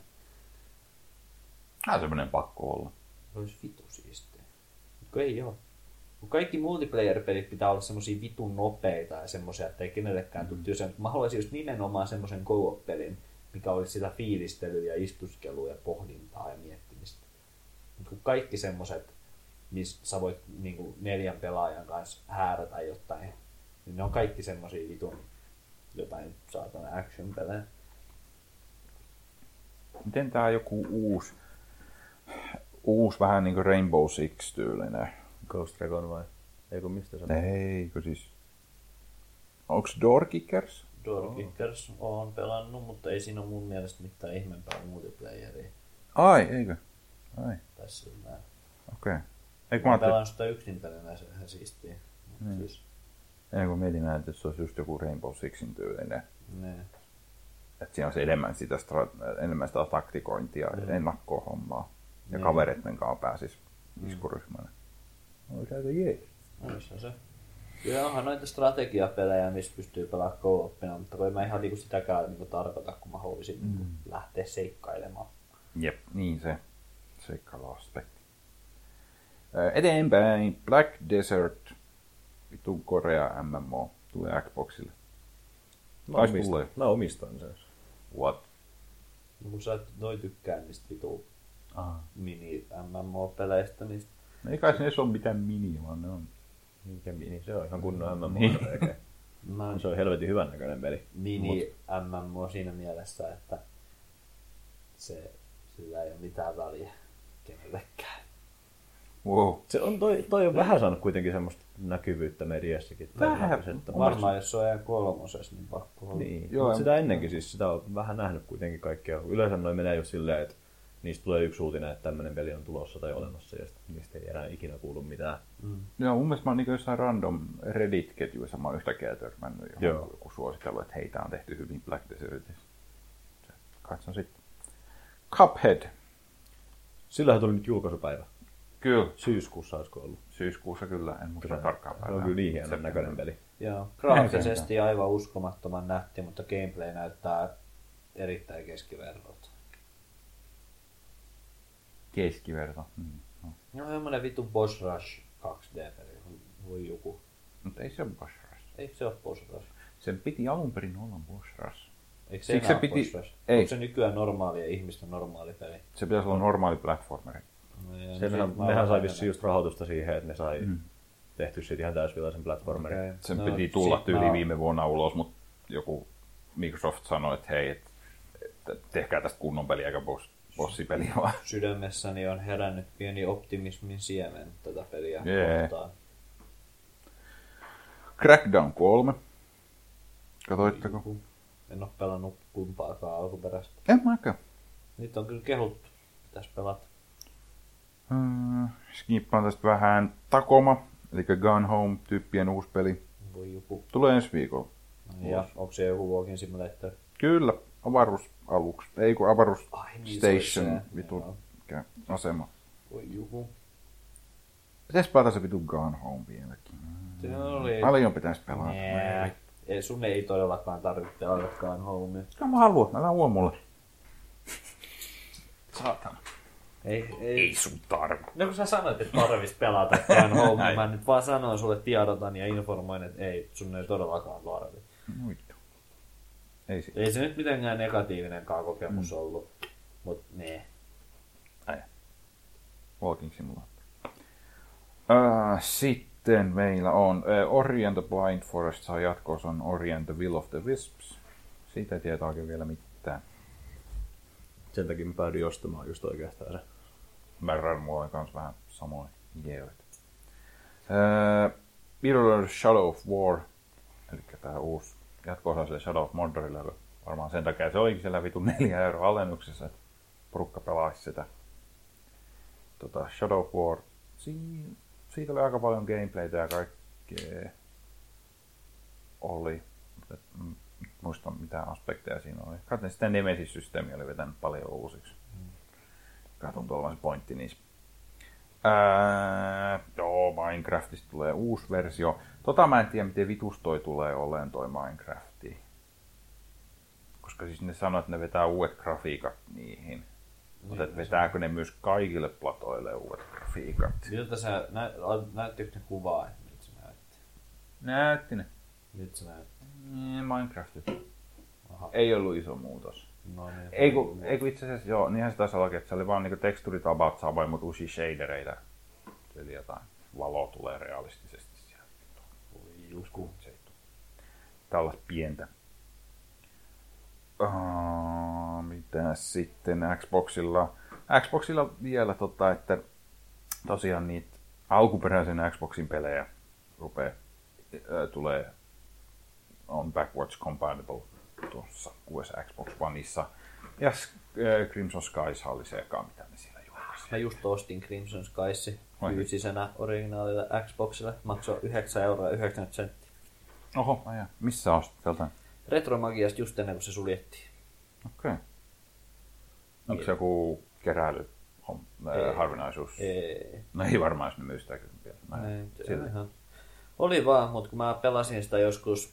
Semmoinen pakko olla. Se olisi vitu siistiä. Mutta ei oo. Kun kaikki multiplayer-pelit pitää olla semmosia vitun nopeita ja semmosia, että ei kenellekään tule tylsää. Mä haluaisin just nimenomaan semmoisen co-op-pelin, mikä olisi sitä fiilistelyä ja istuskelua ja pohdintaa ja miettimistä. Mutta kun kaikki semmoset, missä sä voit niinku 4 pelaajan kanssa häärätä jotain, niin ne on kaikki semmosia vitun jotain saatana action-pelejä. Miten tää joku uusi vähän niinku Rainbow Six-tyylinen? Ghost Recon vai? Eikö mistä se on? Eikö siis? Onks Doorkickers? Doorkickers on pelannut, mutta ei siinä ole mun mielestä mitään ihmeempää multiplayeria. Ai, eikö? Ai. Tässä näin. Okei. Mä oon pelannut sitä yksin pelinä, se ihan siistiä. Siis... Ei kun mietin näin, että se olisi just joku Rainbow Sixin tyylinen. Ne. Että siinä olisi enemmän sitä taktikointia ja ennakkohommaa. Ja kavereiden kanssa pääsis iskuryhmänä. Olisi aika jees. Olisi se. Kyllä onhan noita strategiapelejä, missä pystyy pelaamaan co-opina, mutta kun en mä ihan sitäkään tarkoita, kun mä haluaisin lähteä seikkailemaan. Jep, niin se seikkailuaspekti. Eteenpäin Black Desert, vittu Korea MMO, tulee Xboxille. Mä omistan sen. What? No kun sä et tykkää niistä vitu mini-MMO-peleistä, niin... No ei kai se edes ole mitään mini, vaan ne on... Mikä mini? Se on ihan kunnon MMO. Niin. Se on helvetin hyvän näköinen peli. Mini-MMO siinä mielessä, että sillä ei ole mitään väliä, kenellekään. Wow. Se on toi on vähän saanut kuitenkin semmoista näkyvyyttä mediassakin. Vähän. Varmaan jos se on E3, niin pakko olla. Niin, Joo, mutta sitä ennenkin siis, sitä on vähän nähnyt kuitenkin kaikkea. Yleensä noin menee just silleen, että niistä tulee yksi uutinen, että tämmöinen peli on tulossa tai olemassa, ja sitten niistä ei enää ikinä kuulu mitään. Joo, mun mielestä mä oon niin jossain random Reddit-ketjuissa mä oon yhtäkkiä törmännyt johon joku suositellut, että hei, tää on tehty hyvin Black Desertissa. Katson sitten. Cuphead. Sillähän tuli nyt julkaisupäivä. Kyllä. Syyskuussa olisiko ollut. Syyskuussa kyllä, en muista tarkkaan Se päivää. on kyllä niin hienon näköinen peli. Joo, graafisesti aivan uskomattoman nätti, mutta gameplay näyttää erittäin keskiverrolta. Keskiverto. No. No semmonen vittu Boss Rush 2D-peli. Voi joku. Mutta ei se ole Boss Rush. Eikö se ole Boss Rush? Sen piti alun perin olla Boss Rush. Eikö se Siksi enää se ole piti- Boss Rush? ei. Onko se nykyään normaali ja ihmisten normaali peli? Se pitäisi olla normaali platformeri. No, ja Nehän sai vissiin just rahoitusta siihen, että ne sai tehty siitä ihan täysvillaisen platformerin. Okei. Sen No, piti tulla sit tyyli mä- viime vuonna ulos, mutta joku Microsoft sanoi, että hei, että tehkää tästä kunnon peliä eikä bossipeliä vaan. Sydämessäni on herännyt pieni optimismin siemen tätä peliä kohtaan. Crackdown 3. Katoitteko? En ole pelannut kumpaakaan alkuperäistä. En mäkään. Niitä on kyllä kehuttu. Pitäis pelata. Skippaan tästä vähän Tacoma, eli Gone Home-tyyppien uusi peli. Voi joku. Tulee ensi viikolla. Ja onko se joku Walking Simulator? Kyllä, avaruusaluksi. Ei kun avaruus Ai niin, se station, olisi se. vitu Joo. mikä asema. Voi joku. Pitäis pelata se vitu Gone Home vieläkin. Se oli... Paljon pitäis pelata. Nää. Ei, sun ei todellakaan tarvitse pelatakaan homea. Mitä mä haluan? Älä huo mulle. Saatana. Ei sun tarvi. No kun sä sanoit, että tarvis pelata tämän homea, mä nyt vaan sanoin sulle, tiedotan ja informoin, että ei, sun ei todellakaan tarvi. Muittu. Ei sit. Ei se nyt mitenkään negatiivinenkaan kokemus ollut, mut nee. Walking Simulator. Sitten meillä on Ori and the Blind Forest saa jatkoa, se on Ori and the Will of the Wisps. Siitä ei tiedä oikein vielä mitään. Sen takia mä päädyin ostamaan just oikeastaan se. Märrän mulla on kans vähän samoin ideoita. Middle Shadow of War, eli tää uusi jatko-osa sille Shadow of Mordorille, varmaan sen takia se olikin siellä vitun 4 € alennuksessa, että porukka pelaisi sitä. Shadow of War, siitä oli aika paljon gameplaytä ja kaikkea oli. Muista mitä aspekteja siinä oli. Katsoin sitten Nemesis-systeemi oli vetänyt paljon uusiksi. Katson tuolla se pointti niissä. Joo, Minecraftista tulee uusi versio. Mä en tiedä, miten vitus toi tulee olleen toi Minecrafti. Koska siis ne sanoo, että ne vetää uudet grafiikat niihin. Mutta niin, vetääkö ne myös kaikille platoille uudet grafiikat? Miltä sä, näyttikö ne kuvaa, että miltä se näytti? Näytti ne. Miltä se näytti? Minecraftista. Aha. Ei ollut iso muutos. No niin. Ei kun itse asiassa joo, niinhän se taisi olla, että se oli vaan niinku teksturit about samoin, mutta uusia shadereita. Eli jotain valoa tulee realistisesti siellä. Joku se ei tule. Tällaista pientä. Mitä sitten Xboxilla vielä että tosiaan niitä alkuperäisen Xboxin pelejä tulee on backwards compatible tuossa uudessa Xbox Oneissa. Ja Crimson Skies oli se eka, mitä ne siellä julkaisi. Mä just ostin Crimson Skies fyysisenä originaalilla Xboxilla. Maksoi 9,90 €. Oho, aja. Missä ostit tältä? Retromagiasta just ennen kuin se suljettiin. Okei. Onko se joku keräily harvinaisuus? Ei. No ei varmaan, jos ne myy sitä vielä. Oli vaan, mutta kun mä pelasin sitä joskus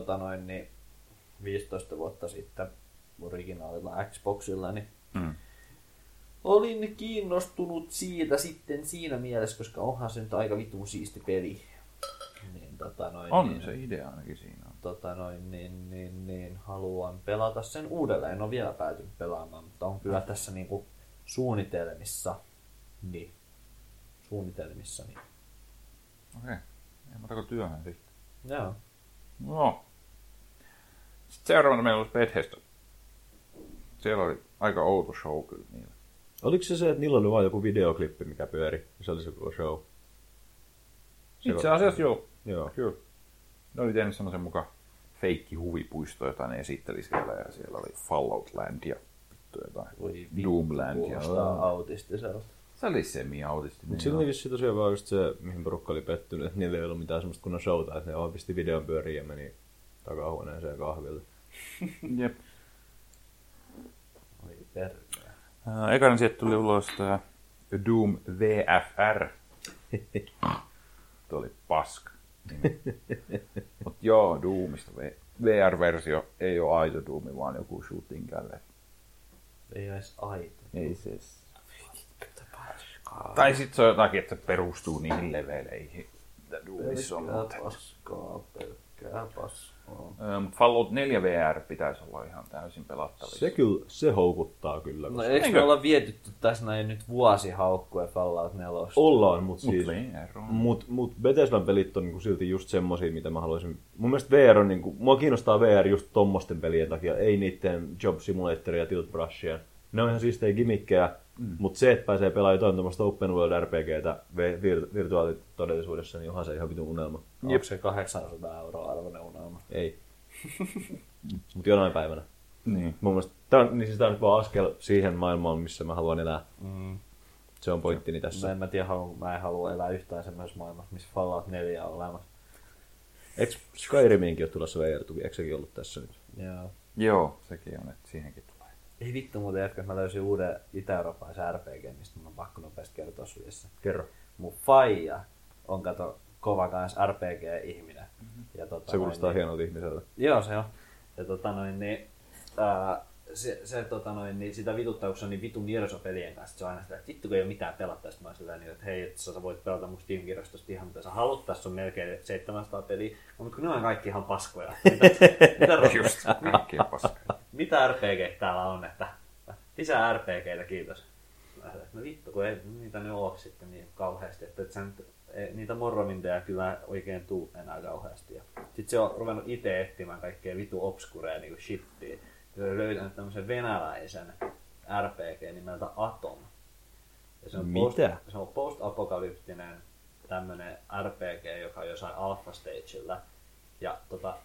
15 vuotta sitten originaalilla Xboxilla, niin olin kiinnostunut siitä sitten siinä mielessä, koska onhan se nyt aika vitun siisti peli. Niin, on se idea ainakin siinä. Haluan pelata sen uudelleen. En ole vielä päätynyt pelaamaan, mutta on kyllä tässä niinku suunnitelmissa. Niin. Okei. Ei muuta kuin työhön sitten. Joo. No. Sitten seuraavana meillä olisi Bethesda. Siellä oli aika outo show kyllä niillä. Oliko se, että niillä oli vaan joku videoklippi, mikä pyöri? Se oli se koko show. Itse asiassa joo. Joo. Kyllä. Ne oli tehnyt semmoisen mukaan feikki huvipuisto, jota ne esitteli siellä, ja siellä oli Fallout Land ja jotain Doomland. Kuulostaa autistiselta. Se oli semi-autistinen. Mutta silloin vissiin tosiaan vaan just se, mihin porukka oli pettynyt, että niillä ei ollut mitään semmoista kunnon showta, että ne vaan pisti videon pyöriin ja meni takahuoneeseen kahville. Jep. Oi perkele. Ekana sieltä tuli ulos tää Doom VFR. Tuo oli paska. Mut joo, Doomista VR-versio ei oo aito Doomi, vaan joku shooting gallery. Ei edes aito. Ei se. Tai sit se on jotakin, että se perustuu niihin leveleihin, mitä Doomissa on. Pelkkää paskaa. Mut Fallout 4 VR pitäisi olla ihan täysin pelattavissa. Se houkuttaa kyllä. No eikö me olla vietytty tässä näin nyt vuosi haukkuen Fallout 4? Ollaan, mutta siis... VR on. Mut Bethesdan pelit on niinku silti just semmosia, mitä mä haluaisin... Mun mielestä VR on niinku... Mua kiinnostaa VR just tommosten pelien takia, ei niitten Job Simulatoria ja Tilt Brushia. Ne on ihan siistejä gimmikkejä, mutta se, että pääsee pelaamaan jotain tommoista open world RPGtä virtuaalitodellisuudessa, niin onhan se ihan vitun unelma. Onko se 800 € arvoinen unelma? Ei. Mut jonain päivänä. Niin. Mun mielestä tää on nyt vaan askel siihen maailmaan, missä mä haluan elää. Se on pointtini tässä. Mä en halua elää yhtään semmoisessa maailmassa, missä Fallout 4 on olemassa. Eikö Skyrimiinkin ole tulossa VR-tuki? Eikö sekin ollut tässä nyt? Joo, sekin on, että siihenkin tulee. Ei vittu muuten jätkä, mä löysin uuden itä-eurooppalaisen RPG, mistä mun on pakko nopeasti kertoa sujessa. Kerro. Mun faija on kova kans RPG-ihminen. Ja Se kuulostaa hienolta ihmiseltä. Joo, se on. Ja niin sitä vituttaa, kun se on niin vitun Nierso-pelien kanssa. Se on aina sitä, että vittu kun ei ole mitään pelattavaa. Sitten mä oon sillä niin, että hei, että sä voit pelata mun Steam-kirjastosta ihan mitä sä haluat. Tässä on melkein 700 peliä. Mutta kun ne on kaikki ihan paskoja. Just, kaikki on paskoja. Mitä RPG täällä on, että lisää RPGtä, kiitos. No vittu, kun ei niitä nyt ole sitten niin kauheasti, että et niitä Morrowindia kyllä oikein tuu enää kauheasti. Sitten se on ruvennut itse etsimään kaikkea vitu obskureja niin kuin shittiä. Se on löytänyt tämmöisen venäläisen RPG nimeltä Atom. Ja se on mitä? Se on post-apokalyptinen tämmönen RPG, joka on jossain alpha stagella. Ja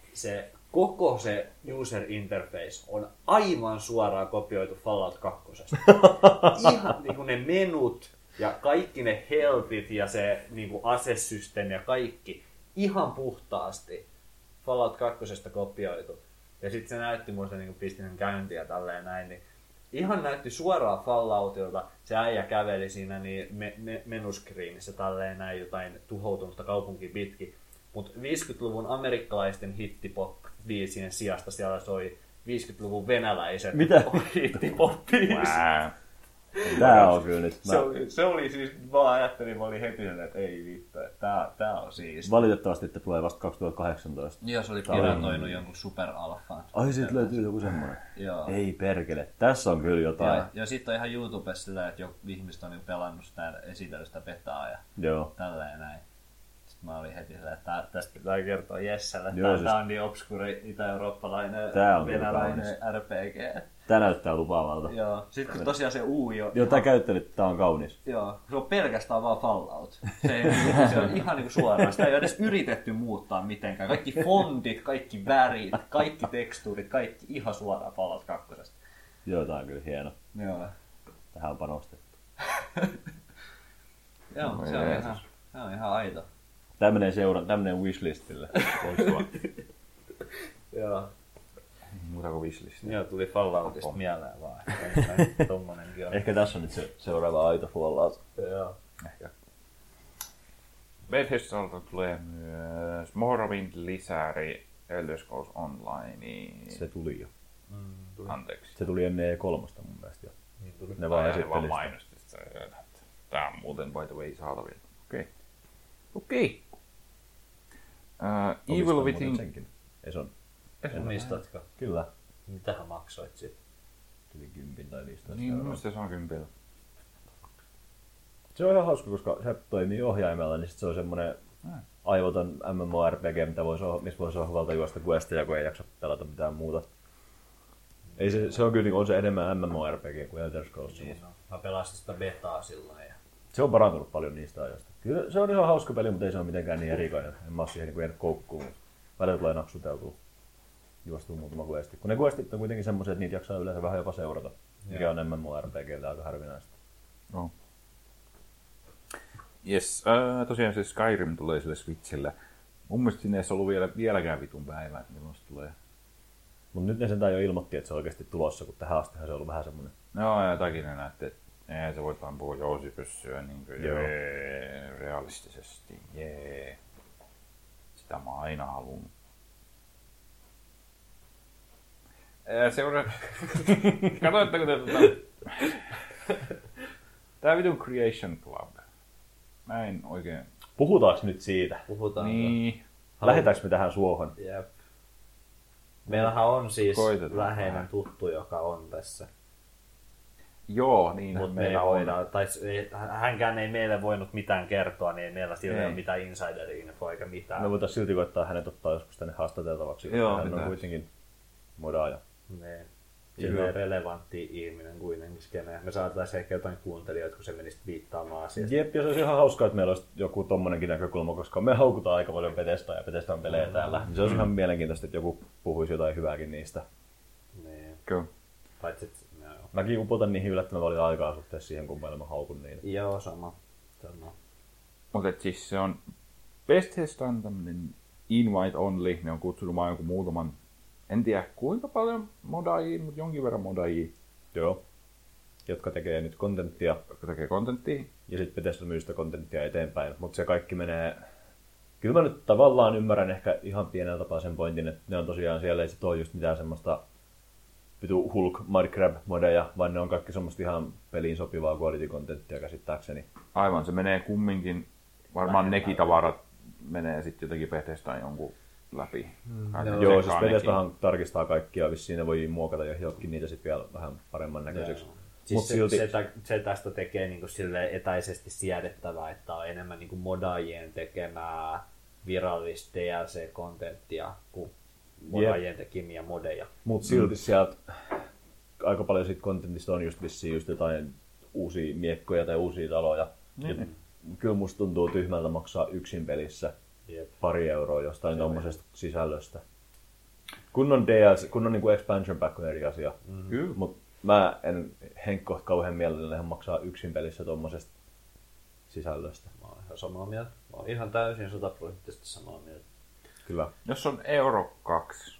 koko se user interface on aivan suoraan kopioitu Fallout 2. Ihan niin kuin ne menut ja kaikki ne healthit ja se niin kuin asesysteemi ja kaikki ihan puhtaasti Fallout 2 kopioitu. Ja sitten se näytti muista niin kuin pistin sen käyntiä tälleen näin, niin ihan näytti suoraan Falloutilta. Se äijä käveli siinä niin menuskriinissä tälleen näin jotain tuhoutunutta kaupunki pitkin. Mutta 50-luvun amerikkalaisten hittipop-biisien sijasta siellä soi 50-luvun venäläiset hittipop-biisit. Tää on kyllä nyt. Se oli siis, mä ajattelin, mä olin heti sen, että ei vittu, että tää on siis. Valitettavasti, että tulee vasta 2018. Joo, se oli piratoinut jonkun super-alfaan. Ai, siitä löytyy joku semmoinen. Joo. Ei perkele, tässä on kyllä jotain. Ja sitten on ihan YouTubessa sitä, että ihmiset on pelannut sitä esitellystä betaa ja tälleen näin. Sitten mä olin heti sillä, että tästä pitää kertoa Jesselle, että tää on niin obskuri itä-eurooppalainen venäläinen RPG. Tää näyttää lupaavalta. Joo. Sitten kun tosiaan se Joo, tää käyttelit, tää on kaunis. Joo. Se on pelkästään vaan Fallout. Se on ihan niinku suoraan. Sitä ei ole edes yritetty muuttaa mitenkään. Kaikki fontit, kaikki värit, kaikki tekstuurit, kaikki ihan suoraan Fallout 2. Joo, tää on kyllä hieno. Joo. Tähän on panostettu. Joo, se on ihan aito. Tää menee wishlistille. Joo. Muuta kuin wishlistille. Joo, tuli Falloutista mieleen vaan. Tommonenkin on. Ehkä tässä on nyt se seuraava aito Fallout. Joo. Ehkä. Bethesdalta tulee myös Morrowind-lisäri Elder Scrolls Onlineen. Se tuli jo. Anteeksi. Se tuli ennen E3 mun mielestä jo. Niin tuli. Ne vaan esitteli sitä. Mainosti sitä. Tää on muuten by the way saatavilla. Okei. Evil Within... Senkin. Eson. Omistatko? Kyllä. Mitähän maksoit sit? Tuli 10 tai 15 Niin, mun mielestä se on 10. Se on ihan hauska, koska se toimii ohjaimella, niin sit se on semmonen aivoton MMORPG, missä voi sohvalta juosta questeja, kun ei jaksa pelata mitään muuta. Ei se on kyllä on se enemmän MMORPG kuin Elder Scrolls. Niin, no. Mä pelasin sitä betaa silloin. Ja... Se on parantunut paljon niistä ajoista. Kyllä se on ihan hauska peli, mutta ei se ole mitenkään niin erikoinen. En mä oo siihen niin jäänyt koukkuun, mutta välillä tulee naksuteltua. Juostuu muutama questi. Kun ne questit on kuitenkin semmoiset, että niitä jaksaa yleensä vähän jopa seurata. Mikä on MMORPG:llä aika harvinaista. No. Jes, tosiaan se Skyrim tulee sille Switchille. Mun mielestä sinne ei olisi ollut vieläkään vitun päivää, milloin se tulee. Mut nyt ne sentään jo ilmoitti, että se on oikeasti tulossa, kun tähän asti se on ollut vähän semmonen. No ja jotakin ne näette, että eihän se voi ampua jousipyssyä niin kuin realistisesti. Jee. Sitä mä oon aina halunnut. Katoitteko te tää vitun Creation Club? Mä en oikein... Puhutaanko nyt siitä? Puhutaan. Niin. Lähetäänkö me tähän suohon? Jep. Meillähän on siis Koitetaan läheinen vähän. tuttu, joka on tässä. Joo, niin Mutta meillä on. hänkään ei meille voinut mitään kertoa, niin ei meillä sillä ei ole mitään insider-infoa eikä mitään. Me voitaisiin silti koittaa hänet ottaa joskus tänne haastateltavaksi. Joo, hän on pitää. kuitenkin modaaja. Niin. Silleen relevantti ihminen kuitenkin skeneen. Me saataisiin ehkä jotain kuuntelijoita, kun se menisi viittaamaan asiasta. Jep, ja se olisi ihan hauskaa, että meillä olisi joku tommonenkin näkökulma, koska me haukutaan aika paljon Bethesdaa ja Bethesdan pelejä täällä. Se olisi ihan mielenkiintoista, että joku puhuisi jotain hyvääkin niistä. Niin. Kyllä. Paitsi, että joo. Mäkin upotan niihin yllättävän paljon aikaa suhteessa siihen, kun paljon mä haukun niitä. Joo, sama. Mutta siis se on Bethesdan tämmönen invite only. Ne on kutsunut vaan jonkun muutaman, en tiedä kuinka paljon modaajia, mutta jonkin verran modaajia, Joo. Jotka tekee nyt kontenttia jotka tekee kontenttia. ja sitten Bethesda myy sitä kontenttia eteenpäin. Mutta se kaikki menee... Kyllä mä nyt tavallaan ymmärrän ehkä ihan pienellä tapaa sen pointin, että ne on tosiaan siellä ei sit ole just mitään semmoista vitu Hulk, Mudcrab modeja, vaan ne on kaikki semmoista ihan peliin sopivaa quality-kontenttia käsittääkseni. Aivan, se menee kumminkin, varmaan nekin tavarat menee sitten jotenkin Bethesdan jonkun läpi. Joo, siis Bethesdahan tarkistaa kaikkia, vissiin ne voi muokata ja hiotkin niitä sitten vielä vähän paremman näköiseksi. Siis se tästä tekee niinku silleen etäisesti siedettävää, että on enemmän niinku modaajien tekemää virallista DLC-kontenttia kuin modaajien tekemiä modeja. Mutta silti sieltä aika paljon siitä kontentista on just vissiin just jotain uusia miekkoja tai uusia taloja. Niin. Kyllä musta tuntuu tyhmältä maksaa yksin pelissä pari euroa jostain tommosesta sisällöstä. Kunnon DLC, kunnon niinku expansion pack on eri asia. Kyllä. Mut mä en henkko kauhean mielelläni maksaa yksin pelissä tommosesta sisällöstä. Mä oon ihan samaa mieltä. Mä oon ihan täysin 100% samaa mieltä. Kyllä. Jos on euro 2.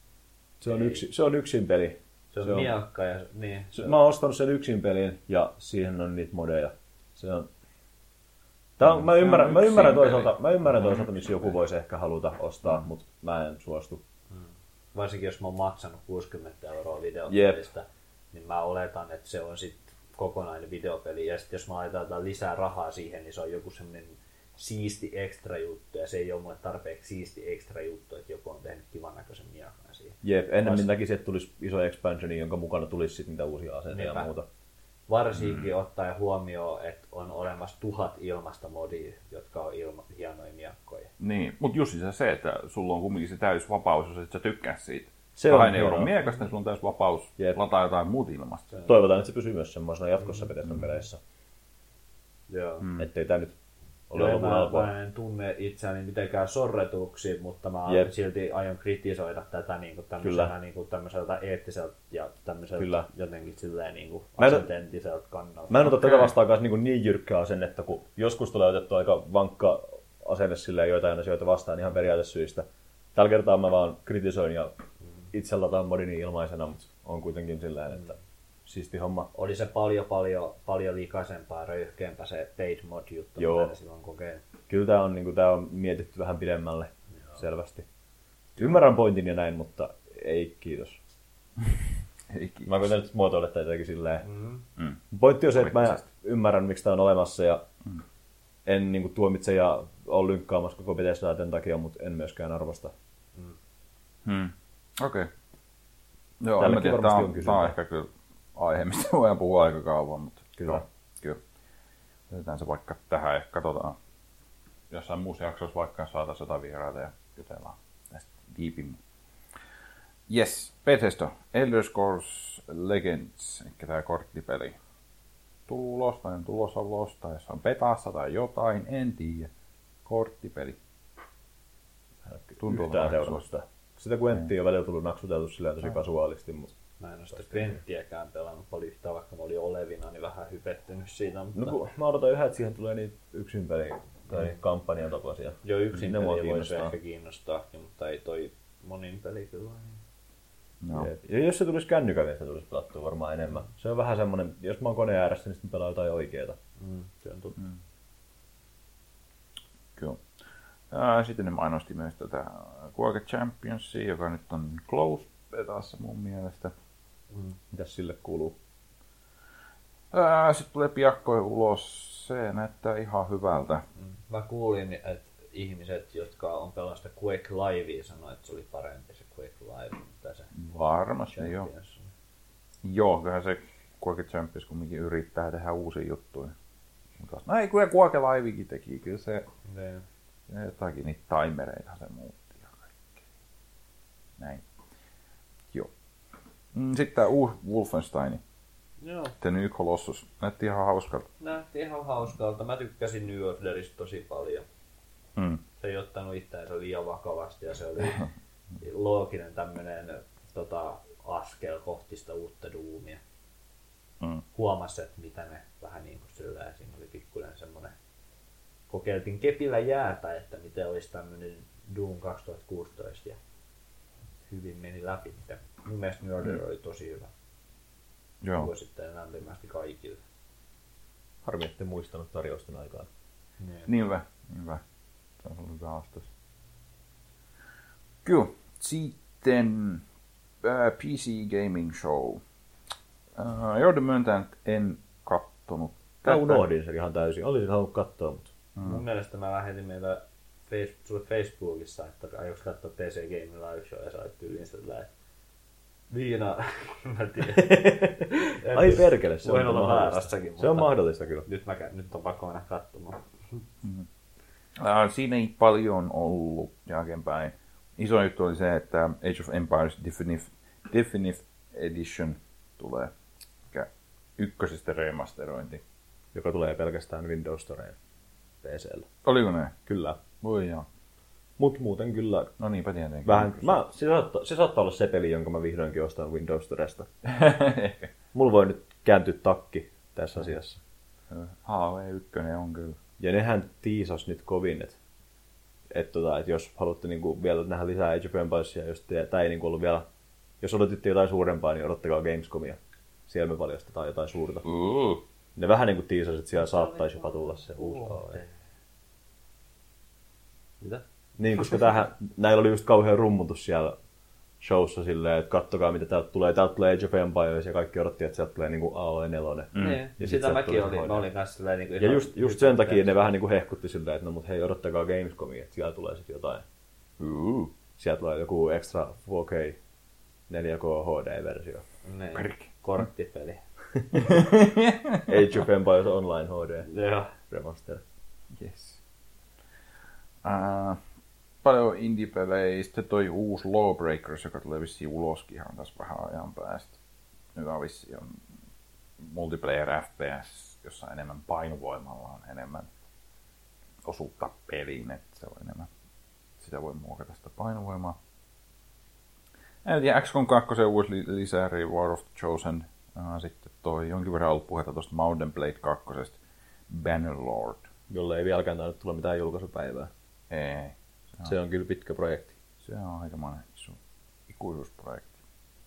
Se on yksin peli. Se on miekka ja niin. Mä oon ostanut sen yksin pelin ja siihen on niitä modeja. Se on... Mä ymmärrän toisaalta, missä joku voisi ehkä haluta ostaa, mutta mä en suostu. Varsinkin jos mä oon maksanut 60 € videopelistä, niin mä oletan, että se on sitten kokonainen videopeli. Ja sitten jos mä laitetaan lisää rahaa siihen, niin se on joku semmoinen siisti ekstra juttu. Ja se ei ole mulle tarpeeksi siisti ekstra juttu, että joku on tehnyt kivan näköisen miakan siihen. Jep, ennemmin näkisin, että tulisi iso expansioni, jonka mukana tulisi sitten niitä uusia aseita ja muuta. Varsinkin ottaen huomioon, että on olemassa 1000 ilmasta modia, jotka on hienoja miakkoja. Niin, mutta just se, että sulla on kumminkin se täys vapaus, jos et sä tykkää siitä. Se on 2 euron miekasta, niin sulla on täys vapaus lataa jotain muuta ilmasta. Toivotaan, että se pysyy myös semmoisena jatkossa Bethesdan peleissä. Joo. Ettei tää nyt ole lopun alkua. Mä en tunne itseäni mitenkään sorretuksi, mutta mä silti aion kritisoida tätä tämmöiseltä eettiseltä ja tämmöiseltä jotenkin silleen asententiselta kannalta. Mä en ota tätä vastaan niin jyrkkää asennetta, kun joskus tulee otettu aika vankka asenne silleen joitain asioita vastaan ihan periaatesyistä. Tällä kertaa mä vaan kritisoin ja itse lataan modini ilmaisena, mutta on kuitenkin silleen, että siisti homma. Oli se paljon likaisempaa ja röyhkeämpää se paid mod juttu, mitä ne silloin kokee. Kyllä tää on mietitty vähän pidemmälle, selvästi. Ymmärrän pointin ja näin, mutta ei kiitos. Mä koitan nyt muotoilla tätä jotenkin silleen. Pointti on se, että mä ymmärrän, miksi tää on olemassa ja en niinku tuomitse ja ole lynkkaamassa koko Bethesdaa tämän takia, mutta en myöskään arvosta. Okei. Joo, Tällekin mä tiedän, varmasti on tää kysyntää. on ehkä kyllä aihe, mistä voidaan puhua aika kauan, mutta Kyllä. Kyllä. Jätetään se vaikka tähän ja katsotaan jossain muussa jaksossa vaikka saataisiin jotain vieraita ja jutellaan tästä diipimmin. Yes, Bethesda, Elder Scrolls Legends, eli tämä korttipeli. Tulos tai on tulossa ulos, tai jos on betassa tai jotain, en tiedä. Korttipeli. Tuntuu yhtään seurannut sitä. Sitä Gwenttiä on välillä tullut naksuteltu sillä tosi kasuaalisti. Mutta... Mä en ole sitä Gwenttiäkään pelannut paljon yhtään, vaikka mä olin olevina, niin vähän hypettynyt siitä. Mutta... No kun mä odotan yhä, että siihen tulee niitä yksin peliä tai kampanjan tapaisia. Joo, yksin peli voisi ehkä kiinnostaakin, mutta ei toi monin peli kyllä. No. Ja jos se tulisi kännykälle, niin se tulisi pelattua varmaan enemmän. Se on vähän semmonen, jos mä oon koneen ääressä, niin sitten pelaa jotain oikeeta. Se on totta. Kyllä. Sitten ne mainosti myös tätä Quake Championsia, joka nyt on close betassa mun mielestä. Mitäs sille kuuluu? Sitten tulee piakkoin ulos. Se näyttää ihan hyvältä. Mä kuulin, että ihmiset, jotka on pelannut sitä Quake Livea, sanoi, että se oli parempi se Quake Live. Se varmasti joo. Joo, kyllähän se Quake Champions kumminkin yrittää tehdä uusia juttuja. No ei, kyllä Quake Livekin teki. Kyllä se jotakin niitä timereita se muutti ja kaikkea. Näin. Joo. Sitten tää uusi Wolfenstein. Joo. The New Colossus. Näytti ihan hauskalta. Näytti ihan hauskalta. Mä tykkäsin New Orderista tosi paljon. Se ei ottanut itseänsä liian vakavasti ja se oli looginen tämmönen askel kohti sitä uutta Doomia. Huomasi, että mitä ne vähän niin kuin sillä, siinä oli pikkuinen semmonen, kokeiltiin kepillä jäätä, että miten olisi tämmönen Doom 2016 ja hyvin meni läpi. Mun mielestä New Order oli tosi hyvä. Joo. Suosittelen lämpimästi kaikille. Harmi, ette muistanut tarjousten aikaan. Niinpä. Se on ollut hyvä astus. Kyllä. Sitten PC Gaming Show. Joudun myöntämään, että en kattonut tätä. Mä unohdin sen ihan täysin. Olisin halunnut katsoa, mutta... Mun mielestä mä lähetin meillä Facebookissa, että aiotko katsoa PC Gaming Live Show ja sait tyyliin sillä, että Viina, mä tiedän. Ai perkele, se voin on olla mahdollista. Se on mahdollista kyllä. Nyt on pakko mennä katsomaan. Siinä ei paljon ollut jälkeenpäin. Iso juttu oli se, että Age of Empires Definitive Edition tulee. Ykkösestä remasterointi. Joka tulee pelkästään Windows Storeen PC:llä. Oliko ne? Kyllä. Voi joo. Mut muuten kyllä. No niinpä tietenkin. Vähän, se saattaa olla se peli, jonka mä vihdoinkin ostan Windows Storesta. Mulla voi nyt kääntyä takki tässä asiassa. HV1 on kyllä. Ja nehän tiisas nyt kovin, että jos haluatte niinku vielä nähdä lisää Age of Empiresia, jos tämä ei niinku ollut vielä, jos odotitte jotain suurempaa, niin odottakaa Gamescomia. Siellä me paljastetaan jotain suurta. Ne vähän niinku tiisas, että siellä saattaisi jopa tulla se uusi AE. Mitä? Niin, koska näillä oli just kauhean rummutus siellä showssa silleen, että kattokaa mitä täältä tulee. Täältä tulee Age of Empires ja kaikki odotti, että sieltä tulee niinku AOE4. Ja sitä mäkin olin kanssa silleen niinku ihan... Ja just sen takia ne vähän niinku hehkutti silleen, että no mut hei, odottakaa Gamescomia, että siellä tulee sit jotain. Sieltä tulee joku extra 4K 4K HD-versio. Niin, korttipeli. Age of Empires Online HD. Joo. Remaster. Yes. Paljon indie-pelejä. Sitten toi uusi Lawbreakers, joka tulee vissiin uloskin ihan tässä vähän ajan päästä. Nyt on vissiin on multiplayer FPS, jossa enemmän painovoimalla on enemmän osuutta peliin, että se on enemmän. Sitä voi muokata sitä painovoimaa. En tiedä, XCOM 2 uusi lisäri, War of the Chosen. Sitten toi jonkin verran ollut puhetta tuosta Mountain Blade 2. Bannerlord. Jolle ei vieläkään tainnut tulla mitään julkaisupäivää. Ei. Se on kyllä pitkä projekti. Se on aikamoinen iso ikuisuusprojekti.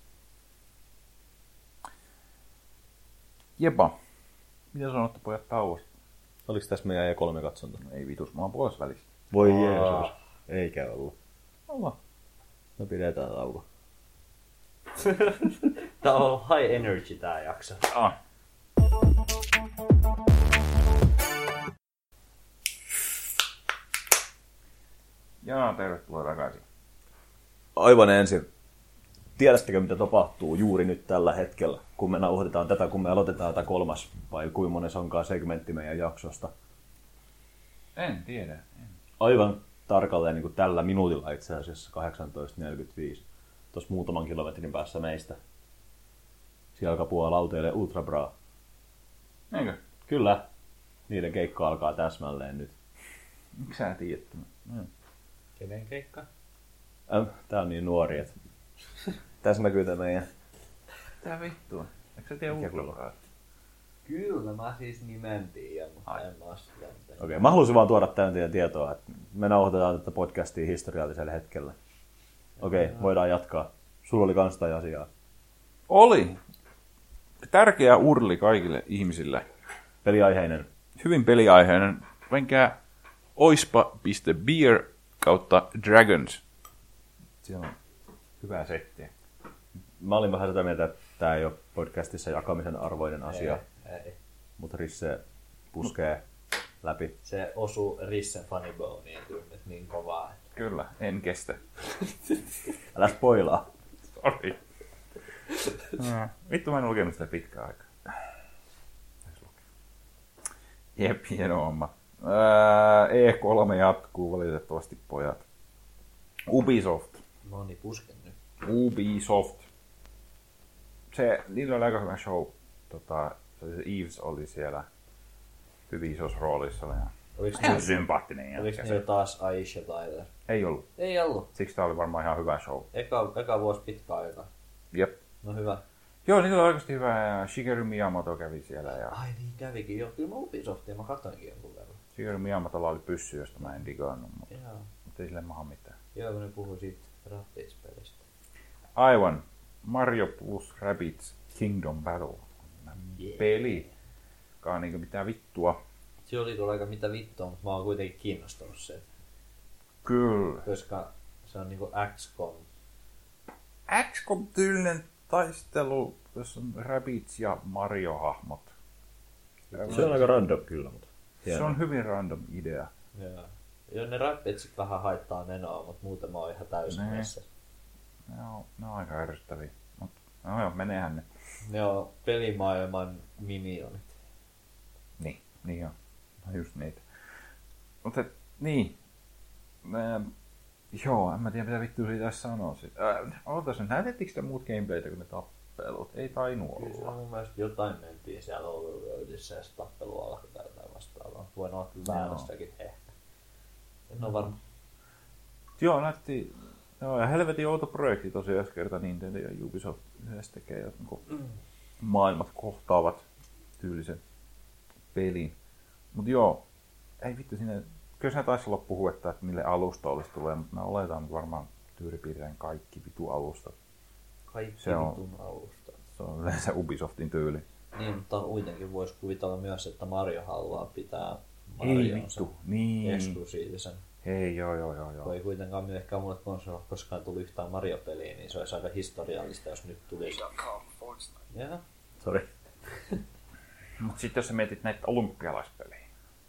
Jepa. Mitä sanotte pojat tauosta? Oliko tässä meidän E3-katsonta? No ei vitus, mä oon puolessa välissä. Voi Jeesus. Eikä ollut. Olla. No pidetään tauko. Tää on high energy tää jakso. Ja tervetuloa takaisin. Aivan ensin. Tiedättekö mitä tapahtuu juuri nyt tällä hetkellä, kun me nauhoitetaan tätä, kun me aloitetaan tätä 3. vai kuinka monen se onkaan segmentti meidän jaksosta? En tiedä. Aivan tarkalleen niin kuin tällä minuutilla itse asiassa 18.45. tuossa muutaman kilometrin päässä meistä. Siellä alkaa puhua lauteille Ultra Bra. Eikö? Kyllä. Niiden keikka alkaa täsmälleen nyt. Miksi sä tiedät? Kenen keikka? Tää on niin nuori, että tässä näkyy tämä meidän... Tää vittu. Eikö sä tiedä Ultra Braa? Kyllä, mä siis nimen tiedän, mutta en mä sitä. Okei, mä halusin vaan tuoda tämän teidän tietoa, että me nauhoitetaan tätä podcastia historiallisella hetkellä. Okei, voidaan jatkaa. Sulla oli kans tai asiaa. Oli. Tärkeä urli kaikille ihmisille. Peliaiheinen. Hyvin peliaiheinen. Menkää oispa.beer kautta dragons. Siellä on hyvää settiä. Mä olin vähän sitä mieltä, että tää ei ole podcastissa jakamisen arvoinen asia. Ei. Mutta Risse puskee läpi. Se osuu Rissen Funny Boneen nyt niin kovaa. Kyllä, en kestä. Älä spoilaa. Sori. Vittu, mä en lukenut sitä pitkään aikaa. Jep, hieno homma. E3 jatkuu valitettavasti, pojat. Ubisoft. Moni pusken nyt. Ubisoft. Niillä oli aika hyvä show. Se Eves oli siellä hyvin isossa roolissa. Ihan sympaattinen. Oliko ne taas Aisha Tyler? Ei ollut. Ei ollut. Siksi tää oli varmaan ihan hyvä show. Eka vuosi pitkä aika. Jep. No hyvä. Joo, niillä oli oikeasti hyvä. Ja Shigeru Miyamoto kävi siellä. Ja Ai niin kävikin jo. Kyllä mä Ubisoftia mä katsoinkin jonkun verran. Shigeru Miyamotolla oli pyssy, josta mä en digannut. Mutta ei sille maha mitään. Joo, kun ne puhuu siitä Rabbids-pelistä. Aivan. Mario plus Rabbids Kingdom Battle. Peli. Kaa niinku mitään vittua. Se oli kyllä aika mitä vittua, mutta mä oon kuitenkin kiinnostunut se. Kyllä. Koska se on niinku XCOM. XCOM-tyylinen taistelu, jossa on Rabbids ja Mario-hahmot. Se on aika random kyllä, mutta Se on hyvin random idea. Joo. Ja ne Rabbidsit vähän haittaa menoa, mutta muuten mä oon ihan täysin mielessä. Ne on aika ärsyttäviä. No joo, meneehän ne. Ne on pelimaailman minionit. Niin on. No just niitä. Mutta niin. Joo, en mä tiedä mitä vittua siitä edes sanoa. Ootas nyt, näytettikö sitä muut gameplaytä kuin ne tappelut? Ei tainnut Kyllä olla. mun mielestä jotain mentiin siellä Overworldissa ja se tappelu alkoi tai jotain vastaavaa. Voin olla kyllä väärässäkin ehkä. En ole varma. Joo, näytti. Joo, ja helvetin outo projekti tosiaan, jos kerta Nintendo ja Ubisoft yhdessä tekee, että maailmat kohtaavat tyylisen pelin. Mut joo, ei vittu siinä, kyllä siinä taisi olla puhetta, että mille alusta olisi tulee, mutta mä oletan varmaan tyylipiirtein kaikki vitu alustat. Kaikki Se on- vitun alusta. Se on yleensä Ubisoftin tyyli. Niin, mutta kuitenkin voisi kuvitella myös, että Mario haluaa pitää Ei Marion vittu, niin. eksklusiivisen. Ei, joo. Kun ei kuitenkaan myöskään mulle konsolilla koskaan tullut yhtään Mario-peliä, niin se olisi aika historiallista, jos nyt tulisi. Joo. Sori. Mut sitten jos sä mietit näitä olympialaispelejä,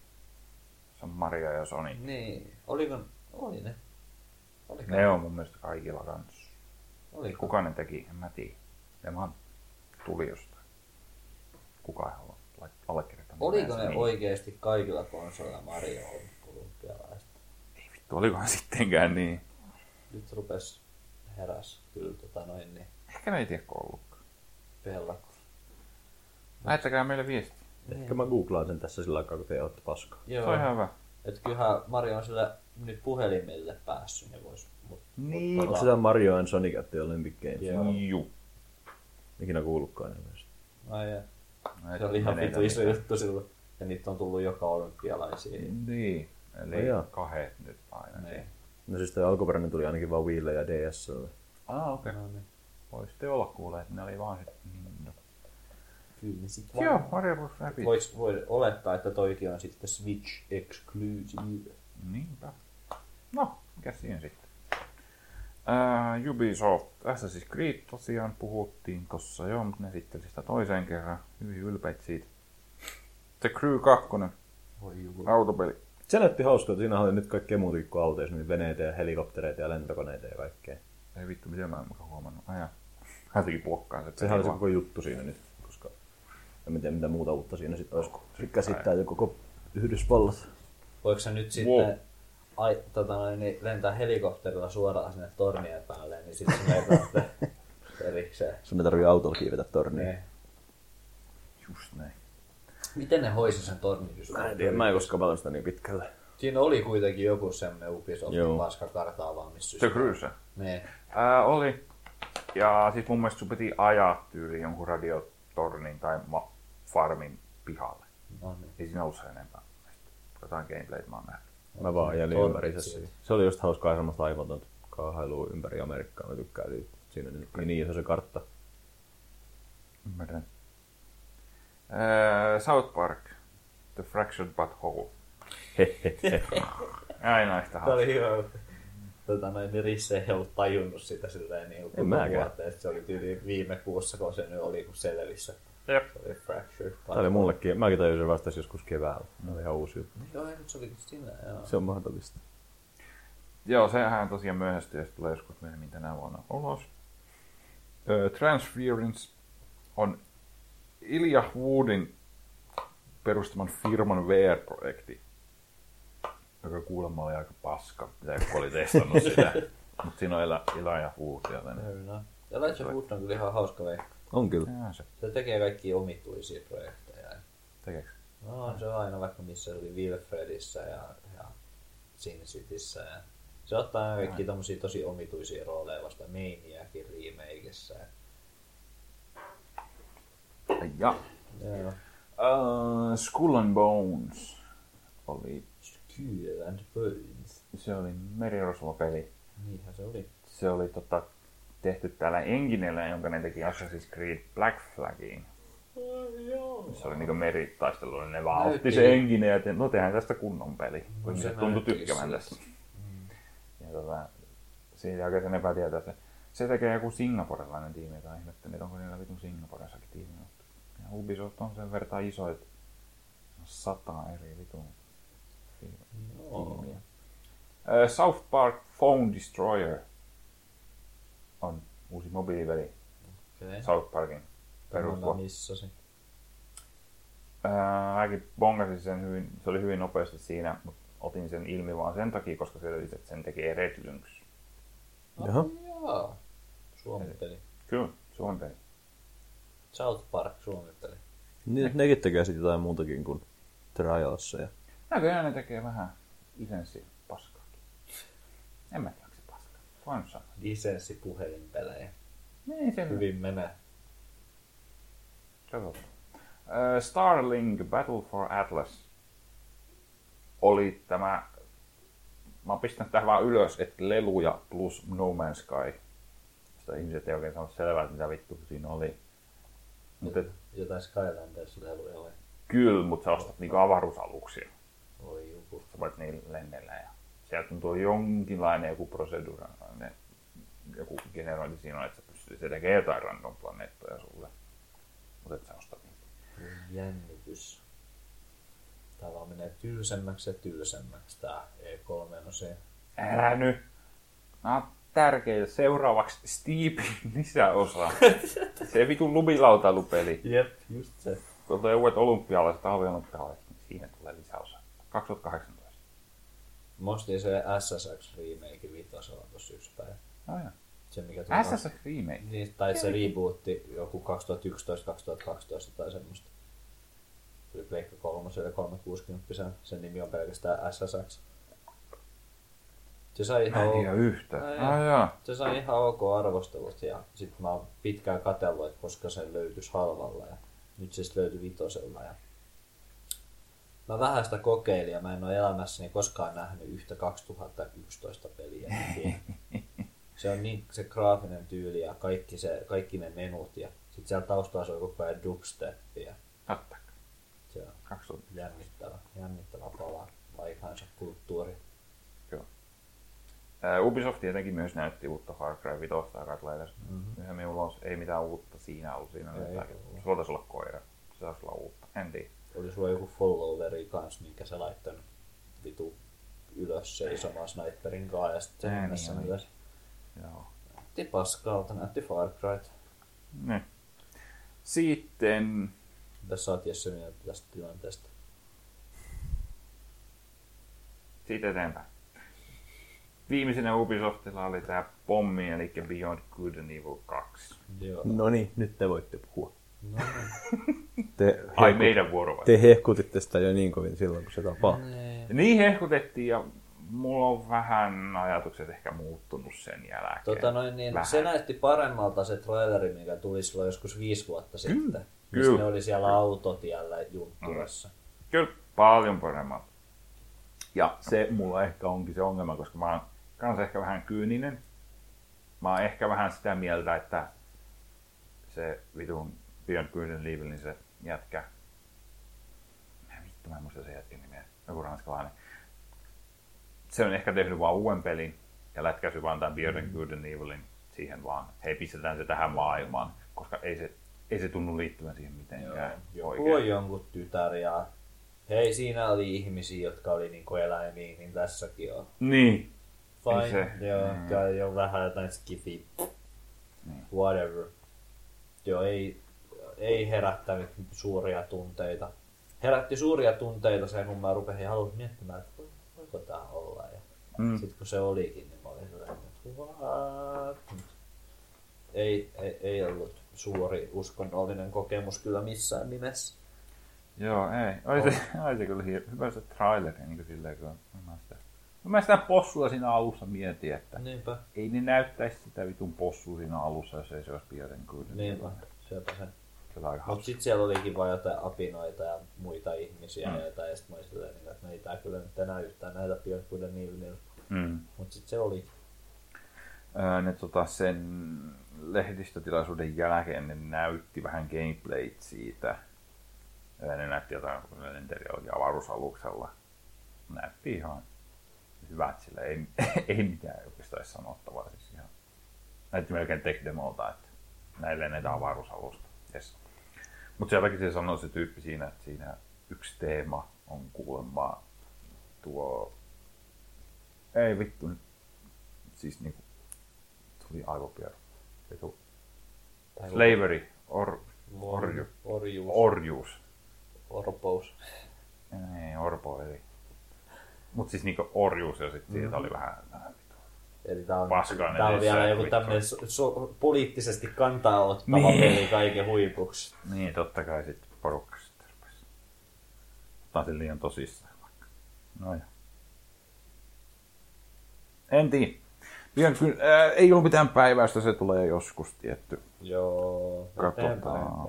se on Mario ja Sonic. Niin, oli ne. Oliko? Ne on mun mielestä kaikilla kanssa. Oliko? Kuka ne teki, en mä tiedä. Ne vaan tuli jostain. Kuka ei halua allekirjoittaa. Oliko ne niin. oikeesti kaikilla konsolilla Mario olympialaista? Ei vittu, olikohan sittenkään niin. Nyt rupes heräs kyllä niin Ehkä me ei tiedä ollutkaan. pelako. Lähettäkää meille viesti. Ehkä mä googlaan sen tässä sillä aikaa, kun te ootte paskaa. Se on ihan hyvä. Et kyllähän Mario on sillä nyt puhelimille päässyt, niin vois. Niin. Onko sitä Mario and Sonic at the Olympic Games? Joo. Juu. Ikinä kuullutkaan ilmeisesti. Ai jaa. Se oli ihan vittu iso juttu silloin. Ja niitä on tullut joka olympialaisiin. Niin. Eli No joo. kahdet nyt aina. Niin. No siis toi alkuperäinen tuli ainakin vaan Wiille ja DS:lle. Okei. No niin. Voi sitten olla kuulee, että ne oli vaan sit niin. Kyllä sit Joo, Mario plus Rabbids. Voi olettaa, että toikin on sitten Switch exclusive. Niinpä. No, mikä siinä sitten? Ubisoft, Assassin's Creed tosiaan puhuttiin tossa jo, mutta ne esitteli sitä toiseen kerran. Hyvin ylpeitä siitä. The Crew 2, Voi juhu. autopeli. Se näytti hauskaa, että siinä oli nyt kaikkea muutakin kuin autoja, niin veneitä ja helikoptereita ja lentokoneita ja kaikkea. Ei vittu, miten mä en mukaan huomannut. Hän teki puokkaan se. Sehän oli se koko juttu siinä nyt, koska en tiedä mitä muuta uutta siinä sitten olisi, kun se käsittää jo koko Yhdysvallat. Voiko se nyt sitten niin lentää helikopterilla suoraan sinne tornien päälle, niin sitten sun ei tarvitse erikseen. Sun ei tarvii autolla kiivetä tornia. Ne. Just näin. Miten ne hoisi sen tornin? Mä en koskaan paljon sitä niin pitkälle. Siinä oli kuitenkin joku semmoinen Ubisoftin paskakartaa valmistus. The Cruise. Ne. Oli. Ja siis mun mielestä sun piti ajaa tyyliin jonkun radiotornin tai farmin pihalle. No niin. Ei siinä ollut se enempää. Jotain gameplayt mä oon nähnyt. Mä vaan ajelin Tornit ympäri siitä. se oli just hauskaa semmoista laivatonta kaahailua ympäri Amerikkaa. Mä tykkään siitä. Siinä on niin iso se kartta. Ymmärrän. South Park. The Fractured But Whole. Aina Tämä oli hyvä. Niin Risse ei ollut tajunnut sitä silleen niin kuin vuoteen. Se oli tyyliin viime kuussa, kun se nyt oli selvissä. Jep. Se oli Fractured. Tämä oli mullekin. Mäkin tajusin vasta joskus keväällä. Se oli ihan uusi juttu. Joo, nyt se olikin sinä. Joo. Se on mahdollista. Joo, sehän tosiaan myöhästyy ja se tulee joskus myöhemmin tänä vuonna ulos. Transference on Elijah Woodin perustaman firman VR-projekti, joka kuulemma oli aika paska, mitä joku oli testannut sitä. Mutta siinä on Elijah Wood. Elijah Wood on kyllä ihan hauska veikka. On kyllä. Se tekee kaikkia omituisia projekteja. Tekeekö? No, se on aina vaikka missä se oli Wilfredissä ja Sin Cityssä. Ja se ottaa aina kaikkia tommosia tosi omituisia rooleja vasta Maniacin remakeissa. Ja. Joo. Skull and Bones oli... Skull and Bones. Se oli merirosvopeli. Niinhän se oli. Se oli tehty täällä Enginellä, jonka ne teki Assassin's Creed Black Flagiin. Se oli niinku meritaistelu, niin ne vaan otti se Engine ja tehdään tästä kunnon peli. Kun se tuntui tykkäämään tästä. Ja siitä jälkeen sen epätietä, se tekee joku singaporelainen tiimi, jota ihmettelin, että onko niillä vitun Singaporessakin tiimi. Ja Ubisoft on sen verran iso, että 100 eri vitun tiimiä. South Park Phone Destroyer on uusi mobiilipeli. Okay. South Parkin perustua. Missasin. Mäkin bongasin sen hyvin, se oli hyvin nopeasti siinä, mutta otin sen ilmi vaan sen takia, koska selvisi, että sen tekee Red Lynx. Jaha. Joo. Suomi-peli. Kyllä, Suomi-peli. South Park Suomi-peli. Niin, nekin tekee sitten jotain muutakin kuin Trialsia. Ja... Näköjään ne tekee vähän lisenssi paskaakin. En mä tiedä, onko se paskaa. Voin sanoa. Lisenssi puhelinpelejä. Niin, se hyvin menee. Katsotaan. Starlink Battle for Atlas oli tämä, mä oon pistänyt tähän vaan ylös, että leluja plus No Man's Sky. Sitä ihmiset ei oikein saanut selvää, että mitä vittu siinä oli. Jotain Skylanders-leluja vai? Kyllä, mutta sä ostat niinku avaruusaluksia. Oi joku. Sä voit niillä lennellä ja sieltä tuntuu jonkinlainen joku proseduraalinen joku generointi siinä on, että se tekee jotain random planeettoja sulle. Mutta et sä ostat niitä. Jännitys. Tää vaan menee tylsemmäksi ja tylsemmäksi tää E3 no se. Älä nyt! Nää on tärkeitä. Seuraavaksi Steepin lisäosa. Se vitun lumilautailupeli. Jep, just se. Kun tulee uudet olympialaiset, talviolympialaiset, niin siinä tulee lisäosa. 2018. Mä ostin se SSX remake vitosella tossa yksi päivä. Oh, ja. Se mikä SSX remake? Niin, tai se rebootti joku 2011-2012 tai semmoista. Se oli Pleikka 3 ja 360. Sen nimi on pelkästään SSX. Se sai ihan Se sai ihan ok arvostelut ja sit mä oon pitkään katsellut, että koska se löytyisi halvalla ja nyt se löytyi vitosella ja mä vähän sitä kokeilin ja mä en ole elämässäni koskaan nähnyt yhtä 2011 peliä. Se on niin se graafinen tyyli ja kaikki ne menut ja sit siellä taustalla se on koko ajan dubsteppia. Se on jännittävä pala aikansa kulttuuri. Ubisoft tietenkin myös näytti uutta Far Cry 5 Ratlaidasta. Myöhemmin ulos, ei mitään uutta siinä ollut. Siinä se taisi olla koira. Se taisi olla uutta. En tiedä. Oli sulla joku followeri kans, minkä sä laittanut vitu ylös seisomaan sniperin kaa ja sitten mennessä ylös. Joo. Näytti paskalta, näytti Far Cryt. Ne. Sitten... Mitäs sä oot Jesse mieltä tästä tilanteesta? Siitä eteenpäin. viimeisenä Ubisoftilla oli tää pommi, eli Beyond Good and Evil 2. Joo. No niin, nyt te voitte puhua. No, Ai meidän vuoro vai? Te hehkutitte sitä jo niin kovin silloin, kun se tapahtui. Niin hehkutettiin ja mulla on vähän ajatukset ehkä muuttunut sen jälkeen. Niin, vähän. se näytti paremmalta se traileri, mikä tuli silloin joskus 5 vuotta sitten. Kyllä. Missä ne oli siellä autotiellä juntturassa. Kyllä paljon paremmalta. Ja se mulla ehkä onkin se ongelma, koska mä oon kans ehkä vähän kyyninen. Mä oon ehkä vähän sitä mieltä, että se vitun Beyond Good and Evil, niin se jätkä... Vittu, mä en muista se jätkän nimeä. Joku ranskalainen. Se on ehkä tehnyt vaan uuden pelin ja lätkäsy vaan tämän Beyond Good and Evilin siihen vaan. Hei, pistetään se tähän maailmaan, koska ei se tunnu liittyvän siihen mitenkään. Joku on jonkun tytär ja hei, siinä oli ihmisiä, jotka oli niinku eläimiä, niin tässäkin on. Niin. Fine, Se, joo, ja on vähän jotain skifi, Niin. whatever. Joo, ei herättänyt suuria tunteita. Herätti suuria tunteita sen, kun mä rupesin halusin miettimään, että voiko tää olla. Ja sitten kun se olikin, niin mä olin sellainen, että what? Ei ollut suuri uskonnollinen kokemus kyllä missään nimessä. Joo, ei. Oli se kyllä hyvä se traileri, niin kuin silleen, kun mä sitä possua siinä alussa mietin, että Niinpä. ei ne näyttäisi sitä vitun possua siinä alussa, jos ei se olisi Beyond Good. Niinpä, sepä se. Se on aika Mutta hauska. sitten siellä olikin vaan jotain apinoita ja muita ihmisiä ja jotain, ja sitten mä olin silleen, että no ei tää kyllä nyt enää yhtään näitä Beyond Good and Evilillä. Mutta sitten se oli. Ne sen lehdistötilaisuuden jälkeen ne näytti vähän gameplayt siitä. Ne näytti jotain, kun ne lenteli avaruusaluksella. Näytti ihan hyvät sillä, ei mitään oikeastaan sanottavaa. Siis ihan. Näytti melkein tech-demolta, että näin lennetään avaruusalusta. Yes. Mutta sieltäkin se sanoi se tyyppi siinä, että siinä yksi teema on kuulemma tuo... Ei vittu nyt. Siis niinku... Tuli aivopieru. Slavery. Orjuus. Orpous. Ei, orpo eli. Mut siis niinku orjuus ja sit siitä oli vähän vittu. Eli tää on Paskainen vielä joku vittu. tämmönen poliittisesti kantaa ottava peli kaiken huipuksi. Niin, totta kai sit porukka sitten rupesi. Ottaa sen liian tosissaan vaikka. No ja. En tiedä. Ei ollut mitään päivästä, se tulee joskus tietty. Joo, Katsotaan.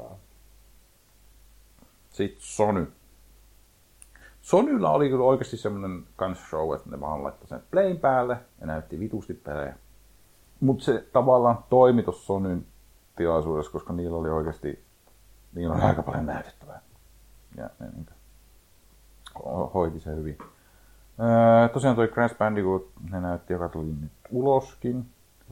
Sitten Sony. Sonylla oli kyllä oikeasti semmonen kans show, että ne vaan laittoi sen playin päälle ja näytti vitusti pelejä. Mut se tavallaan toimi tossa Sonyn tilaisuudessa, koska niillä oli oikeasti, niillä on aika paljon näytettävää. Ja ne niitä hoiti se hyvin. Tosiaan toi Crash Bandicoot, ne näytti, joka tuli nyt uloskin.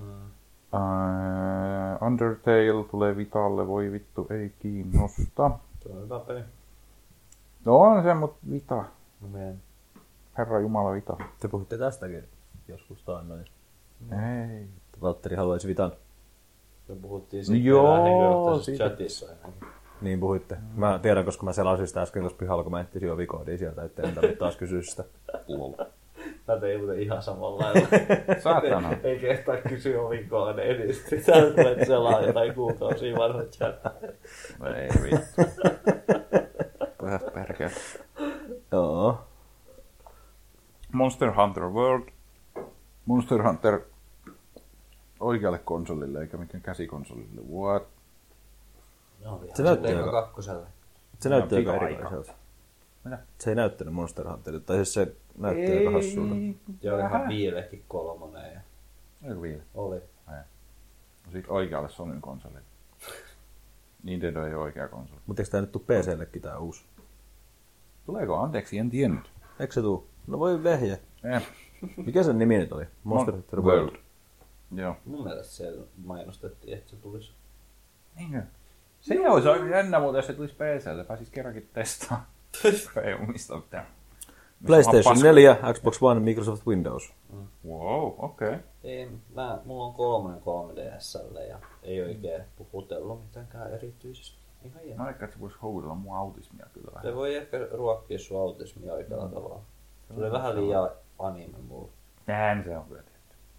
Undertale tulee Vitalle, voi vittu, ei kiinnosta. Se on hyvä peli. No on se, mut Vita. No, Herra Jumala Vita. Te puhutte tästäkin joskus taannoin. Ei. Valtteri haluaisi Vitan. Me puhuttiin siitä Joo, siitä chatissa ainakin. Niin puhuitte. Mä tiedän, koska mä selasin sitä äsken tuossa pihalla, kun mä etsin jo vikoodia sieltä, ettei en tarvitse taas kysyä sitä. Mä tein muuten ihan samalla lailla. Saatana. Ei kehtaa kysyä ovinkoon edistä. Täällä tulee selaa jotain kuukausia vanha chat. Ei vittu. Pojat perkele. Joo. Monster Hunter World. Monster Hunter oikealle konsolille eikä mikään käsikonsolille. What? No, Se näytti aika kakkoselle. Se näytti aika aika. erikoiselta. Mitä? Se ei näyttänyt Monster Hunterilta, tai siis se näytti aika hassulta. Joo, ihan viilekin kolmonen. Ja... Eikö viile? Oli. No sit oikealle Sonyn konsolille. Nintendo ei ole oikea konsoli. Mutta eikö tää nyt tuu PC:llekin tää uusi? Tuleeko? Anteeksi, en tiennyt. Eikö se tuu? No voi vehje. Mikä sen nimi nyt oli? Monster Hunter World. World. Joo. Mun mielestä se mainostettiin, että se tulisi. Niinkö? Se olisi aika jännä, mutta jos se tulisi PC:lle, pääsis kerrankin testaamaan. Ei omista mitään. PlayStation 4, Xbox One, Microsoft Windows. Wow, okei. Okay. Ei, mulla on 3DS:lle ja ei oikein puhutellut mitenkään erityisesti. Ihan hieno. Mä että se voisi houdella mun autismia kyllä vähän. Se voi ehkä ruokkia sun autismia oikealla tavalla. Se oli vähän liian anime mulla. Näin se on kyllä.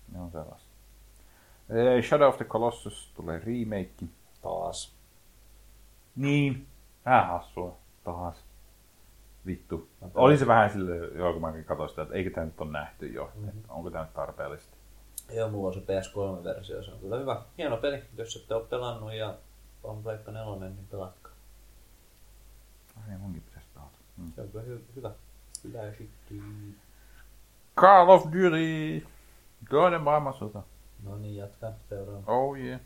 Ne on sellaista. Shadow of the Colossus tulee remake. Taas. Niin. Vähän hassua. Taas. Vittu. Oli se vähän silleen, joo kun mäkin katsoin sitä, että eikö tämä nyt ole nähty jo. Että onko tämä nyt tarpeellista. Joo, mulla on se PS3-versio. Se on kyllä hyvä. Hieno peli. Jos ette ole pelannut ja on Pleikka 4, niin pelatkaa. Ai munkin pitäisi pelata. Se on kyllä hyvä. Hyvä shitty. Call of Duty! Toinen maailmansota. No niin, jatka seuraava. Oh yeah.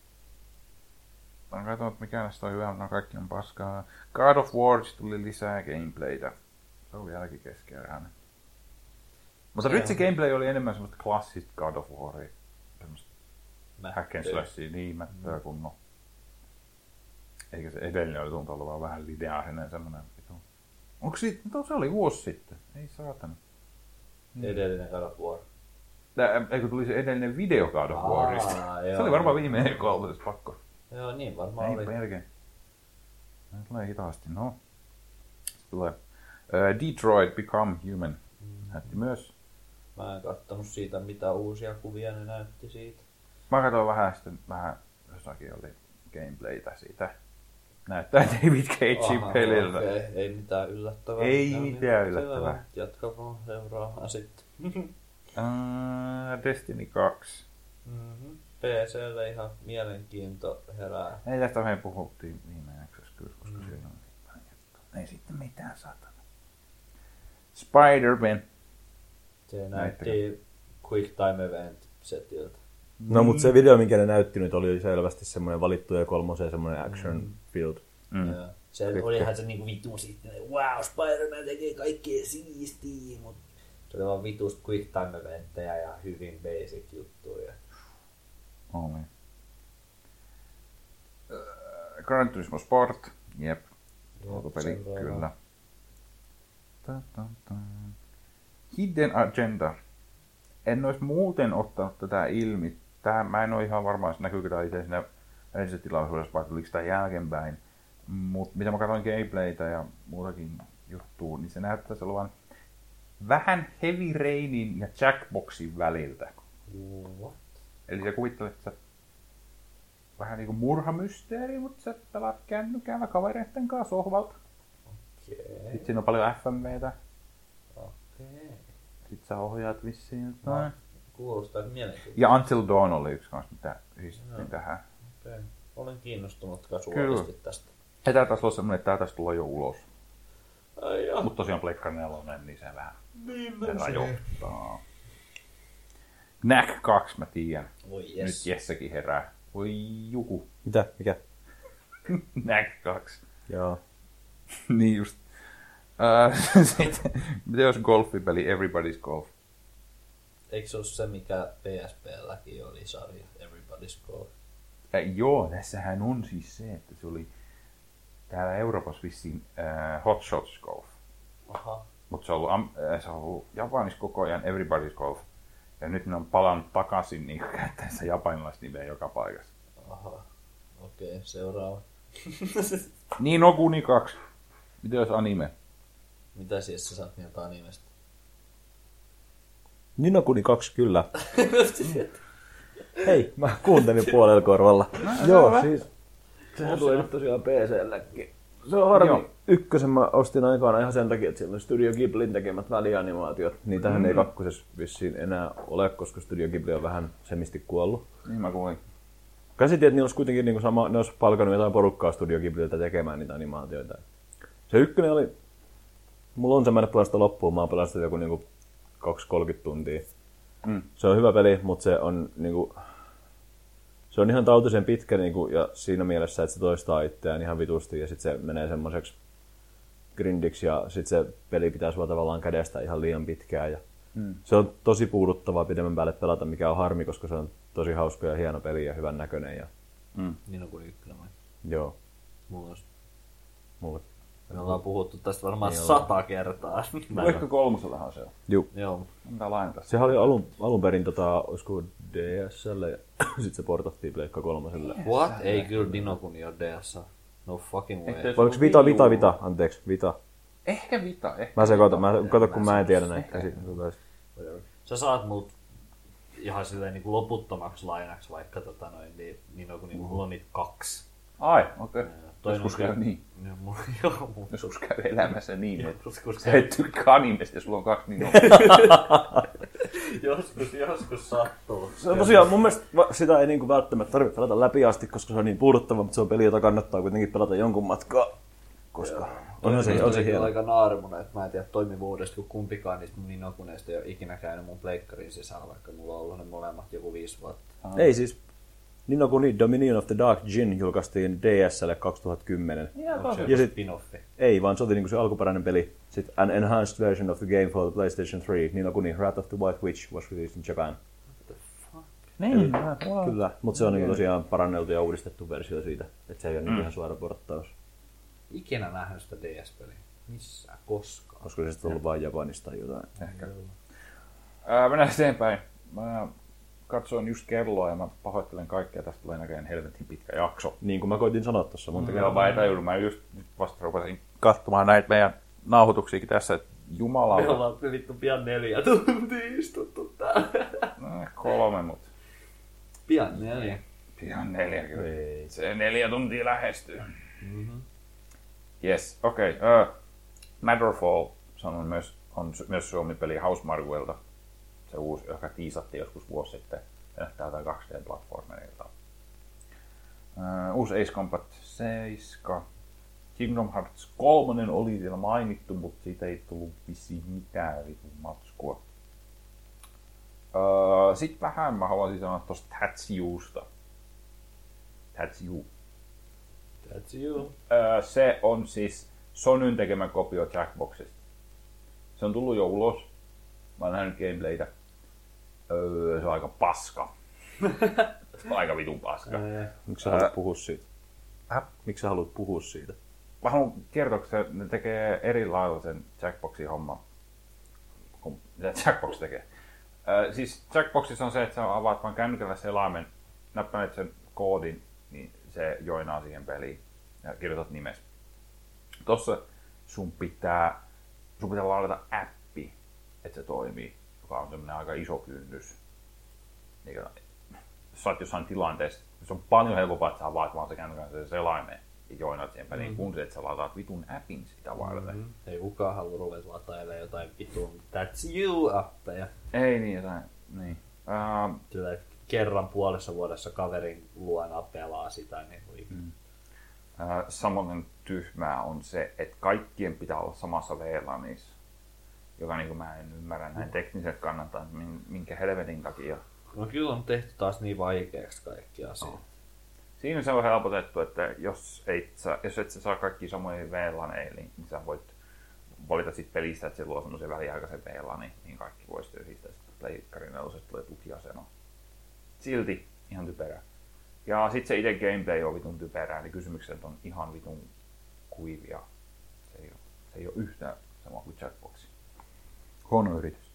Mä katson, että mikä näistä on hyvä, mutta kaikki on paskaa. God of War tuli lisää gameplaytä. Se on vieläkin keskeeräinen. Mutta nyt se gameplay oli enemmän semmoista klassista God of Waria. Semmoista hack and slashia, niin mättöä kunnon. Eikä se edellinen oli tuntuu olla vaan vähän lineaarinen semmoinen. Onko siitä? No, se oli vuosi sitten. Ei saatana. Edellinen God of War. Eikö tuli se edellinen video God of Warista? Se oli varmaan viimeinen kolmosessa pakko. Joo, niin varmaan oli. Ei perkele. Ne tulee hitaasti, no. Sitten tulee Detroit Become Human. Näytti myös. Mä en kattonut siitä, mitä uusia kuvia ne näytti siitä. Mä katsoin vähän jossakin oli gameplaytä siitä. Näyttää David Cagein peliltä. Okay. Ei mitään yllättävää. Ei mitään yllättävää. Jatka vaan seuraavaan sitten. Destiny 2. PC:lle ihan mielenkiinto herää. Ei tästä me puhuttiin viime jaksossa kyllä, koska siellä on mitään juttua. Ei sitten mitään satana. Spider-Man. Se näytti Quick Time Event setiltä. No mutta se video, minkä ne näytti nyt, oli selvästi semmoinen valittuja kolmoseen semmoinen action field. Ja se olihan se niinku vitu sitten, wow, Spider-Man tekee kaikkea siistiä, mutta se oli vaan vitusta Quick Time Eventtejä ja hyvin basic juttuja. Oli. Gran Turismo Sport, jep. Autopeli, kyllä. Hidden Agenda. En olisi muuten ottanut tätä ilmi. Mä en ole ihan varma, näkyykö tämä itse siinä edellisessä tilaisuudessa vai tuliko sitä jälkeenpäin. Mutta mitä mä katsoin gameplaytä ja muutakin juttua, niin se näyttäisi olevan vähän Heavy Rainin ja Jackboxin väliltä. What? Eli sä kuvittelet, että sä vähän niinku murhamysteeri, mutta sä pelaat kännykällä kavereiden kanssa sohvalta. Okei. Sitten siinä on paljon FMVtä. Okei. Sitten sä ohjaat vissiin jotain. Kuulostaa mielenkiintoista. Ja Until Dawn oli yksi kanssa, mitä yhdistettiin tähän. Okei. Olen kiinnostunut kasuaalisti tästä. Ja tää taas on semmonen, että tää taas tulla jo ulos. Ai joo. Mut tosiaan Pleikka 4, niin se vähän rajoittaa. Knack 2 mä tiedän. Voi jes. Nyt Jessekin herää. Voi juku. Mitä? Mikä? Knack 2. Joo. Niin just. Sitten, miten jos golfipeli Everybody's Golf? Eikö se ole se, mikä PSP:lläkin oli sarja Everybody's Golf? Joo, tässähän on siis se, että se oli täällä Euroopassa vissiin Hot Shots Golf. Aha. Mutta se on ollut Japanissa koko ajan Everybody's Golf. Ja nyt ne on palannut takaisin niin käyttäessä japanilaisnimeä joka paikassa. Aha. Okei, seuraava. Niin no Kuni 2. Mitä jos anime? Mitä siis sä saat mieltä animesta? Ninokuni 2 kyllä. Hei, mä kuuntelin puolella korvalla. Joo, siis sehän tulee nyt tosiaan PC:lläkin. Se on harmi. Joo. Ykkösen mä ostin aikana ihan sen takia, että siellä on Studio Ghiblin tekemät välianimaatiot. Niitähän ei kakkosessa vissiin enää ole, koska Studio Ghibli on vähän semisti kuollut. Niin mä kuulin. Käsitin, että niillä olisi kuitenkin niinku sama, ne olisi palkannut jotain porukkaa Studio Ghibliltä tekemään niitä animaatioita. Se ykkönen oli, mulla on semmoinen pelasta loppuun, mä oon pelastunut joku niinku 2-30 tuntia. Se on hyvä peli, mutta se on niinku, se on ihan tautisen pitkä niinku, ja siinä mielessä, että se toistaa itseään ihan vitusti ja sitten se menee semmoiseksi grindiksi ja sitten se peli pitää sua tavallaan kädestä ihan liian pitkään. Ja se on tosi puuduttavaa pidemmän päälle pelata, mikä on harmi, koska se on tosi hauska ja hieno peli ja hyvän näköinen. Ja... Niin on kuin ykkönen vai? Joo. Mulla. Me ollaan puhuttu tästä varmaan 100 kertaa. Ehkä kolmosellahan se on. Joo. Mitä lainata? Sehän oli alun perin, olisiko DS:lle ja sitten se portattiin Pleikka 3:lle. What? Ei kyllä Dinokuni ole DS. No fucking way. Oliko Vita? Anteeksi, Vita. Ehkä Vita. Mä sekoitan, kun mä en tiedä näitä käsittelyä. Sä saat mut ihan silleen niin kuin loputtomaksi lainaksi vaikka niin on kuin mulla on niitä 2. Ai, okei. Okay. Joskus käy niin. Joo, Joskus käy elämässä niin, että joskus sä et tykkää animesta ja sulla on 2 niin joskus sattuu. Se on tosiaan, mun mielestä sitä ei niinku välttämättä tarvitse pelata läpi asti, koska se on niin puuduttava, mutta se on peli, jota kannattaa kuitenkin pelata jonkun matkaa. Koska on se hieno. Aika naarmunen, että mä en tiedä toimivuudesta, kun kumpikaan niistä mun Ninokuneista ei ole ikinä käynyt mun pleikkarin sisällä, vaikka mulla on ollut ne molemmat joku 5 vuotta. Ei siis. Niin on kuin Dominion of the Dark Djinn julkaistiin DS:lle 2010. Onko se ja spin-offi? Ei, vaan se oli niinku se alkuperäinen peli. Sitten an enhanced version of the game for the PlayStation 3, niin kuin Wrath of the White Witch was released in Japan. Niin, Kyllä, mutta se on niinku tosiaan paranneltu ja uudistettu versio siitä, että se ei ole niinku ihan suora porttaus. Ikinä nähnyt sitä DS-peliä. Missään, koskaan. Koska se sitten ollut vain Japanista tai jotain. ehkä. Mennään eteenpäin. Mä katsoin just kelloa ja mä pahoittelen kaikkea. Tästä tulee näköjään helvetin pitkä jakso. Niin kuin mä koitin sanoa tuossa monta Joo, mä en tajunnut. Mä just vasta rupesin katsomaan näitä meidän nauhoituksiakin tässä, että jumalauta. Me ollaan vittu pian 4 tuntia istuttu täällä. 3, mutta Pian 4. pian 4 kyllä. Ei. Se 4 tuntia lähestyy. Yes, okei. Matterfall sanon on myös Suomi-peli Housemarquelta. Se uusi, joka tiisattiin joskus vuosi sitten. Se näyttää jotain 2D-platformerilta. Uusi Ace Combat 7. Kingdom Hearts 3 oli siellä mainittu, mutta siitä ei tullut vissiin mitään vitun matskua. Sitten vähän mä haluaisin sanoa tosta Tatsuusta. Tatsu. That's you. Se on siis Sonyn tekemä kopio Jackboxista. Se on tullut jo ulos. Mä oon nähnyt gameplaytä. Se on aika paska. Se on aika vitun paska. Miksi sä haluat puhua siitä? Miksi sä haluat puhua siitä? Mä haluan kertoa, että ne tekee eri lailla sen Jackboxin homma, kun Jackbox tekee. Siis Jackboxissa on se, että sä avaat vaan kännykällä selaimen, näppänet sen koodin, niin se joinaa siihen peliin ja kirjoitat nimesi. Tossa sun pitää ladata appi, että se toimii, joka on semmoinen aika iso kynnys. Niin, jos sä oot jossain tilanteessa, se on paljon helpompaa, että sä avaat vaan se kännykällä sen selaimen ja joinaat siihen peliin, kun se, että sä lataat vitun appin sitä varten. Ei kukaan halua ruveta latailemaan jotain vitun That's you-appeja. Ei niin, jotain. Niin. Sillä, että kerran puolessa vuodessa kaverin luona pelaa sitä, niin voi. Samoin tyhmää on se, että kaikkien pitää olla samassa VLANissa, joka niin kuin mä en ymmärrä näin tekniset kannalta, minkä helvetin takia. No kyllä on tehty taas niin vaikeaksi kaikki asiat. Siinä se on helpotettu, että jos et sä saa kaikki samoihin VLANeihin, niin sä voit valita sit pelistä, että se luo semmoisen väliaikaisen VLANin, niin kaikki voisi yhdistää sitten Pleikkarin 4 tulee tukiasema. Silti ihan typerää. Ja sit se itse gameplay on vitun typerää, niin kysymykset on ihan vitun kuivia. Se ei ole yhtään sama kuin Jackbox. Huono yritys.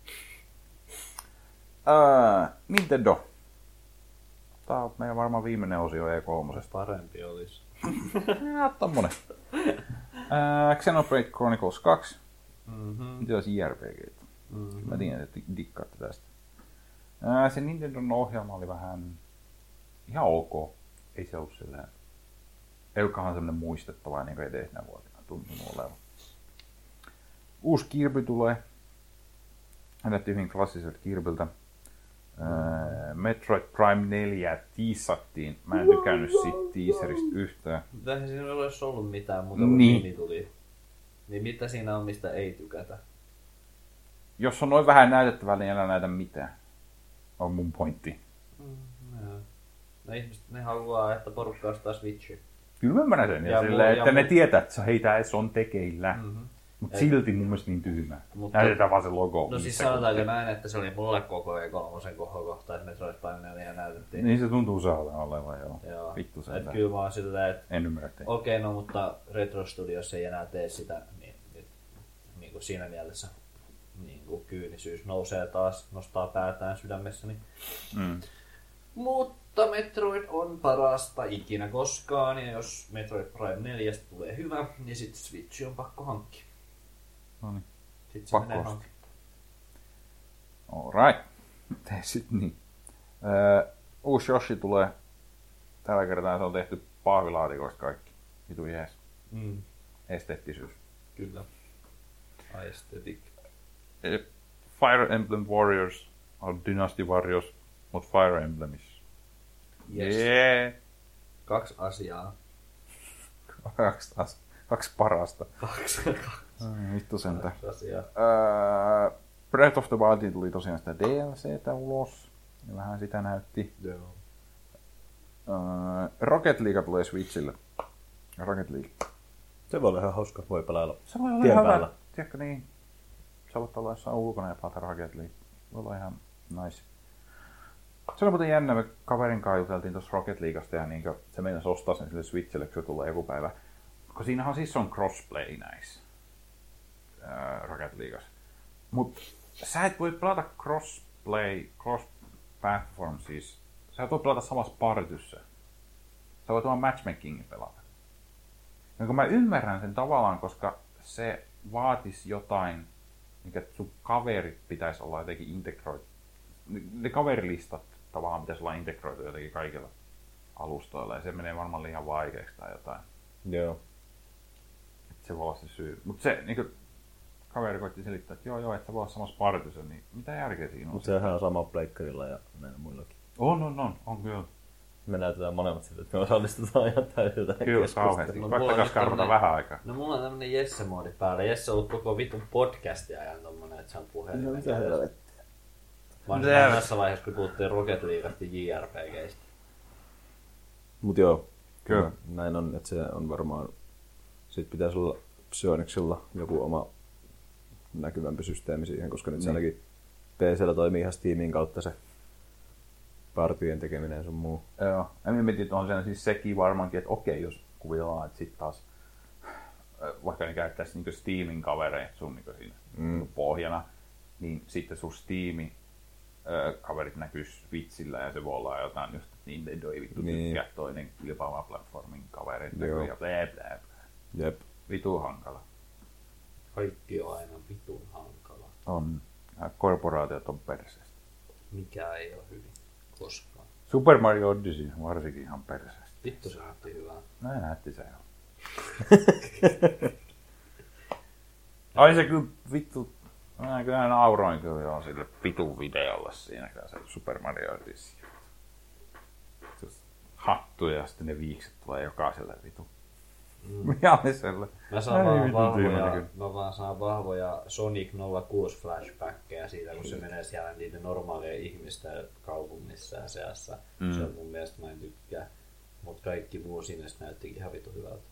Nintendo. Tää on meidän varmaan viimeinen osio E3. Parempi olisi. Tommonen. Xenoblade Chronicles 2. Se olisi JRPG. Mä tiedän, että dikkaatte tästä. Se Nintendon ohjelma oli vähän ihan ok. Ei se ollut silleen. Ei olekaan semmonen muistettava niin kuin edellisenä vuotena tuntunut olevan. Uusi Kirby tulee. Näytti hyvin klassiselta Kirbyltä. Metroid Prime 4 tiisattiin. Mä en tykännyt siitä teaserista yhtään. Eihän siinä olisi ollut mitään muuta kuin nimi tuli. Niin mitä siinä on, mistä ei tykätä? Jos on noin vähän näytettävää, niin älä näytä mitään. On mun pointti. No ihmiset, ne haluaa, että porukka ostaa Switchi. Kyllä mä ymmärrän sen. Ja silleen, että ne tietää, että hei, tää on tekeillä. Mutta silti mun mielestä niin tyhmää. Näytetään vaan se logo. No siis sanotaanko näin, että se oli mulle koko E3 kohokohta, että Metroid Prime 4 näytettiin. Niin se tuntuu saada olevan, joo. Vittu sen. Että kyllä mä oon silleen, että en ymmärrä teitä. Okei, no mutta Retro Studios ei enää tee sitä, niin kuin siinä mielessä niin kuin kyynisyys nousee taas, nostaa päätään sydämessäni. Mutta Metroid on parasta ikinä koskaan, ja jos Metroid Prime 4 tulee hyvä, niin sitten Switch on pakko hankkia. Noniin. Sitten se menee hankkia. Alright. Tee sit niin. Uusi Yoshi tulee. Tällä kertaa se on tehty pahvilaatikoista kaikki. Vitu jees. Esteettisyys. Kyllä. Aesthetic. Fire Emblem Warriors on Dynasty Warriors, mut Fire Emblemissa. Yes. Yeah. 2 asiaa. Kaksi parasta. 2 Vittu sentä. asiaa. Breath of the Wildin tuli tosiaan sitä DLCtä ulos. Ja vähän sitä näytti. Joo. Rocket League tulee Switchille. Rocket League. Se voi olla ihan hauska, voi pelailla. Se voi olla tien ihan päällä. hyvä. Tiedätkö niin? Sä voit olla jossain ulkona ja pelata Rocket League. Voi olla ihan nice. Se oli muuten jännä, me kaverin kanssa juteltiin tuossa Rocket Leaguesta ja niin se meinasi ostaa sen sille Switchille, kun se tulee joku päivä. Koska siinähän siis on crossplay näissä Rocket Leagueassa. Mut sä et voi pelata cross-platform siis. Sä et voi pelata samassa partyssä. Sä voit vaan matchmakingin pelata. Ja kun mä ymmärrän sen tavallaan, koska se vaatisi jotain, mikä sun kaverit pitäisi olla jotenkin integroitu. Ne kaverilistat tavallaan pitäisi olla integroitu jotenkin kaikilla alustoilla ja se menee varmaan liian vaikeaksi tai jotain. Joo. Et se voi olla se syy. Mutta se niinku, kaveri koitti selittää, että joo, että sä voi olla samassa partyssä, niin mitä järkeä siinä on? Mutta sehän on sama pleikkarilla ja näillä muillakin. On kyllä. Me näytetään molemmat sille, että me osallistutaan ihan täydeltä. Kyllä, kauheasti. Koittakaa skarvata vähän aikaa. No mulla on tämmönen Jesse-moodi päällä. Jesse on ollut koko vitun podcastin ajan tommonen, että se on puhelimen. No mitä helvettiä. Vaan tässä vaiheessa, kun puhuttiin Rocket Leagueasta ja JRPGistä. Mut joo, Kyllä. näin on, että se on varmaan... Siitä pitäisi olla Psyonixilla joku oma näkyvämpi systeemi siihen, koska nyt se ainakin PC:llä toimii ihan Steamin kautta se partyjen tekeminen ja sun muu. Joo. Ja minä mietin, että on siinä siis sekin varmaankin, että okei, jos kuvitellaan, että sit taas vaikka ne käyttäisi niinku Steamin kavereita sun niinku siinä pohjana, niin sitten sun Steamin kaverit näkyy Switchillä ja se voi olla jotain just, että Nintendo ei vittu tykkää toinen kilpaava platformin kavereita näkyy ja blää blää blää. Jep. Vitu hankala. Kaikki on aina vitun hankala. On. Korporaatiot on perseestä. Mikä ei ole hyvin koskaan. Super Mario Odyssey varsinkin ihan perseestä. Vittu se näytti hyvää. Näin näytti se jo. Ai se kyllä vittu. Mä kyllä nauroin kyllä joo sille vitun videolle siinä se Super Mario Odyssey. Hattu ja sitten ne viikset tulee jokaiselle vitu. Vialliselle. Mä vaan saan vahvoja Sonic 06 flashbackkejä siitä, kun se menee siellä niiden normaalien ihmisten kaupungissa ja seassa. Se on mun mielestä, mä en tykkää. Mut kaikki muu sinne näyttikin ihan vitu hyvältä.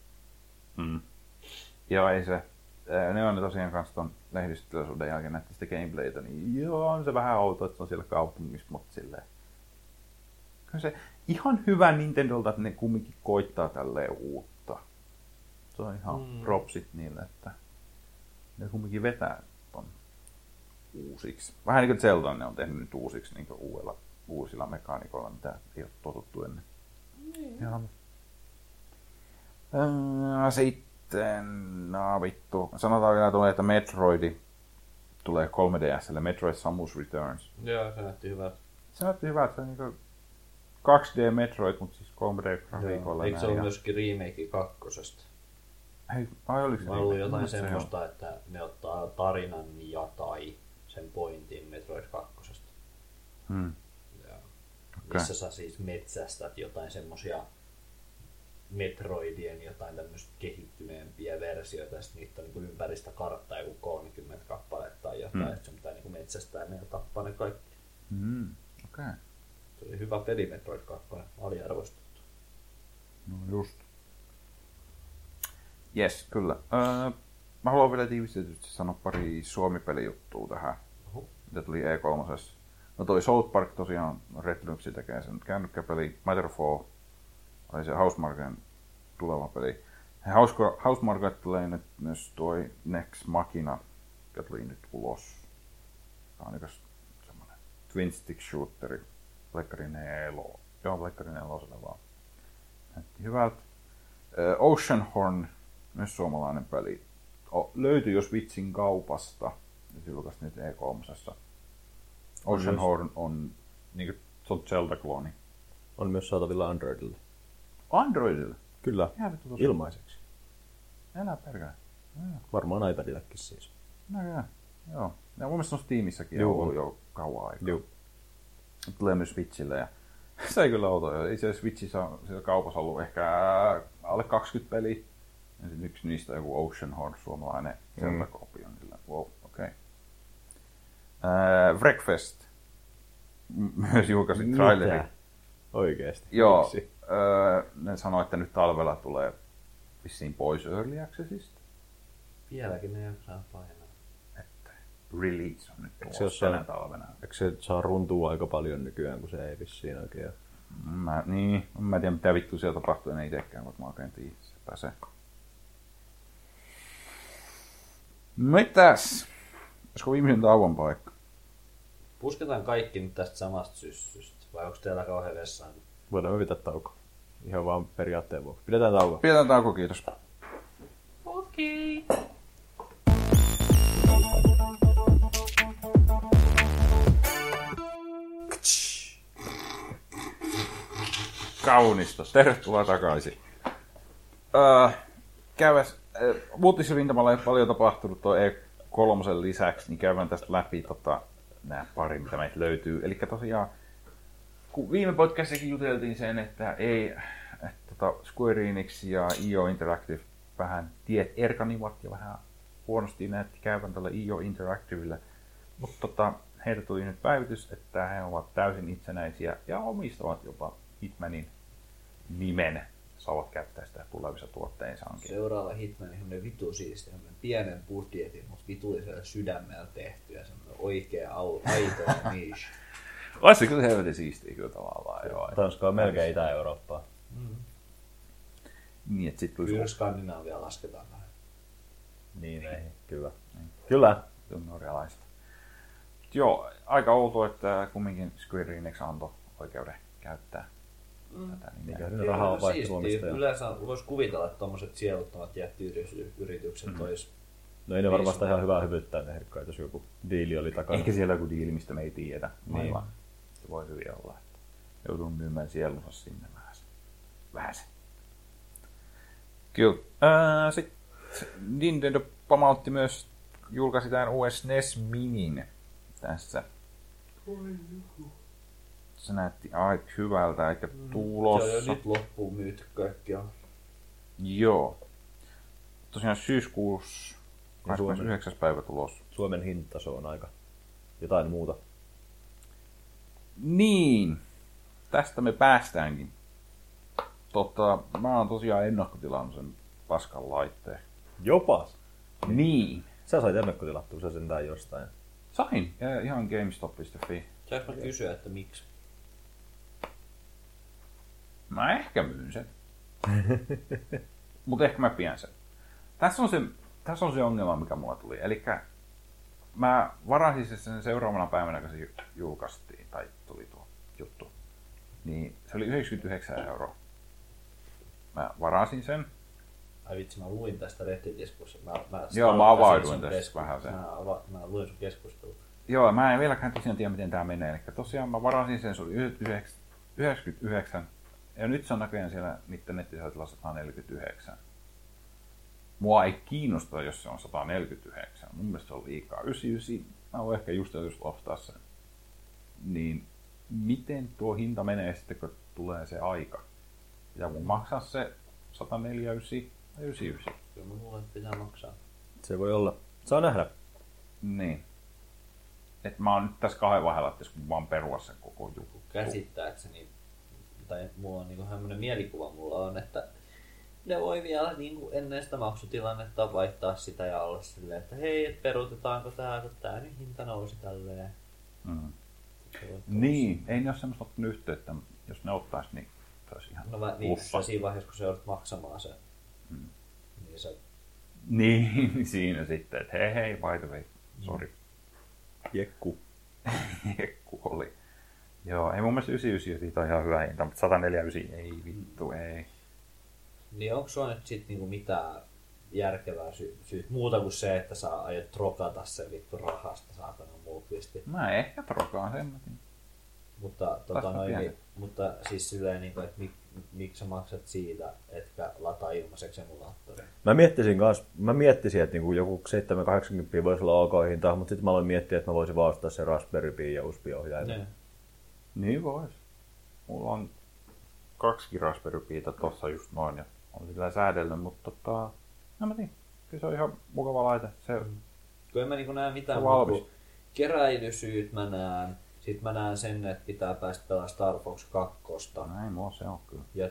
Joo, ei se. Ne on tosiaan kanssa ton lehdistötilaisuuden jälkeen näytti sitä gameplaytä, niin joo, on se vähän outo, että se on siellä kaupungissa, mutta silleen. Kyllä se ihan hyvä Nintendolta, että ne kumminkin koittaa tälleen uutta. Se on ihan propsit niille, että ne kumminkin vetää ton uusiksi. Vähän niin kuin Zelda ne on tehnyt nyt uusiksi niin kuin uusilla mekaanikoilla, mitä ei ole totuttu ennen. Sitten, vittu. Sanotaan vielä tulee, että Metroid tulee 3DS:lle, Metroid Samus Returns. Joo, se näytti hyvältä. Se näytti hyvältä, se on niinku 2D Metroid, mutta siis 3D-grafiikoilla. Eikö se ole myöskin remake 2? Hei, oliko se? On ollut jotain semmoista, että ne ottaa tarinan ja tai sen pointin Metroid 2. Missä sä siis metsästät jotain semmosia Metroidien jotain tämmöistä kehittyneempiä versioita, ja sitten niitä on niinku ympäristä karttaa joku 30 kappaletta tai jotain, että se pitää niinku metsästää ne ja tappaa ne kaikki. Okei. Se oli hyvä peli Metroid 2, aliarvostettu. No just. Jes, kyllä. Mä haluan vielä tiivistetysti sanoa pari Suomi-pelijuttua tähän, mitä tuli E3. No toi South Park tosiaan, Redlyxi tekee sen kännykkäpeli, Matterfall, oli se Housemarquen tuleva peli. Housemarque tulee nyt myös toi Nex Machina, joka tuli nyt ulos. Tämä on semmonen twin stick shooteri, Pleikkari 4. Joo, Pleikkari 4 vaan. Näytti hyvältä. Oceanhorn, myös suomalainen peli. Löytyi jo Switchin kaupasta. Ja se julkaisi nyt E3. Oceanhorn on niinku se on Zelda-klooni. On myös saatavilla Androidille. Androidille? Kyllä, ilmaiseksi. Älä perkele. Varmaan iPadillekin siis. No joo. Ja mun mielestä on Steamissäkin Joo, ollut jo kauan aikaa. Joo. Tulee myös Switchille ja se ei kyllä outoa. Itse asiassa Switchissä on siellä kaupassa ollut ehkä alle 20 peliä. Ja sitten yksi niistä on joku Oceanhorn, suomalainen Zelda-kopio. Wow, okei. Wreckfest myös julkaisi traileri. Oikeesti? Joo, ne sanoi, että nyt talvella tulee vissiin pois Early Accessista. Vieläkin ne jaksaa painaa. Että release on nyt Eikö tulossa tänä talvena. Eikö se saa runtua aika paljon nykyään, kun se ei vissiin oikein ole? Mä en tiedä mitä vittu siellä tapahtuu, en itsekään, mutta mä oikein tiedä, sepä se. Mitäs? Olisiko viimeisen tauon paikka? Pusketaan kaikki nyt tästä samasta syssystä, vai onko teillä kauhean vessaan? Voidaan me pitää tauko. Ihan vaan periaatteen vuoksi. Pidetään tauko. Pidetään tauko, kiitos. Okei. Kaunista. Tervetuloa takaisin. Uutisrintamalla ei ole paljon tapahtunut tuo E3 lisäksi, niin käydään tästä läpi nämä pari, mitä meitä löytyy. Eli tosiaan, kun viime podcastissakin juteltiin sen, että Square Enix ja IO Interactive vähän tiet erkanivat ja vähän huonosti näytti käyvän tällä IO Interactivelle. Mutta heiltä tuli nyt päivitys, että he ovat täysin itsenäisiä ja omistavat jopa Hitmanin nimen. Saavat käyttää sitä tulevissa tuotteisaankin. Seuraava Hitman on vitu siistiä, pienen budjetin, mutta vitullisella sydämellä tehty ja semmoinen oikea aito ja niche. Olisi kyllä helvetin siistiä kyllä tavallaan. Joo. Tanska on melkein Itä-Eurooppaa. Niin, että sit Kyllä Skandinaavia lasketaan vähän. Niin, ei. Kyllä. Kyllä. Se on norjalaista. Joo, aika outoa, että kumminkin Square Enix antoi oikeuden käyttää tätä nimeä. Rahaa on vaihtovuomista. Yleensä voisi kuvitella, että tommoset sieluttomat jättiyritykset olisi... No ei ne varmasti ihan hyvää hyvyyttää ne herkkaat, jos joku diili oli takana. Ehkä siellä joku diili, mistä me ei tiedä. Niin. Se voi hyvin olla, että joudun myymään sielunsa sinne vähän se. Kyllä. Sitten Nintendo pamautti myös, julkaisi tämän US NES Minin tässä. Se näytti aika hyvältä, eikä tulossa. Se on jo nyt loppuun myyty kaikki on. Joo. Tosiaan syyskuussa 29. päivä tulos. Suomen hintaso on aika jotain muuta. Niin. Tästä me päästäänkin. Mä oon tosiaan ennakkotilannut sen paskan laitteen. Jopa? Niin. Sä sait ennakkotilattua se sentään jostain. Sain. Ja ihan GameStop.fi. Saanko mä kysyä, että miksi? Mä ehkä myyn sen. Mut ehkä mä pidän sen. Tässä on se ongelma, mikä mulla tuli. Elikkä mä varasin sen seuraavana päivänä, kun se julkaistiin, tai tuli tuo juttu. Niin se oli 99 €. Mä varasin sen. Ai vitsi, mä luin tästä Redditissä. Mä avauduin tässä vähän sen. Mä luin sun keskustelua. Joo, mä en vieläkään tosiaan tiedä, miten tää menee. Eli tosiaan mä varasin sen, se oli 99. Ja nyt se on näköjään siellä niiden nettisivuilla 149. Mua ei kiinnosta, jos se on 149. Mun mielestä se on liikaa. 99, mä voin ehkä just ostaa sen. Niin miten tuo hinta menee sitten, kun tulee se aika? Ja mun maksaa se 149 tai 99. Kyllä mä luulen, että pitää maksaa. Se voi olla. Saa nähdä. Niin. Et mä oon nyt tässä kahden vaiheella, että jos vaan perua sen koko juttu. Käsittääkseni, tai mulla on niinku hämmönen mielikuva mulla on, että ne voi vielä niinku ennen sitä maksutilannetta vaihtaa sitä ja olla silleen, että hei, et peruutetaanko tää, kun tää nyt hinta nousi tälleen. Niin, ei ne ole semmoista ottanut yhteyttä, jos ne ottais, niin se olisi ihan niin, siinä vaiheessa, kun sä joudut maksamaan sen, niin se... Niin, siinä sitten, että hei, by the way, sori. Jekku. Jekku oli. Joo, ei mun mielestä 99 siitä on ihan hyvä hinta, mutta 149 ei vittu, ei. Niin onko sulla nyt sit niinku mitään järkevää syyt. Muuta kuin se, että sä aiot trokata sen vittu rahasta saatana muukvisti. Mä ehkä trokaan sen. Mutta, mutta siis silleen, niin kuin, että miksi sä maksat siitä, etkä lataa ilmaiseksi emulaattoria? Mä miettisin, että niinku joku 780 voisi olla ok hinta, mutta sitten mä aloin miettiä, että mä voisin vaan ostaa sen Raspberry Pi ja USB-ohjaimen. Niin vois. Mulla on 2 Raspberry Piitä tossa just noin ja on sillä säädellyt, mutta en mä tiedä. Kyllä se on ihan mukava laite. Kun en mä niinku näe mitään keräilysyyt mä näen. Sitten mä näen sen, että pitää päästä pelaamaan Star Fox 2. Näin mulla se on kyllä. Ja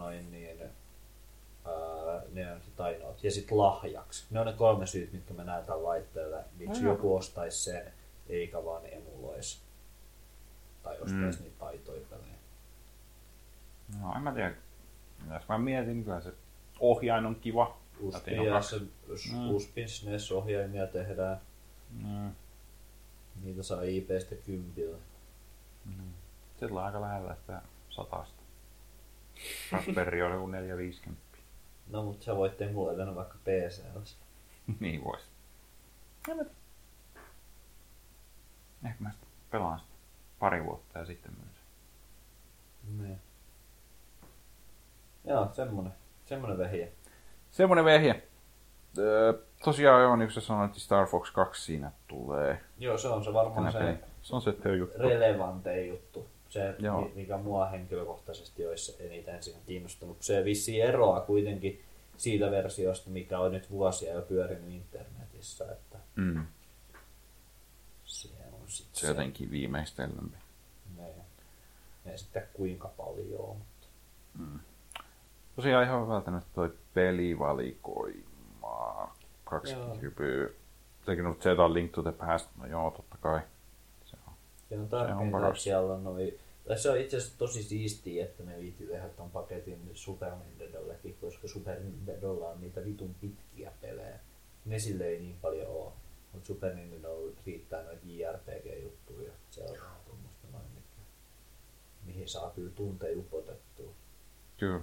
ne on sit ainoat. Ja sitten lahjaksi. Ne on ne 3 syyt, mitkä mä näen tällä laitteella. Miksi joku ostaisi sen, eikä vaan emuloisi. Tai ostaisi niitä taitoja pelejä. No en mä tiedä. Jos mä mietin, kyllä se ohjain on kiva. USPin SNES-ohjaimia tehdään. Niitä saa IP:stä 10. Sillä on aika lähellä sitä 100. Raspberry on joku 450. No mut sä voit emuloida vaikka PC:llä. Niin vois. En mä tiedä. Ehkä mä pelaan sitä pari vuotta ja sitten myös. Niin. Joo, semmonen vehje. Semmonen vehje. Tosiaan joo, niin kuin sä sanoit, Star Fox 2 siinä tulee. Joo, se on se varmaan se on se juttu. Relevantein juttu. Se, mikä mua henkilökohtaisesti olisi eniten siinä kiinnostunut. Se vissiin eroaa kuitenkin siitä versiosta, mikä on nyt vuosia jo pyörinyt internetissä. Että se on sit se jotenkin viimeistellämpi. Ne sitten kuinka paljon. Mutta. Tosiaan ihan hyvältä nyt toi pelivalikoima. 2 hypyä. Sekin on Zelda Link to the Past. No joo, totta kai. Se on tärkeintä, että siellä on se on itse asiassa tosi siistiä, että ne viityy tehdä ton paketin Super Nintendollekin, koska Super Nintendolla on niitä vitun pitkiä pelejä. Ne sille ei niin paljon oo. Mutta Super Nintendolla riittää noita JRPG-juttuja. Se on tuommoista noin, mihin saa kyllä tunteja upotettua. Kyllä.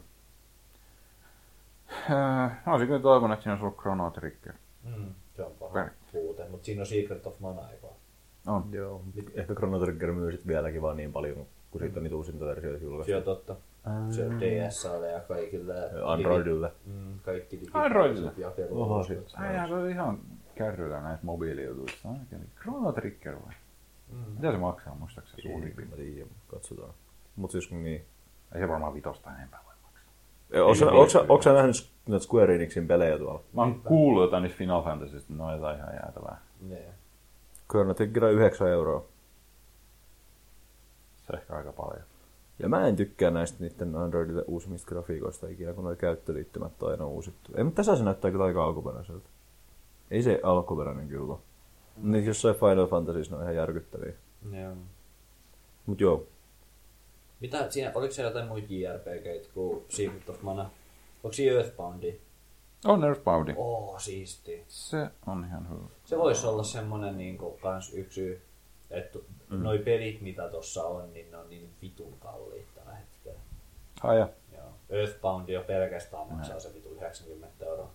Olisin kyllä toivon, että siinä olisi ollut Chrono Trigger. Se on paha puute, mutta siinä on Secret of Mana, eikö? On. Joo. Ehkä Chrono Trigger myy sit vieläkin vaan niin paljon, kun siitä on niitä uusinta versioita julkaistu. Se on totta. Se on DS:lle ja kaikille. Androidille. Kaikki Androidille. Oho, sit. Se on ihan kärryllä näistä mobiilijutuista. Chrono Trigger vai? Mitä se maksaa, muistaakseni suurin piirtein? Katsotaan. Mut siis niin. Ei se varmaan 5 enempää voi maksaa. Onko sä nähnyt näitä Square Enixin pelejä tuolla? Mä oon kuullut jotain niistä Final Fantasysta, no jotain ihan jäätävää. Chrono Trigger 9 €. Se on ehkä aika paljon. Ja mä en tykkää näistä niiden Androidille uusimmista grafiikoista ikinä, kun nuo käyttöliittymät on aina uusittu. Ei, mutta tässä se näyttää kyllä aika alkuperäiseltä. Ei se alkuperäinen kyllä. Niin jossain Final Fantasys on ihan järkyttäviä. Joo. Mut joo. Mitä siinä, oliko siellä jotain muita JRPG:itä kuin Secret of Mana? Onko siinä Earthboundi? On Earthboundi. Siisti. Se on ihan hyvä. Se voisi olla semmonen niinku kans yksi syy, että noi pelit mitä tossa on, niin ne on niin vitun kalliit tällä hetkellä. Joo. Earthbound jo pelkästään maksaa se vitu 90 €.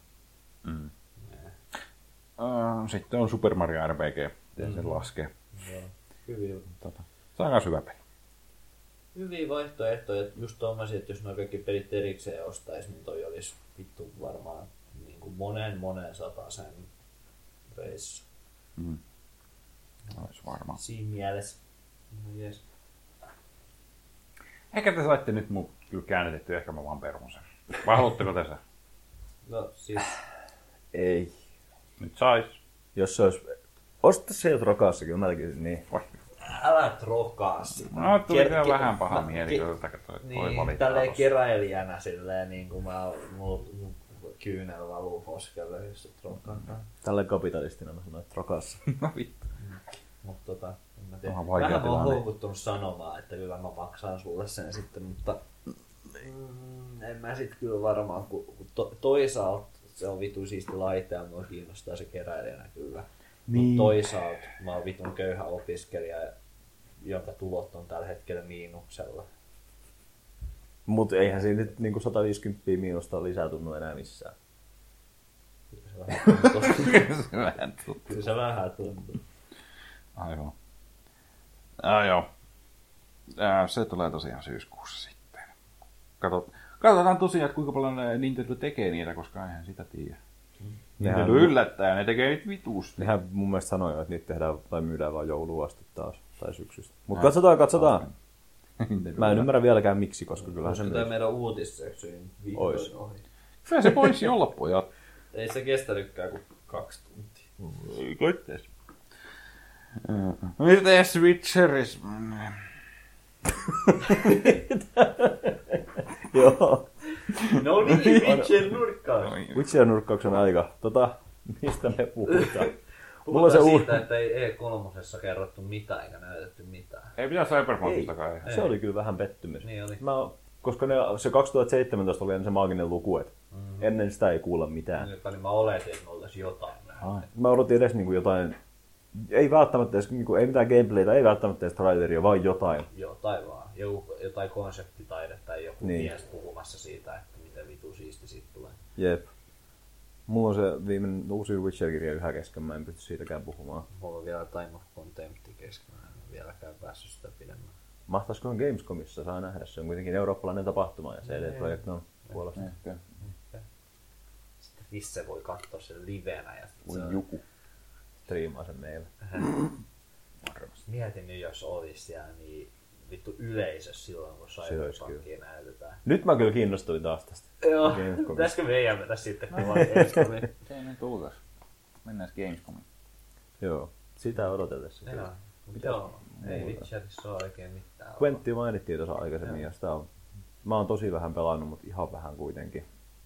Sitten on Super Mario RPG, miten sen laskee. Joo. Hyvin. Se on myös hyvä peli. Hyviä vaihtoehtoja, just tommosia, että jos nuo kaikki pelit erikseen ostais, niin toi olisi vittu varmaan niin kuin monen satasen reissu. Olisi varmaan. Siinä mielessä. No jes. Ehkä te saitte nyt mun kyllä käännetetty, ehkä mä vaan perun sen. Vai haluatteko te sen? No siis. Ei. Nyt sais. Jos se olisi. Osta se jo trokaassa, kyllä mä tekisin niin. Älä trokaa sitä. No tuli vielä vähän paha mieli, kun toi niin, valittaa tälleen tossa. keräilijänä silleen niin kuin mun kyynel valuu poskelle, jos se trokaan. Tällä kapitalistina mä sanoin, että trokaassa. No vittu. Mutta en mä tiedä. Vähän mä oon houkuttunut sanomaan, että kyllä mä maksan sulle sen sitten, mutta en mä sit kyllä varmaan, kun toisaalta se on vitu siisti laite ja mua kiinnostaa se keräilijänä kyllä. Niin. Mutta toisaalta mä oon vitun köyhä opiskelija, jonka tulot on tällä hetkellä miinuksella. Mut eihän siinä nyt niinku 150 miinusta lisää tunnu enää missään. Kyllä se vähän tuntuu. Aivan. Joo. Se tulee tosiaan syyskuussa sitten. Katsotaan tosiaan, että kuinka paljon Nintendo tekee niitä, koska eihän sitä tiedä. Nintendo yllättää, ne tekee niitä vitusti. Nehän mun mielestä sanoi jo, että niitä tehdään tai myydään vaan jouluun asti taas, tai syksystä. Mutta katsotaan. Mä en ymmärrä vieläkään miksi, koska kyllä se Tämä meidän uutisseksyin vihdoin ohi. Kyllä se voisi olla, pojat. Ei se kestänytkään kuin 2 tuntia. Ei koittees. Mites Witcheris? Joo. No niin, Witcher-nurkkaus. Witcher-nurkkauksen aika. Mistä me puhutaan? Puhutaan siitä, että ei E3 kerrottu mitään eikä näytetty mitään. Ei mitään Cyberpunkistakaan. Se oli kyllä vähän pettymys. Niin oli. Koska se 2017 oli se maaginen luku, että ennen sitä ei kuulla mitään. Niin mä oletin, että me oltaisiin jotain. Mä odotin edes niinku jotain, ei välttämättä edes, niinku, ei mitään gameplaytä, ei välttämättä edes traileria, vaan jotain. Jotain vaan. Jotain konseptitaidetta tai joku mies puhumassa siitä, että miten vitu siisti siitä tulee. Jep. Mulla on se viimeinen uusi Witcher-kirja yhä kesken, mä en pysty siitäkään puhumaan. Mulla on vielä Time of Contempt kesken, mä en vieläkään päässyt sitä pidemmän. Mahtaisikohan Gamescomissa saa nähdä, se on kuitenkin eurooppalainen tapahtuma ja CD-Projekt on puolesta. Sitten Visse voi katsoa sen livenä ja Voi joku striimaa sen meille. Mietin nyt, jos olisi siellä niin vittu yleisö silloin, kun Cyberpunkia näytetään. Nyt mä kyllä kiinnostuin taas tästä. Joo, pitäisikö meidän vetä sitten kuvaa Gamescomiin? Se ei nyt tulkas. Mennään Gamescomiin. Joo, sitä odotellessa. Joo, ei Witcherissa ole oikein mitään. Quentti mainittiin tuossa aikaisemmin ja sitä on... Mä oon tosi vähän pelannut, mutta ihan vähän kuitenkin.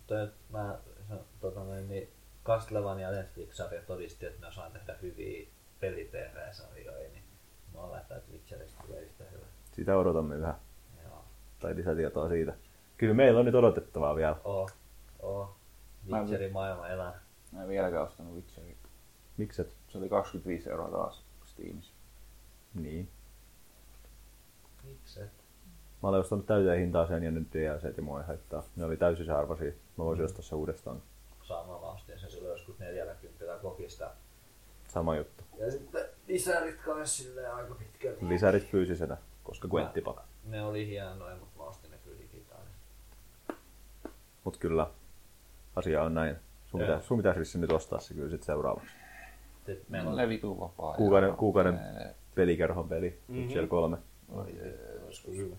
Castlevania ja Netflix-sarja todisti, että me osaan tehdä hyviä peli-TV-sarjoja, niin mä oletan, että Witcherista tulee yhtä hyvä. Sitä odotamme yhä. Joo. Tai lisätietoa siitä. Kyllä meillä on nyt odotettavaa vielä. Witcherin maailma elää. Mä en vieläkään ostanut Witcheria. Mikset? Se oli 25 € taas Steamissa. Niin. Mikset? Mä olen ostanut täyteen hintaa sen ja nyt DLCt ja mua ei haittaa. Ne oli täysisarvoisia. Mä voisin ostaa se uudestaan. Sama mä ostin sen silloin joskus 40 kokista. Sama juttu. Ja sitten lisärit kanssa silleen aika pitkälti. Lisärit fyysisenä, koska Quentti pakas. Ne oli hienoja, mutta mä ostin ne kyllä digitaalisesti. Mut kyllä, asia on näin. Sun pitäisi vissi nyt ostaa se kyllä sit seuraavaksi. Meillä on Levituu vapaa. Kuukauden pelikerhon peli, Witcher 3. Olisiko hyvä.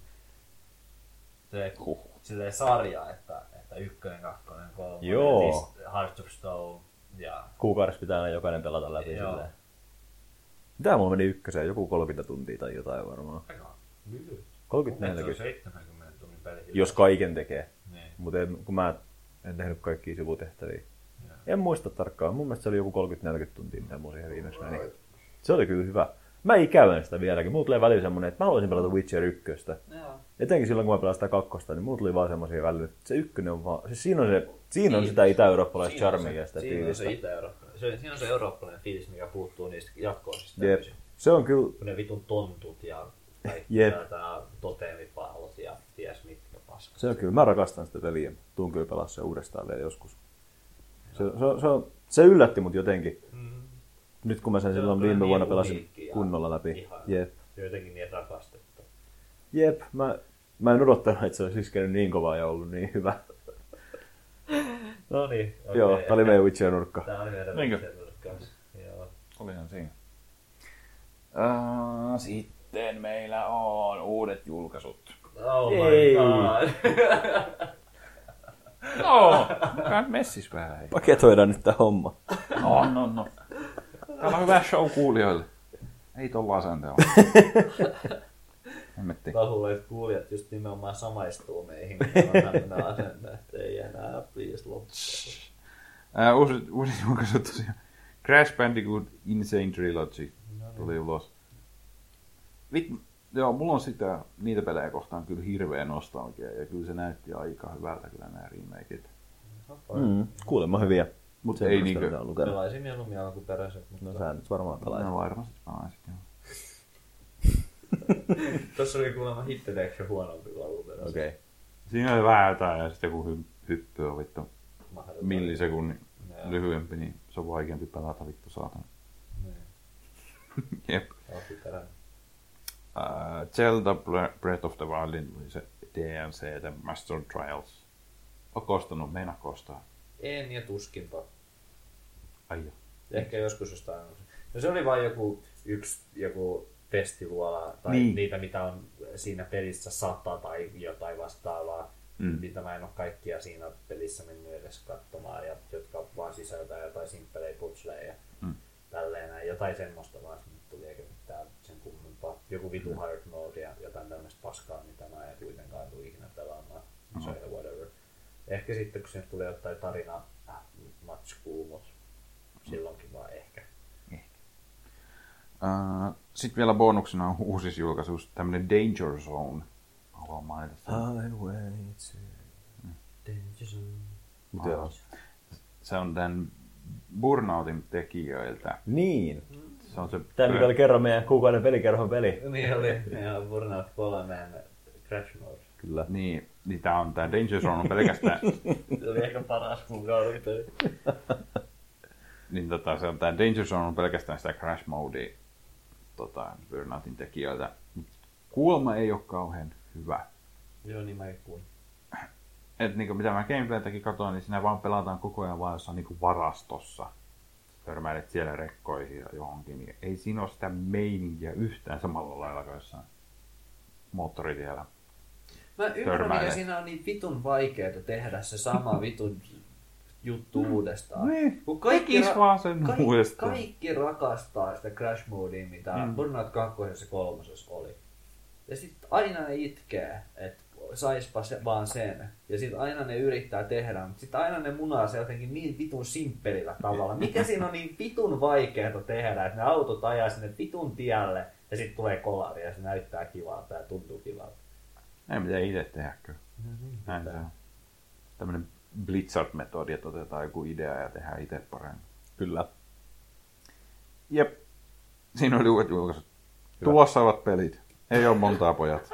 Silleen sarja, että 1, 2, 3, Joo. Heart of Stone ja... Kuukaudessa pitää aina jokainen pelata läpi silleen. Mitä mulla meni ykköseen? Joku 30 tuntia tai jotain varmaan. Aika lyhyt. 30-40. 70 tunnin peli. Jos kaiken tekee. Niin. Mutta kun mä en tehnyt kaikkia sivutehtäviä. En muista tarkkaan. Mun mielestä se oli joku 30-40 tuntia, mitä mulla siihen viimeksi meni. Se oli kyllä hyvä. Mä ikävän sitä vieläkin. Mulla tulee välillä semmonen, että mä haluaisin pelata Witcher 1. Etenkin silloin, kun mä pelaan sitä 2, niin mulla tuli vaan semmosia välillä, että se 1 on vaan... Siis siinä on sitä itä-eurooppalaista charmia ja sitä fiilistä. Siinä on se eurooppalainen fiilis, mikä puuttuu niistä jatko-osista. Jep. Se on kyllä... Kun ne vitun tontut ja toteemipallot ja ties mitkä paskat. Se on kyllä. Mä rakastan sitä peliä. Tuun kyllä pelaa se uudestaan vielä joskus. Se yllätti mut jotenkin. Nyt kun mä sen silloin viime vuonna pelasin kunnolla läpi. Jep. Jotenkin niin rakastettu. Jep. Mä en odottanut, että se olisi iskenyt niin kovaa ja ollut niin hyvä. No niin. Okay. Joo, tää oli meidän Witcher-nurkka. Tää oli meidän Witcher-nurkka. Joo. Olihan siinä. Sitten meillä on uudet julkaisut. Oh my god. No, käy messis vähän. Hei. Paketoidaan nyt tää homma. No. Täällä on hyvä show kuulijoille. Ei tolla asenteella. Hemmetti. Mä luulen, että kuulijat just nimenomaan samaistuu meihin, kun on tämmönen asenne, että ei enää please loppua. Uudet julkaisut tosiaan. Crash Bandicoot Insane Trilogy tuli ulos. Joo, mulla on niitä pelejä kohtaan kyllä hirveä nostalgia ja kyllä se näytti aika hyvältä kyllä nämä remakeit. Kuulemma hyviä. Mut se ei niinkö... Pelaisin mieluummin alkuperäiset, mutta... No sä nyt varmaan pelaisit. No varmasti pelaisit, joo. Tossa oli kuulemma Hitdedex huonompi kuin alkuperäiset. Okei. Siinä oli vähän jotain ja sitten joku hyppy on vittu millisekunnin. lyhyempi, niin se on vaikeampi pelata vittu saatana. Jep. Zelda Breath of the Wildin oli se DLC, The Master Trials. Ootko ostanut? Meina kostaa? En ja tuskinpa. Ai jo. Ehkä joskus jostain. No se oli vain joku testiluola tai niitä, mitä on siinä pelissä 100 tai jotain vastaavaa. Mitä mä en ole kaikkia siinä pelissä mennyt edes katsomaan, ja jotka vaan sisältää jotain simppelejä putsleja ja tälleen. Jotain semmoista vaan tuli eikä mitään sen kummempaa. Joku vitu hard mode ja jotain tämmöistä paskaa, mitä mä en kuitenkaan tule ikinä pelaamaan. So whatever. Ehkä sitten kun sinne tulee jotain tarina matskuu, mutta silloinkin vaan ehkä. Sitten vielä bonuksena on uusissa julkaisuissa tämmönen Danger Zone. Haluan mainita sen. Danger Zone. Se on tämän Burnoutin tekijöiltä. Niin. Se on se tämä mikä oli kerran meidän kuukauden pelikerhon peli. Niin oli. Meidän Burnout 3 Crash Mode. Kyllä. Niin tää on tää Danger Zone on pelkästään... Se oli ehkä paras kuukauden peli. Niin se on tää Danger Zone on pelkästään sitä Crash Modea Burnoutin tekijöiltä. Kuulemma ei oo kauhean hyvä. Joo, niin mäkin kuulin. Et niinku mitä mä gameplaytäkin katsoin, niin siinä vaan pelataan koko ajan vaan jossain niinku varastossa. Törmäilet siellä rekkoihin ja johonkin, niin ei siinä ole sitä meininkiä yhtään samalla lailla kuin jossain moottoritiellä. Mä ymmärrän, mikä siinä on niin vitun vaikeeta tehdä se sama vitun juttu uudestaan. Niin, kun vaan sen uudestaan. Kaikki rakastaa sitä Crash Modea, mitä Burnout 2 ja 3 oli. Ja sitten aina ne itkee, että saispa se vaan sen. Ja sitten aina ne yrittää tehdä, mutta sitten aina ne munaa se jotenkin niin vitun simppelillä tavalla. Mikä siinä on niin vitun vaikeeta tehdä, että ne autot ajaa sinne vitun tielle ja sitten tulee kolari ja se näyttää kivalta ja tuntuu kivalta. Ei mitään itse tehdä kyllä. Näin se on. Tämmönen Blizzard-metodi, että otetaan joku idea ja tehdään itse paremmin. Kyllä. Jep. Siinä oli uudet julkaisut. Tulossa ovat pelit. Ei ole montaa pojat.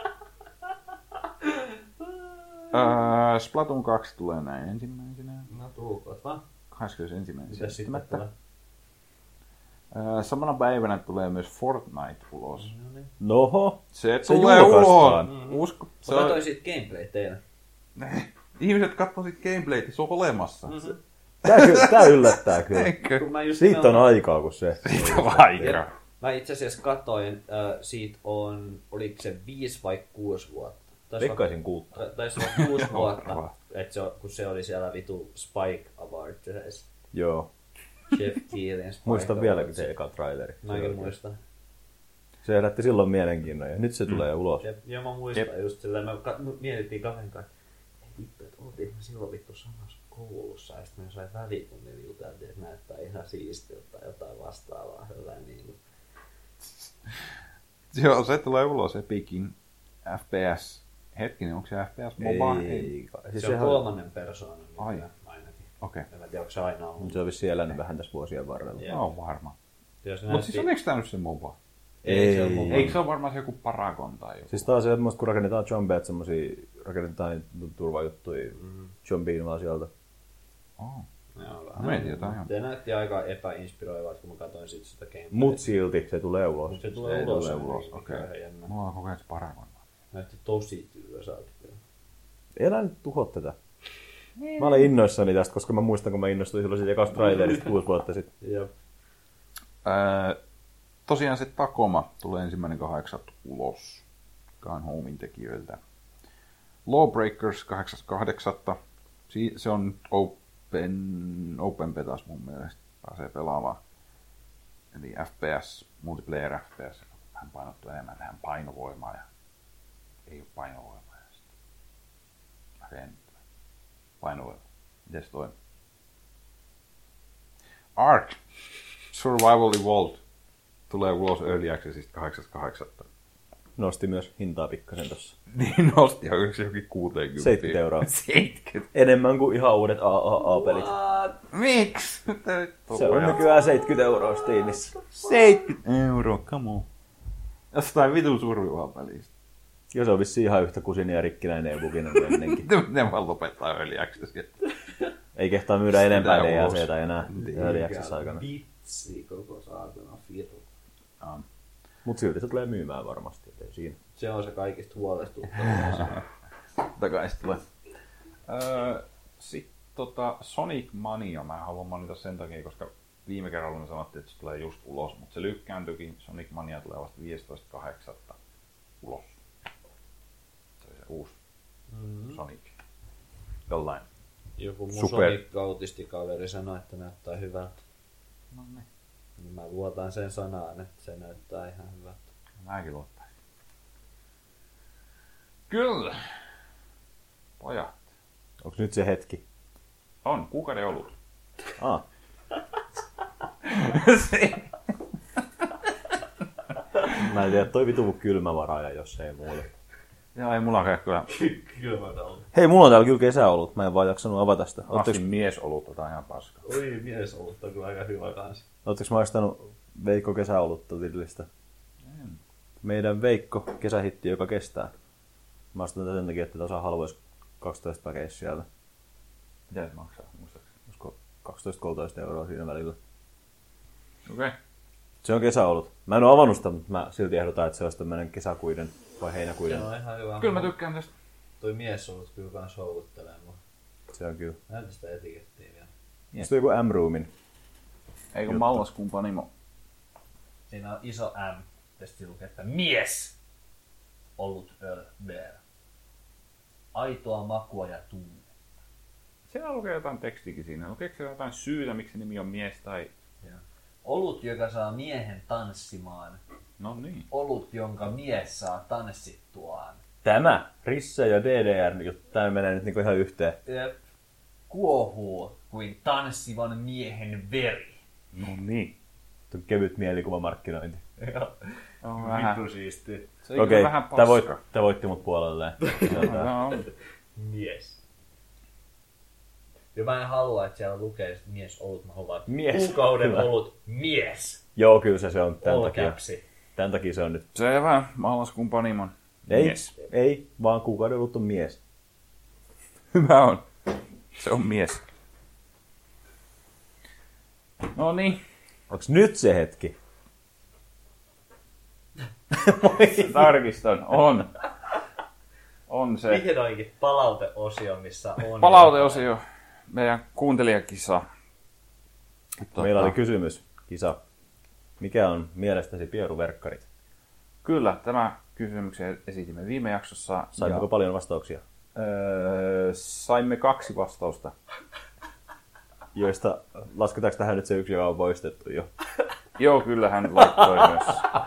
Splatoon 2 tulee näin ensimmäisenä. No tuukot vaan. 21.7. Samana päivänä tulee myös Fortnite ulos. Noho. Se tulee ulos. Usko. Mä katsoin siitä gameplay teille. Ihmiset katsoo siitä gameplaytä, se on olemassa. Tää yllättää kyllä. Siitä on aikaa kuin se. Siitä on aikaa. Mä itse asiassa katsoin, siitä on, oliko se 5 vai 6 vuotta? Veikkaisin 6. Taisi olla 6 vuotta, kun se oli siellä vitu Spike Awards. Joo. Jeff Keighlin Spike Muistan vieläkin se eka traileri. Mäkin muistan. Se herätti silloin mielenkiinnon ja nyt se tulee ulos. Joo, mä muistan just sillä, me mietittiin kaverin kanssa, että vittu, että oltiin silloin vittu samassa koulussa ja sitten me jossain välitunnin juteltiin, että näyttää ihan siistiltä tai jotain vastaavaa. Niin. Joo, se tulee ulos Epicin FPS. Hetkinen, onko se FPS MOBA? Ei. Siis se on kolmannen persoonan ainakin. Okei. En tiedä, onko se aina ollut. Se on vissiin elänyt vähän tässä vuosien varrella. Joo, varmaan. Mutta siis oliko tämä nyt se MOBA? Ei. Eikö se ole varmaan se joku Paragon tai joku? Siis taas semmoista, kun rakennetaan zombeet, semmosia rakennetaan turvajuttuja zombiin vaan sieltä. Se näytti aika epäinspiroivalta, kun mä katsoin sit sitä gameplaytä. Mut silti se tulee ulos. Se tulee ulos. Okei. Mulla on kokeillut Paragon. Näytti tosi tylsältä. Elä nyt tuho tätä. Mä olin innoissani tästä, koska mä muistan, kun mä innostuin silloin siitä ekasta trailerista 6 vuotta sitten. Jep. Tosiaan se Tacoma tulee 1.8. ulos Gone Homein tekijöiltä. Lawbreakers 8.8. Se on open betas mun mielestä. Pääsee pelaamaan. Eli FPS, multiplayer FPS. Hän painottuu enemmän tähän painovoimaan ja ei ole painovoimaa. Painovoima. Mites toi? Ark Survival Evolved tulee ulos Early Accessista 8.8. Nosti myös hintaa pikkasen tossa. Niin nosti jokin 60. 70 €. 70. Enemmän kuin ihan uudet AAA-pelit. Miksi? Se on nykyään 70 € Steamissa. 70 €, come on. Jostain vitun survival-pelistä. Joo, se on vissiin ihan yhtä kusinen ja rikkinäinen ja buginen kuin ennenkin. Ne vaan lopettaa Early Accessia. Ei kehtaa myydä enempää Sitä ulos. DLCtä enää Early Access aikana. Vitsi koko saatana firu. Mut silti se tulee myymään varmasti, ettei siinä. Se on se kaikista huolestuttavaa. Takaisin tulee. Sitten Sonic Mania mä haluan mainita sen takia, koska viime kerralla me sanottiin, että se tulee just ulos, mutta se lykkääntyikin. Sonic Mania tulee vasta 15.8. ulos. Se on se uusi Sonic. Jollain. Joku mun Super. Sonic-autistikaveri sanoi, että näyttää hyvältä. No niin. Niin mä luotan sen sanaan, että se näyttää ihan hyvältä. Mäkin luottaisin. Kyllä. Pojat. Onks nyt se hetki? On, kuukauden olut. Mä en tiedä, toi vitu kylmävaraaja, jos ei muuta. Joo, ei mulla kyllä. Kylmältä ollut. Hei, mulla on täällä kyllä kesäolut. Mä en vaan jaksanut avata sitä. Astin miesolut, ihan paskaa. Oi, mies ollut on kyllä aika hyvä kanssa. Ootteko maistanut Veikko kesäolutta tillistä? Meidän Veikko kesähitti, joka kestää. Mä ostan tätä sen takia, että osaa halvoisi 12 päkeis siellä. Mitä se maksaa, muistaakseni? Olisiko 12-13 euroa siinä välillä. Okei. Se on kesäolut. Mä en oo avannut sitä, mutta mä silti ehdotan, että se olisi tämmönen kesäkuiden vai heinäkuiden. Se on ihan hyvä. Kyllä mä tykkään tästä. Toi mies ollut kyllä kans houkuttelee mua. Se on kyllä. Näytä sitä etikettiä vielä. Yes. Se on joku M-Roomin. Eikö Mallaskuun Panimo? Siinä on iso M. Tästä lukee, että mies! Ollut beer. Aitoa makua ja tunne. Siellä lukee jotain tekstiäkin siinä. Lukeeko siellä jotain syytä, miksi nimi on mies tai... Olut, joka saa miehen tanssimaan. No niin. Olut, jonka mies saa tanssittuaan. Tämä, Risse ja DDR, tämä menee nyt niinku ihan yhteen. Jep. Kuohuu kuin tanssivan miehen veri. No niin. Tuo kevyt mielikuvamarkkinointi. On vähän... Vittu siisti. Se on Okei, vähän paska. tää voitti mut puolelleen. No, Mies. Ja mä en halua, että siellä lukee sit mies olut. Mä haluan, että Mies. kuukauden Kyllä. olut mies. Joo, kyllä se on. Tän All takia, capsi. tän takia se on nyt. selvä. Mallaskuun Panimon mies. Ei, vaan kuukauden olut on mies. Hyvä on. Se on mies. No niin. Onks nyt se hetki? Tarkistan. On. On se. Vihdoinkin palauteosio, missä on... Palauteosio. Meidän kuuntelijakisa. Meillä oli kysymys, Kisa. Mikä on mielestäsi pieruverkkarit? Kyllä, tämä kysymyksen esitimme viime jaksossa. Saimmeko paljon vastauksia? Saimme 2 vastausta. Joista lasketaanko tähän nyt se yksi, joka on poistettu jo? Joo, kyllä hän laittoi myös.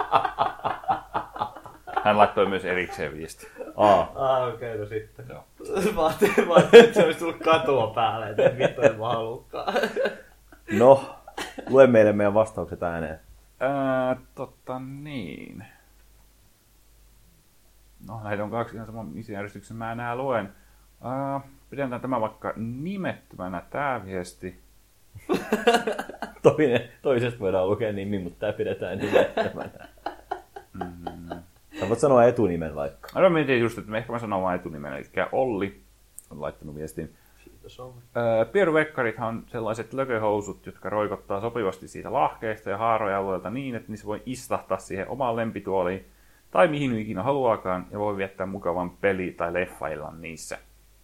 Hän laittoi myös erikseen viesti. Okei, no sitten. Joo. Mä ajattelin, että se olisi tullut katua päälle, että vittu en mä halukkaan. No, lue meille meidän vastaukset ääneen. Niin. No, näitä on 2 ihan saman järjestyksen mä enää luen. Pidetään tämä vaikka nimettömänä tää viesti. Toisesta voidaan lukea nimi, mutta tää pidetään nimettömänä. Sä voit sanoa etunimen vaikka. Mä mietin just, että ehkä mä sanon vain etunimen, eli Olli on laittanut viestin. Kiitos Olli. Pieruvekkarithan on sellaiset lököhousut, jotka roikottaa sopivasti siitä lahkeesta ja haaroja-alueelta niin, että niissä voi istahtaa siihen omaan lempituoliin tai mihin ikinä haluaakaan ja voi viettää mukavan peli- tai leffaillan niissä.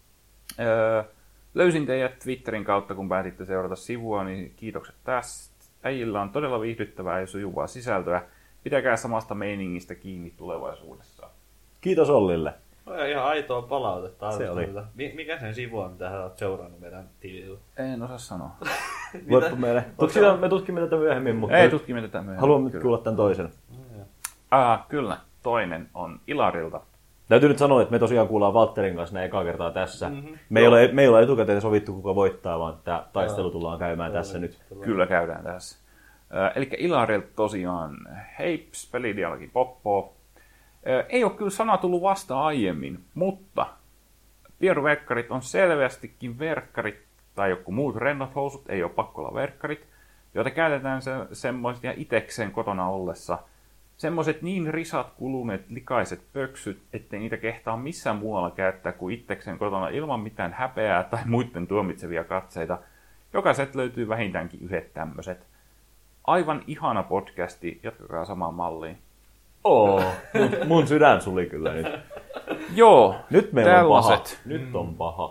Löysin teidät Twitterin kautta, kun päätitte seurata sivua, niin kiitokset tästä. Äijillä on todella viihdyttävää ja sujuvaa sisältöä. Pitäkää samasta meiningistä kiinni tulevaisuudessa. Kiitos Ollille. Ihan aitoa palautetta. Se oli. Mikä sen sivu on, mitä hän olet seurannut meidän tilillä? En osaa sanoa. Luettu meille. Me tutkimme tätä myöhemmin, mutta Ei tutkimme tätä myöhemmin. haluamme nyt kuulla tämän toisen. Kyllä. Toinen on Ilarilta. Täytyy nyt sanoa, että me tosiaan kuullaan Valtterin kanssa näin ekaa kertaa tässä. Me ei ole etukäteen sovittu, kuka voittaa, vaan tämä taistelu tullaan käymään tässä nyt. Kyllä käydään tässä. Eli Ilarilta tosiaan heips, pelidialogi poppo. Ei ole kyllä sana tullut vasta aiemmin, mutta pieruvekkarit on selvästikin verkkarit tai joku muut rennot housut, ei ole pakko olla verkkarit, joita käytetään semmoiset ja itekseen kotona ollessa. semmoset niin risat kuluneet likaiset pöksyt, ettei niitä kehtaa missään muualla käyttää kuin itsekseen kotona ilman mitään häpeää tai muiden tuomitsevia katseita. Jokaiset löytyy vähintäänkin yhdet tämmöset. Aivan ihana podcasti, jatkakaa samaan malliin. Mun sydän suli kyllä nyt. Joo, Nyt meillä tällaiset. on paha. Nyt on paha.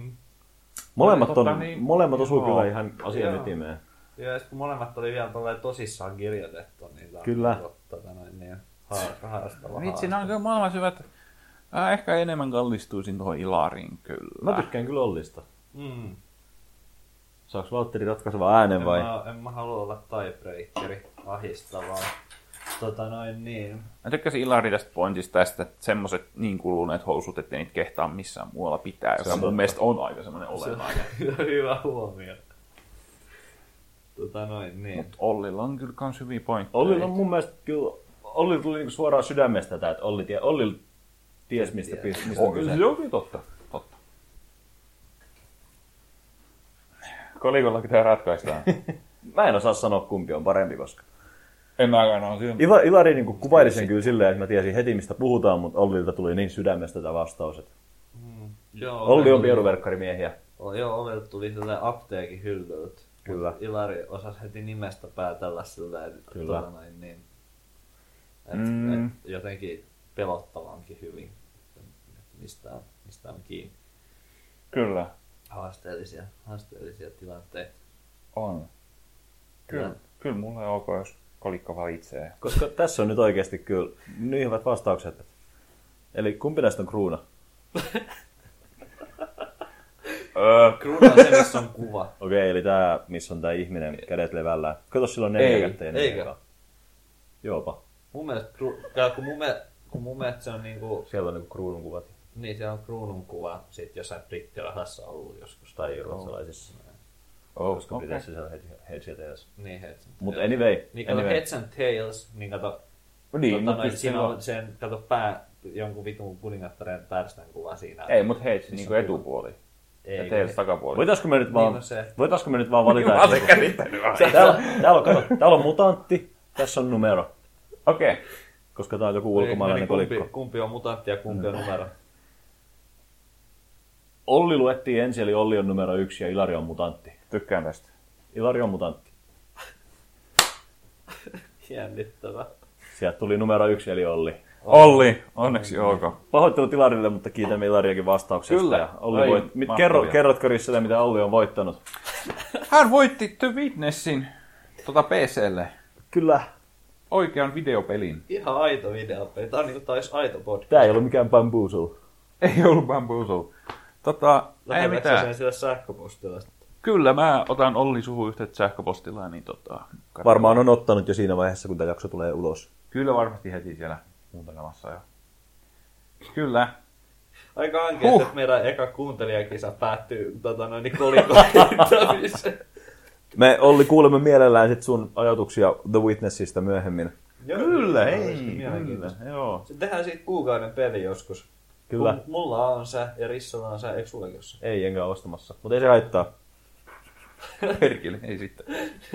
Molemmat osuu kyllä ihan asian ytimeen. Joo, ja kun molemmat oli vielä tosissaan kirjoitettu, niin tämä Kyllä. on niin haastava. Vitsi, nämä on kyllä maailman syvät. Ehkä enemmän kallistuisin tuohon Ilariin kyllä. Mä tykkään kyllä Ollista. Saaks Valtteri ratkaiseva äänen vai? En mä halua olla tiebreakeri ahistavaa. Niin. Mä tykkäsin Ilari tästä pointista tästä, että semmoset niin kuluneet housut, ettei niitä kehtaa missään muualla pitää, joka mun mielestä on aika semmoinen olennainen. Hyvä huomio. Niin. Mut Ollilla on kyllä kans hyviä pointteja. Ollilla on mun mielestä kyllä, Olli tuli niinku suoraan sydämestä tää, että Olli ties mistä on kyse. Se on kyllä totta. Kolikolla pitää ratkaistaan. Mä en osaa sanoa kumpi on parempi, koska En mäkään ole siinä. Ilari niinku kuvaili sen kyllä silleen, että mä tiesin heti mistä puhutaan, mutta Ollilta tuli niin sydämestä tämä vastaus. Että Olli on pieruverkkarimiehiä. Joo, Ollilta tuli silleen apteekin hyllyltä. Kyllä. Ilari osasi heti nimestä päätellä silleen, Kyllä. Niin, jotenkin pelottavankin hyvin, mistä on kiinni. Kyllä. Haasteellisia tilanteita. On. Kyllä mulle on ok, jos kolikko valitsee. Koska tässä on nyt oikeasti kyllä niin hyvät vastaukset. Eli kumpi näistä on kruuna? Kruuna on se, missä on kuva. Okei, eli tää, missä on tää ihminen kädet levällään. Kato, sillä on 4 kättä ja 4 eikö? jalkaa. Joopa. Mun mielestä, kun mun mielestä se on niinku... Siellä on niinku kruunun kuvat. Niin, siellä on kruunun kuva, sit jossain brittirahassa ollut joskus. Tai ruotsalaisissa. Koska pitäisi siellä Heads and Tails. Niin, Heads and Mut Tails. anyway. Niin, kato Heads and Tails, niin kato... Niin, mutta siinä on sen, kato jonkun vitun kuningattaren pärstän kuva siinä. ei, mut hei, niinku etupuoli. Ei, ja Tails takapuoli. Voitaisko me nyt vaan valita? Mä oon se käsittänyt. Täällä on mutantti, tässä on numero. Okei. Koska tää on joku ulkomaalainen kolikko. Kumpi on mutantti ja kumpi on numero? Olli luettiin ensin, eli Olli on numero 1 ja Ilari on mutantti. Tykkään tästä. Ilari on mutantti. Jännittävä. Sieltä tuli numero 1 eli Olli. Olli, onneksi ok. Pahoittelut Ilarille, mutta kiitämme Ilariakin vastauksesta. Kyllä. Ja Olli kerrotko Risselle, mitä Olli on voittanut? Hän voitti The Witnessin PC:lle. Kyllä. Oikean videopelin. Ihan aito videopeli. Tää on niinku taas aito podcast. Tää ei ollut mikään Bamboozle. Ei ollut Bamboozle. Ei mitään. sen sillä sähköpostilla? Kyllä, mä otan Olli suhun yhteyttä sähköpostilla, niin Varmaan on ottanut jo siinä vaiheessa, kun tämä jakso tulee ulos. Kyllä varmasti heti siellä kuuntelemassa jo. Kyllä. Aika ankeet, että meidän eka kuuntelijakisa päättyy kolikoittamiseen. Me Olli kuulemme mielellään sit sun ajatuksia The Witnessistä myöhemmin. Kyllä, Kyllä. Joo. Sitten tehdään siitä kuukauden peli joskus. Kyllä. Mulla on se ja Rissalla on se, eikö sullakin ole se? Ei, enkä ostamassa. Mutta ei se haittaa. Perkele, ei sitten.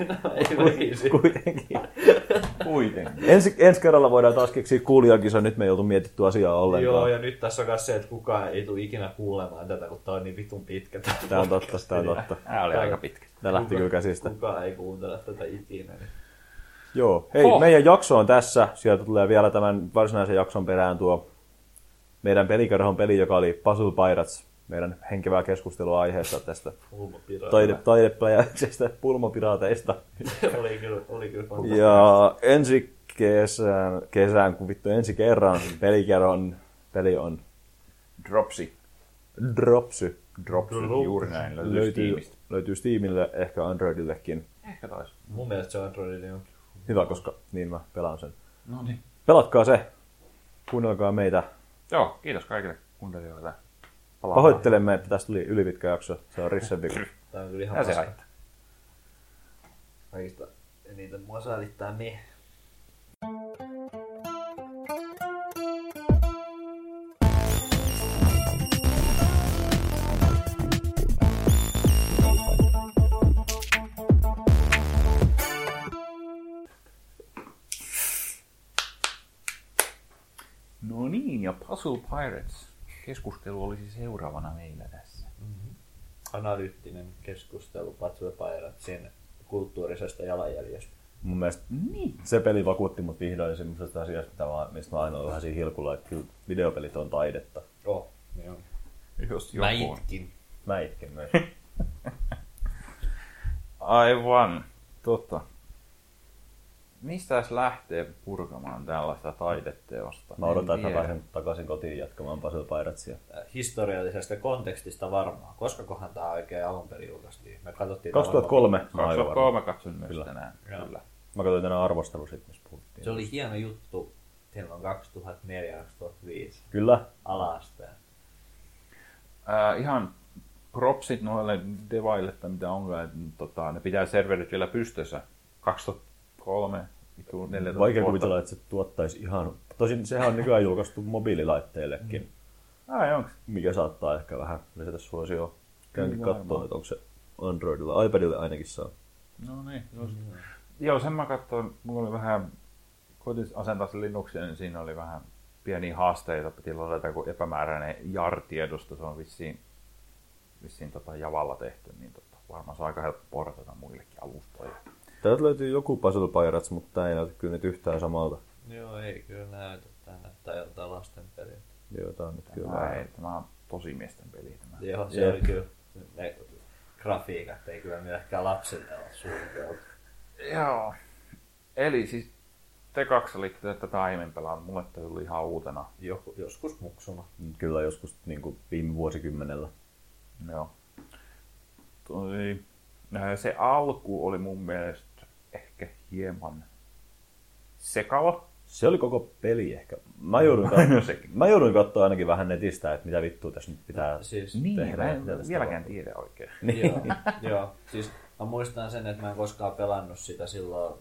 Kuitenkin. Ensi kerralla voidaan taas keksiä kuulijakisa, nyt me ei oltu mietitty asiaa ollenkaan. Joo, ja nyt tässä on myös se, että kukaan ei tule ikinä kuulemaan tätä, kun tää on niin vitun pitkä. Tää on totta. Tää oli aika pitkä. Tää lähti kyllä käsistä. Kukaan ei kuuntele tätä ikinä. Niin. Joo, hei, meidän jakso on tässä. Sieltä tulee vielä tämän varsinaisen jakson perään tuo meidän pelikerhon peli, joka oli Puzzle Pirates. Meidän henkevää keskustelua aiheesta tästä taidepläjäyksestä, pulmopiraateista. oli kyllä. Ja ensi kesään, kun vittu ensi kerran pelikerhon peli on Dropsy, juuri näin. Löytyy Steamille, ehkä Androidillekin. Ehkä taisi. Mun mielestä se on Androidille. Hyvä, koska niin mä pelaan sen. No niin. Pelatkaa se. Kuunnelkaa meitä. Joo, kiitos kaikille kuuntelijoille. Pahoittelemme, että tästä tuli ylipitkä jakso. Se on Rissen vika. Tää on kyllä ihan paska. Kaikista eniten mua säälittää me. No niin, ja Puzzle Pirates. Keskustelu olisi seuraavana meillä tässä. Analyyttinen keskustelu Puzzle Piratesin kulttuurisesta jalanjäljestä. Mun mielestä se peli vakuutti mut vihdoin semmoisesta asiasta, mistä mä aina olen vähän siinä hilkulla, että kyllä videopelit on taidetta. Joo. Jos Mä joku. itkin. Mä itken myös. Aivan. Mistä lähtee purkamaan tällaista taideteosta? Mä odotan, että mä pääsen takaisin kotiin jatkamaan Puzzle Piratesia. Historiallisesta kontekstista varmaan. Koskakohan tää oikein alun perin julkaistiin? Me katsottiin 2003. 2003 katsoin myös Kyllä. tänään. Joo. Kyllä. Mä katsoin tänään arvostelu sit, missä puhuttiin. Se oli hieno juttu silloin 2004-2005 Kyllä. ala-asteen. Ihan propsit noille devaille tai mitä onkaan, että ne pitää serverit vielä pystyssä. 2003, 14 Vaikea vuotta. kuvitella, että se tuottaisi ihan... Tosin sehän on nykyään julkaistu mobiililaitteillekin, Ai onks? mikä saattaa ehkä vähän lisätä suosioon. Käynkin Kyllä katsoa, että onko se Androidilla, iPadille ainakin saa. No niin. Joo, sen mä katsoin, mulla oli vähän, koitin asentaa se Linuxia, niin siinä oli vähän pieniä haasteita. Piti ladata joku epämääräinen JAR-tiedosto, se on vissiin Javalla tehty, niin varmaan se on aika helppo portata muillekin alustoille. Täältä löytyy joku Puzzle Pirates, mutta tää ei näytä kyllä nyt yhtään samalta. Joo, ei kyllä näytä. Tää näyttää joltain lasten peliltä. Joo, tää on nyt kyllä Tämä on tosi miesten peli. Tämä. Joo, se oli kyllä. Ne grafiikat ei kyllä myöskään lapsille ole suunniteltu. Joo. Eli siis te kaksi olitte tätä aiemmin pelannut. Mulle tuli ihan uutena. Joskus muksuna. Kyllä joskus niin kuin viime vuosikymmenellä. Joo. Se alku oli mun mielestä ehkä hieman sekava. Se oli koko peli ehkä. Mä jouduin katsoa ainakin vähän netistä, että mitä vittua tässä nyt pitää Siis, Niin, mä en mitä tästä vieläkään tapahtuu. tiedä oikein. joo. Siis mä muistan sen, että mä en koskaan pelannut sitä silloin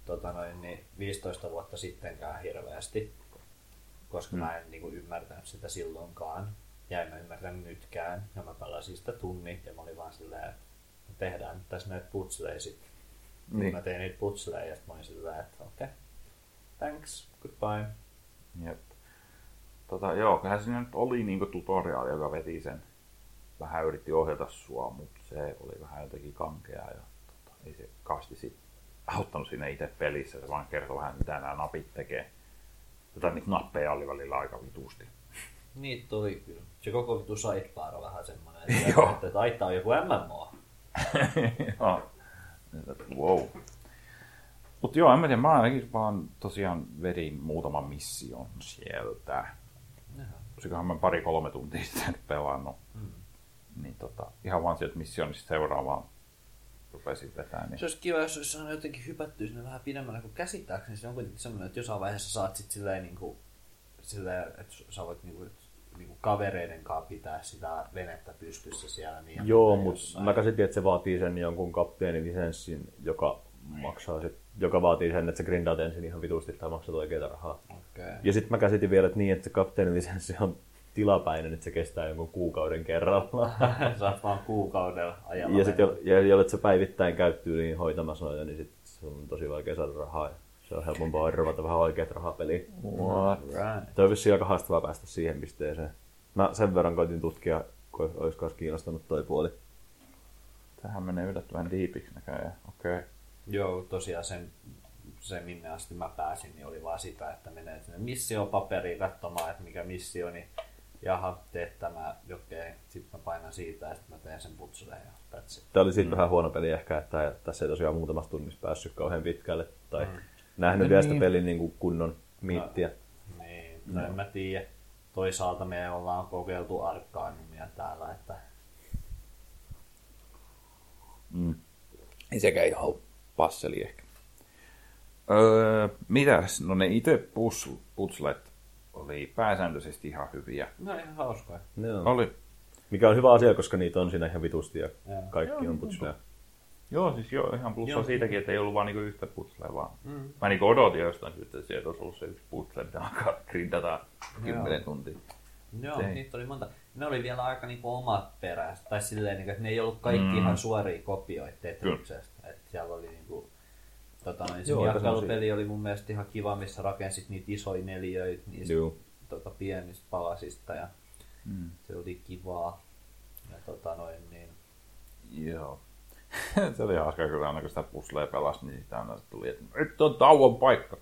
15 vuotta sittenkään hirveästi. Koska mä en niinku ymmärtänyt sitä silloinkaan. Ja en mä ymmärtänyt nytkään. Ja mä pelasin sitä tunnin ja mä olin vaan silleen, että tehdään nyt tässä näitä putseleja sitten. Niin. Mä tein niitä putseleja ja sit mä olin silleen, että okei. Thanks, goodbye. Jep. Joo, kyllähän siinä nyt oli niinku tutorial, joka veti sen. Vähän yritti ohjata sua, mutta se oli vähän jotenkin kankea ja ei se kasti sit auttanut siinä itse pelissä. Se vaan kertoi vähän, mitä nämä napit tekee. Niitä nappeja oli välillä aika vitusti. Niitä tuli kyllä. Se koko vitu sidebar on vähän semmonen, Joo. että taitaa on joku MMO. Joo. Wow. Mut joo, en mä tiedä, mä ainakin vaan tosiaan vedin muutaman mission sieltä. Olisikohan mä 2-3 tuntia sitten pelannut. Niin ihan vaan sieltä missionista seuraavaan rupesin vetämään. Niin. Se olisi kiva, jos olisi saanut jotenkin hypättyä sinne vähän pidemmälle, kun käsittääkseni se on kuitenkin semmoinen, että jossain vaiheessa saat sit silleen, että sä voit niinku kavereiden kanssa pitää sitä venettä pystyssä siellä. Niin Joo, mutta mä käsitin, että se vaatii sen jonkun kapteenilisenssin, joka vaatii sen, että sä grindaat ensin ihan vitusti tai maksat oikeita rahaa. Okay. Ja sitten mä käsitin vielä, että niin, että se kapteenilisenssi on tilapäinen, että se kestää jonkun kuukauden kerralla. Saat vaan kuukaudella ajalla. Ja sitten jollet sä päivittäin käyttyy niin hoitamassa noita, niin sit se on tosi vaikea saada rahaa. Se on helpompaa arvata vähän oikeat rahapeliä. Right. Toi on vissiin aika haastavaa päästä siihen pisteeseen. Mä sen verran koitin tutkia, kun olisi myös kiinnostanut toi puoli. Tähän menee yllättävän diipiksi näköjään. Okei. Okay. Joo, tosiaan se minne asti mä pääsin, niin oli vaan sitä, että menee sinne missiopaperiin katsomaan, että mikä missio, niin jaha, teet tämä, okei. Sitten mä painan siitä ja sitten mä teen sen putsuleen ja that's it. Tämä oli siitä vähän huono peli ehkä, että tässä ei tosiaan muutamassa tunnissa päässyt kauhean pitkälle. Tai nähnyt vielä sitä pelin niin kuin kunnon miittiä. Niin, no en mä tiedä. Toisaalta me ollaan kokeiltu Arcanumia täällä, että Ei sekään ihan passeli ehkä. Mitäs? No ne itse puzzlet oli pääsääntöisesti ihan hyviä. no ihan hauskoja. Joo. Oli. Mikä on hyvä asia, koska niitä on siinä ihan vitusti ja Joo. kaikki on putsleja. Joo, siis joo, ihan plussa Joo. siitäkin, että ei ollut vaan niinku yhtä puzzlea vaan. Mä niinku odotin jostain syystä, että sieltä olisi ollut se yksi puzzle, mitä alkaa grindata 10 tuntia. Joo, Ei. niitä oli monta. Ne oli vielä aika niinku omat peräiset, tai silleen, niinku, että ne ei ollut kaikki ihan suoria kopioita Tetriksestä. Että siellä oli niinku, se Joo, aika miakkailupeli oli mun mielestä ihan kiva, missä rakensit niitä isoja neliöitä, niistä, Joo. pienistä palasista ja se oli kivaa. Ja niin. Joo. Se oli hauska kyllä aina kun sitä puzzlea pelasi, niin sitä aina tuli, että nyt on tauon paikka.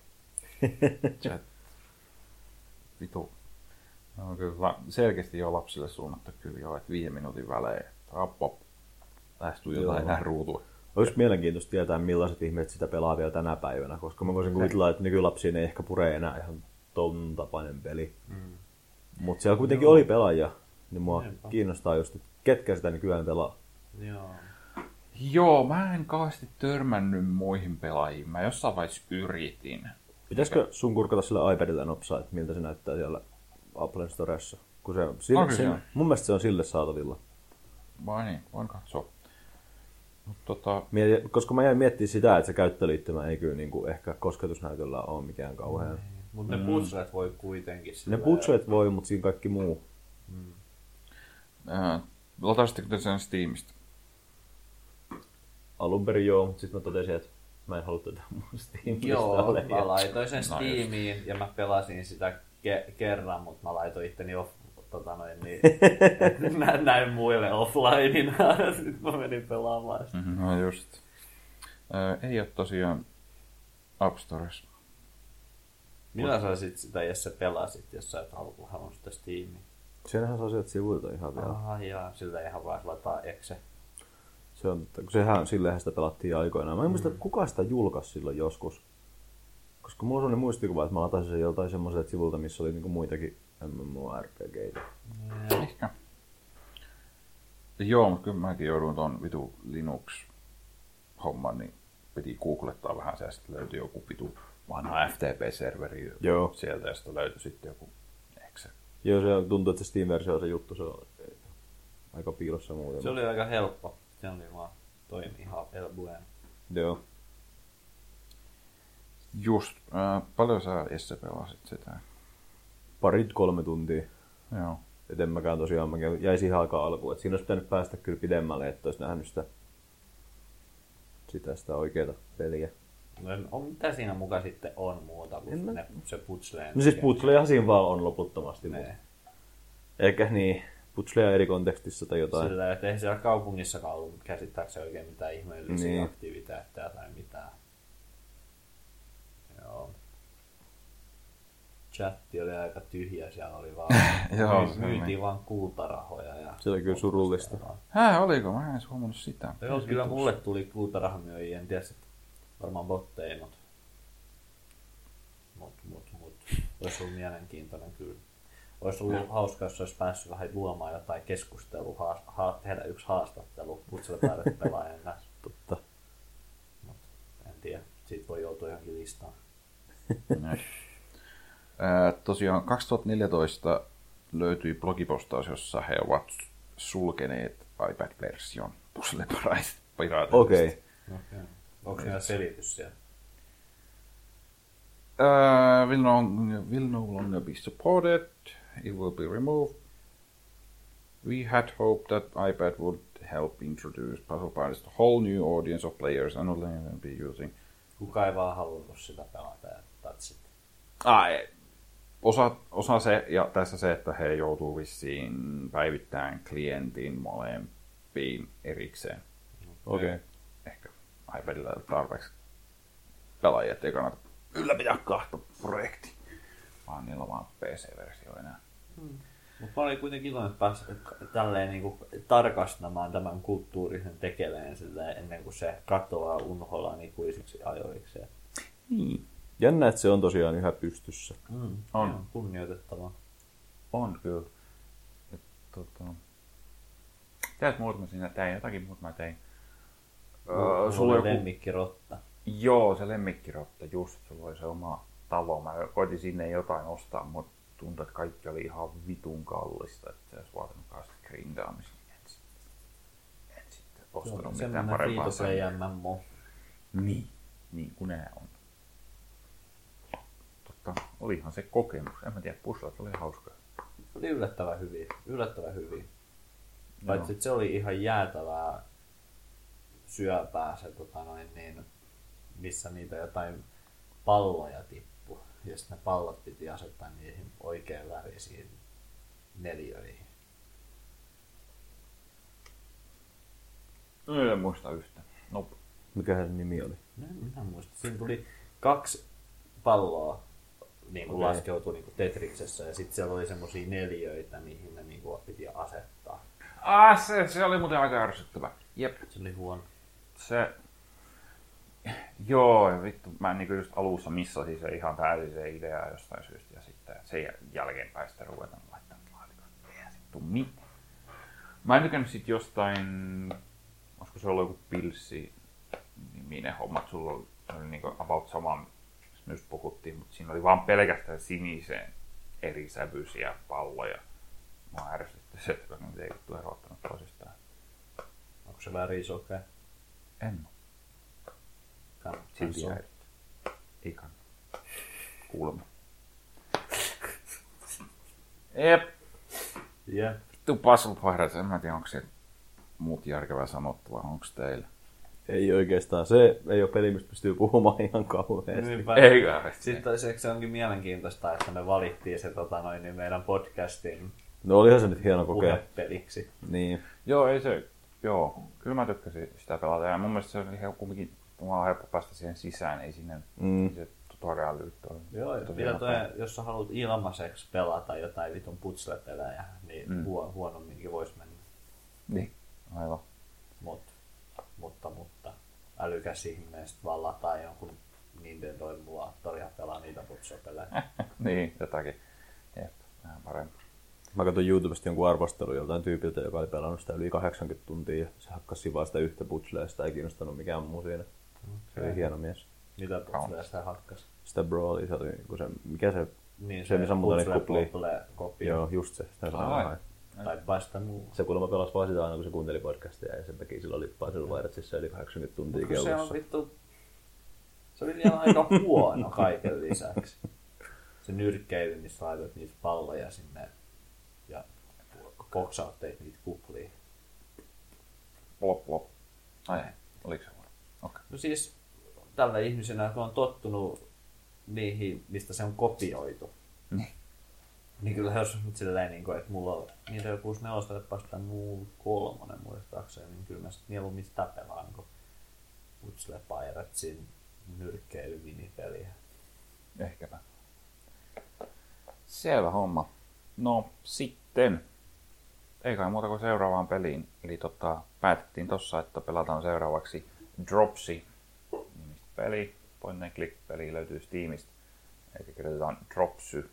Vitu. No, kyllä selkeästi jo lapsille suunnattu kyllä jo, että 5 minuutin välein. Pop. Lähestyy jotain näin ruutuun. Olisi mielenkiintoista tietää, millaiset ihmiset sitä pelaa vielä tänä päivänä, koska mä voisin kuvitella, että nykylapsiin ei ehkä pure enää ihan ton tapainen peli. Mutta siellä kuitenkin oli pelaajia, niin mua kiinnostaa just, että ketkä sitä nykyään pelaa. Joo, mä en kauheasti törmännyt muihin pelaajiin. Mä jossain vaiheessa yritin. Pitäisikö sun kurkata sillä iPadilla nopsaa, että miltä se näyttää siellä Applen Storessa? Kun mun mielestä se on sille saatavilla. Vai niin, voin katsoa. Koska mä jäin miettimään sitä, että se käyttöliittymä ei kyllä niin kuin ehkä kosketusnäytöllä ole mikään kauhean. Mutta ne puzzlet voi kuitenkin. Ne puzzlet voi, mutta siinä kaikki muu. Latasitteko te sen Steamista? Alun perin joo, mutta sitten mä totesin, että mä en halua tätä mun Steamista. Joo, mä laitoin sen Steamiin ja mä pelasin sitä kerran, mutta mä laitoin itteni näin muille offlineina. Sitten mä menin pelaamaan sitä. No just. Ei ole tosiaan App Stores. Millä sä sitä Jesse pelasit, jos sä et halunnut sitä Steamia? Senhän saa sieltä sivuilta ihan vielä. Aha, jaa, sillä ihan vaan laittaa exe. Se on, sillähän sitä pelattiin aikoinaan. Mä en muista, että kuka sitä julkaisi silloin joskus. Koska mulla on sellainen muistikuva, että mä latasin sen joltain semmoiselta sivulta, missä oli niinku muitakin MMORPG:itä. Ehkä. Joo, mutta kyllä mäkin jouduin ton vitu Linux-homman, niin piti googlettaa vähän se, ja sitten löytyi joku vitu vanha FTP-serveri sieltä, ja sitten löytyi sitten joku exe. Joo, se tuntuu, että se Steam-versio on se juttu, se on aika piilossa muuten. Se oli aika helppo. Se oli vaan toimi ihan el bueno. Joo. Just. Paljon sä Jesse pelasit sitä? 2-3 tuntia. Joo. Et en mäkään tosiaan, mä jäin siihen aika alkuun. Et siinä olisi pitänyt päästä kyllä pidemmälle, että olisi nähnyt sitä oikeaa peliä. No, mitä siinä mukaan sitten on muuta kuin se puzzleen? No siis puzzleja siinä vaan on loputtomasti. Eikä niin, puzzleja eri kontekstissa tai jotain. Sillä, että ei siellä kaupungissakaan ollut käsittääkseni oikein mitään ihmeellisiä aktiviteetteja tai mitään. Joo. Chatti oli aika tyhjä, siellä oli vaan myytiin vaan kultarahoja. Ja se oli kyllä surullista. Oliko? Mä en edes huomannut sitä. Joo, kyllä mulle tuli kultarahamyöjiä, en tiedä, että varmaan botteja, mutta olisi ollut mielenkiintoinen kyllä. Olisi ollut hauskaa, jos olisi päässyt vähän luomaan jotain keskustelua, tehdä yksi haastattelu putselle pelaajan kanssa. Totta. Mut en tiedä, siitä voi joutua johonkin listaan. Tosiaan 2014 löytyi blogipostaus, jossa he ovat sulkeneet iPad-version Puzzle Pirates. Okei. Onko siinä selitys siellä? Will no longer be supported. It will be removed. We had hoped that iPad would help introduce Puzzle Pirates to a whole new audience of players and only be using. Kuka ei vaan halunnut sitä pelata ja tatsit. Osa se, ja tässä se, että he joutuu vissiin päivittämään klientin molempiin erikseen. Okei. Ehkä iPadilla tarpeeksi pelaajia, ettei kannata ylläpitää kahta projektia, vaan niillä on vaan PC-versio enää. Mutta mä olin kuitenkin iloinen, että pääsin tälleen niinku tarkastamaan tämän kulttuurisen tekeleen ennen kuin se katoaa unholaan ikuisiksi ajoiksi. Niin. Jännä, että se on tosiaan yhä pystyssä. On kunnioitettavaa. On kyllä. Tiedät muuta mä siinä tein? Jotakin muuta mä tein. Sulla on lemmikkirotta. Joo, se lemmikkirotta just. Sulla oli se oma talo. Mä koitin sinne jotain ostaa, mutta tuntui, että kaikki oli ihan vitun kallista. Että se olisi vaatinut kauheasti grindaamista. En sitten ostanut mitään parempaa. Semmoinen MMO. Niin kuin ne on. Olihan se kokemus. En mä tiedä, puzzlet oli hauskaa. Oli yllättävän hyvin. Paitsi että se oli ihan jäätävää syöpää se, missä niitä jotain palloja tippui. Ja sitten ne pallot piti asettaa niihin oikein värisiin neliöihin. En muista yhtään. Nope. Mikähän se nimi oli? Minä muistan. Siinä tuli 2 palloa niin kuin laskeutui niin kuin Tetriksessä ja sitten siellä oli semmosia neliöitä, mihin ne niin kuin piti asettaa. Se oli muuten aika ärsyttävä. Jep. Se oli huono. Se... Joo, ja vittu, mä niinku just alussa missasin se ihan täysin se idea jostain syystä ja sitten sen jälkeenpäin sitten ruvetaan laittamaan laatikoon. Eihän sit tuu mitään. Mä en tykännyt sit jostain, olisiko se ollut joku pilssi niminen homma, sulla oli niinku about sama, mistä just puhuttiin, mutta siinä oli vaan pelkästään sinisen eri sävyisiä palloja. Mua ärsytti se, että ne ei vittu erottanut toisistaan. Onko se väri sokea? En oo. Silti äidit. Ei kannata. Kuulemma. Jep. Jep. Vittu Puzzle Pirates, en mä tiedä onko se muut järkevää sanottavaa, onko teillä? Ei oikeastaan. Se ei ole peli, mistä pystyy puhumaan ihan kauheasti. Eikä. Sitten se onkin mielenkiintoista, että me valittiin se niin meidän podcastin No olihan se nyt hieno kokea. puhepeliksi. Niin. Joo, ei se. Joo, kyllä mä tykkäsin sitä pelata ja mun mielestä se oli kumminkin vaan helppo päästä siihen sisään, ei sinne se tutoriaali toimi. Joo, jos sä haluat ilmaiseksi pelata jotain vitun putsle-pelejä, niin huonomminkin vois mennä. Niin, aivan. Mutta älykäs ihminen sit vaan lataa jonkun Nintendo emulaattoria ja pelaa niitä putsle-pelejä. Niin, jotakin. Jep, vähän parempi. Mä katsoin YouTubesta jonkun arvostelun joltain tyypiltä, joka oli pelannut sitä yli 80 tuntia ja se hakkasi vaan sitä yhtä puzzlea ja sitä ei kiinnostanut mikään muu siinä. Se oli hieno mies. Mitä puzzlea sitä hakkas? Sitä Brawlia, se oli se, mikä se... Niin se missä muuta niitä kuplia. Kopio. Joo, just se. Sitä sanoo. Tai paista muu. Se kuulemma pelasi vaan sitä aina, kun se kuunteli podcastia ja sen takia sillä lippaa sillä Wiretsissa yli 80 tuntia kellossa. Se on vittu... Se oli vielä aika huono kaiken lisäksi. Se nyrkkeily, missä laitat niitä palloja sinne ja boxautteet niitä kuplia. Plop. Ai, oliko se huono? Okay. No siis tällä ihmisenä, joka on tottunut niihin, mistä se on kopioitu. Niin kyllä jos nyt silleen, että mulla on niitä joku 64 vastaan muu 3 muistaakseni, niin kyllä mä sit mieluummin sitä pelaan, kun Puzzle Piratsin nyrkkeilyminipeliä. Ehkäpä. Selvä homma. No sitten, ei kai muuta kuin seuraavaan peliin. Eli päätettiin tossa, että pelataan seuraavaksi Dropsy nimistä peli. Point and click -peli löytyy Steamista. Eli kirjoitetaan Dropsy.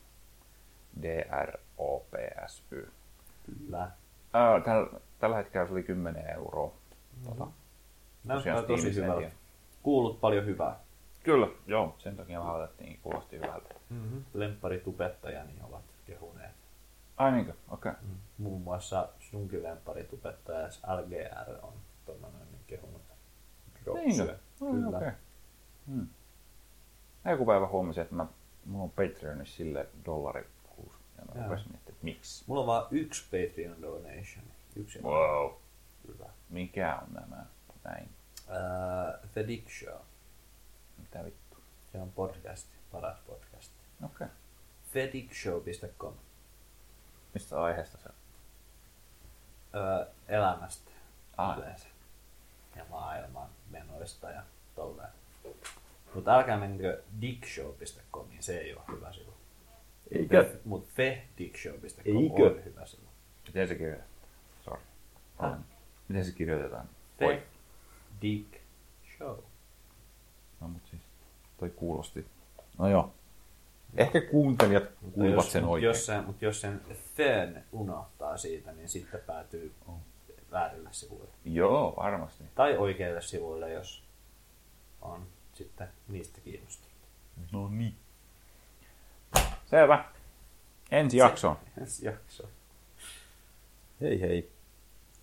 D-R-O-P-S-Y. Kyllä. Tällä hetkellä se oli 10 €. Näyttää tosi hyvältä. Kuulut paljon hyvää. Kyllä, joo. Sen takia me aloitettiin, kuulosti hyvältä. Lempparitubettajani ovat kehuneet. Ai niinkö? Okei. Okay. Muun muassa sunkin lempparitubettaja LGR on kehunut Dropsyä. Kyllä. Okay. Joku päivä huomasin, että mulla on Patreonissa sille $1 kuusi. Ja mä rupesin miettimään, että miksi. Mulla on vaan 1 Patreon donation. Wow. Kyllä. Mikä on nämä? Näin. The Dick Show. Mitä vittu? Se on podcast, paras podcast. Okei. Okay. thedickshow.com. Mistä aiheesta se on? Elämästä yleensä. Ja maailman menoista ja tolleen. Mutta älkää menkö dickshow.comiin, se ei ole hyvä sivu. Eikö? Mutta thedickshow.com on hyvä sivu. Miten se kirjoitetaan? Sorry. Miten se kirjoitetaan? The Dick Show. No mut siis, toi kuulosti. No joo. Ehkä kuuntelijat kuuluvat sen oikein. Jos sen then unohtaa siitä, niin sitten päätyy väärille sivuille. Joo, varmasti. Tai oikeille sivuille, jos on sitten niistä kiinnostunut. No niin. Selvä. Ensi jaksoon. Ensi jaksoon. Hei hei.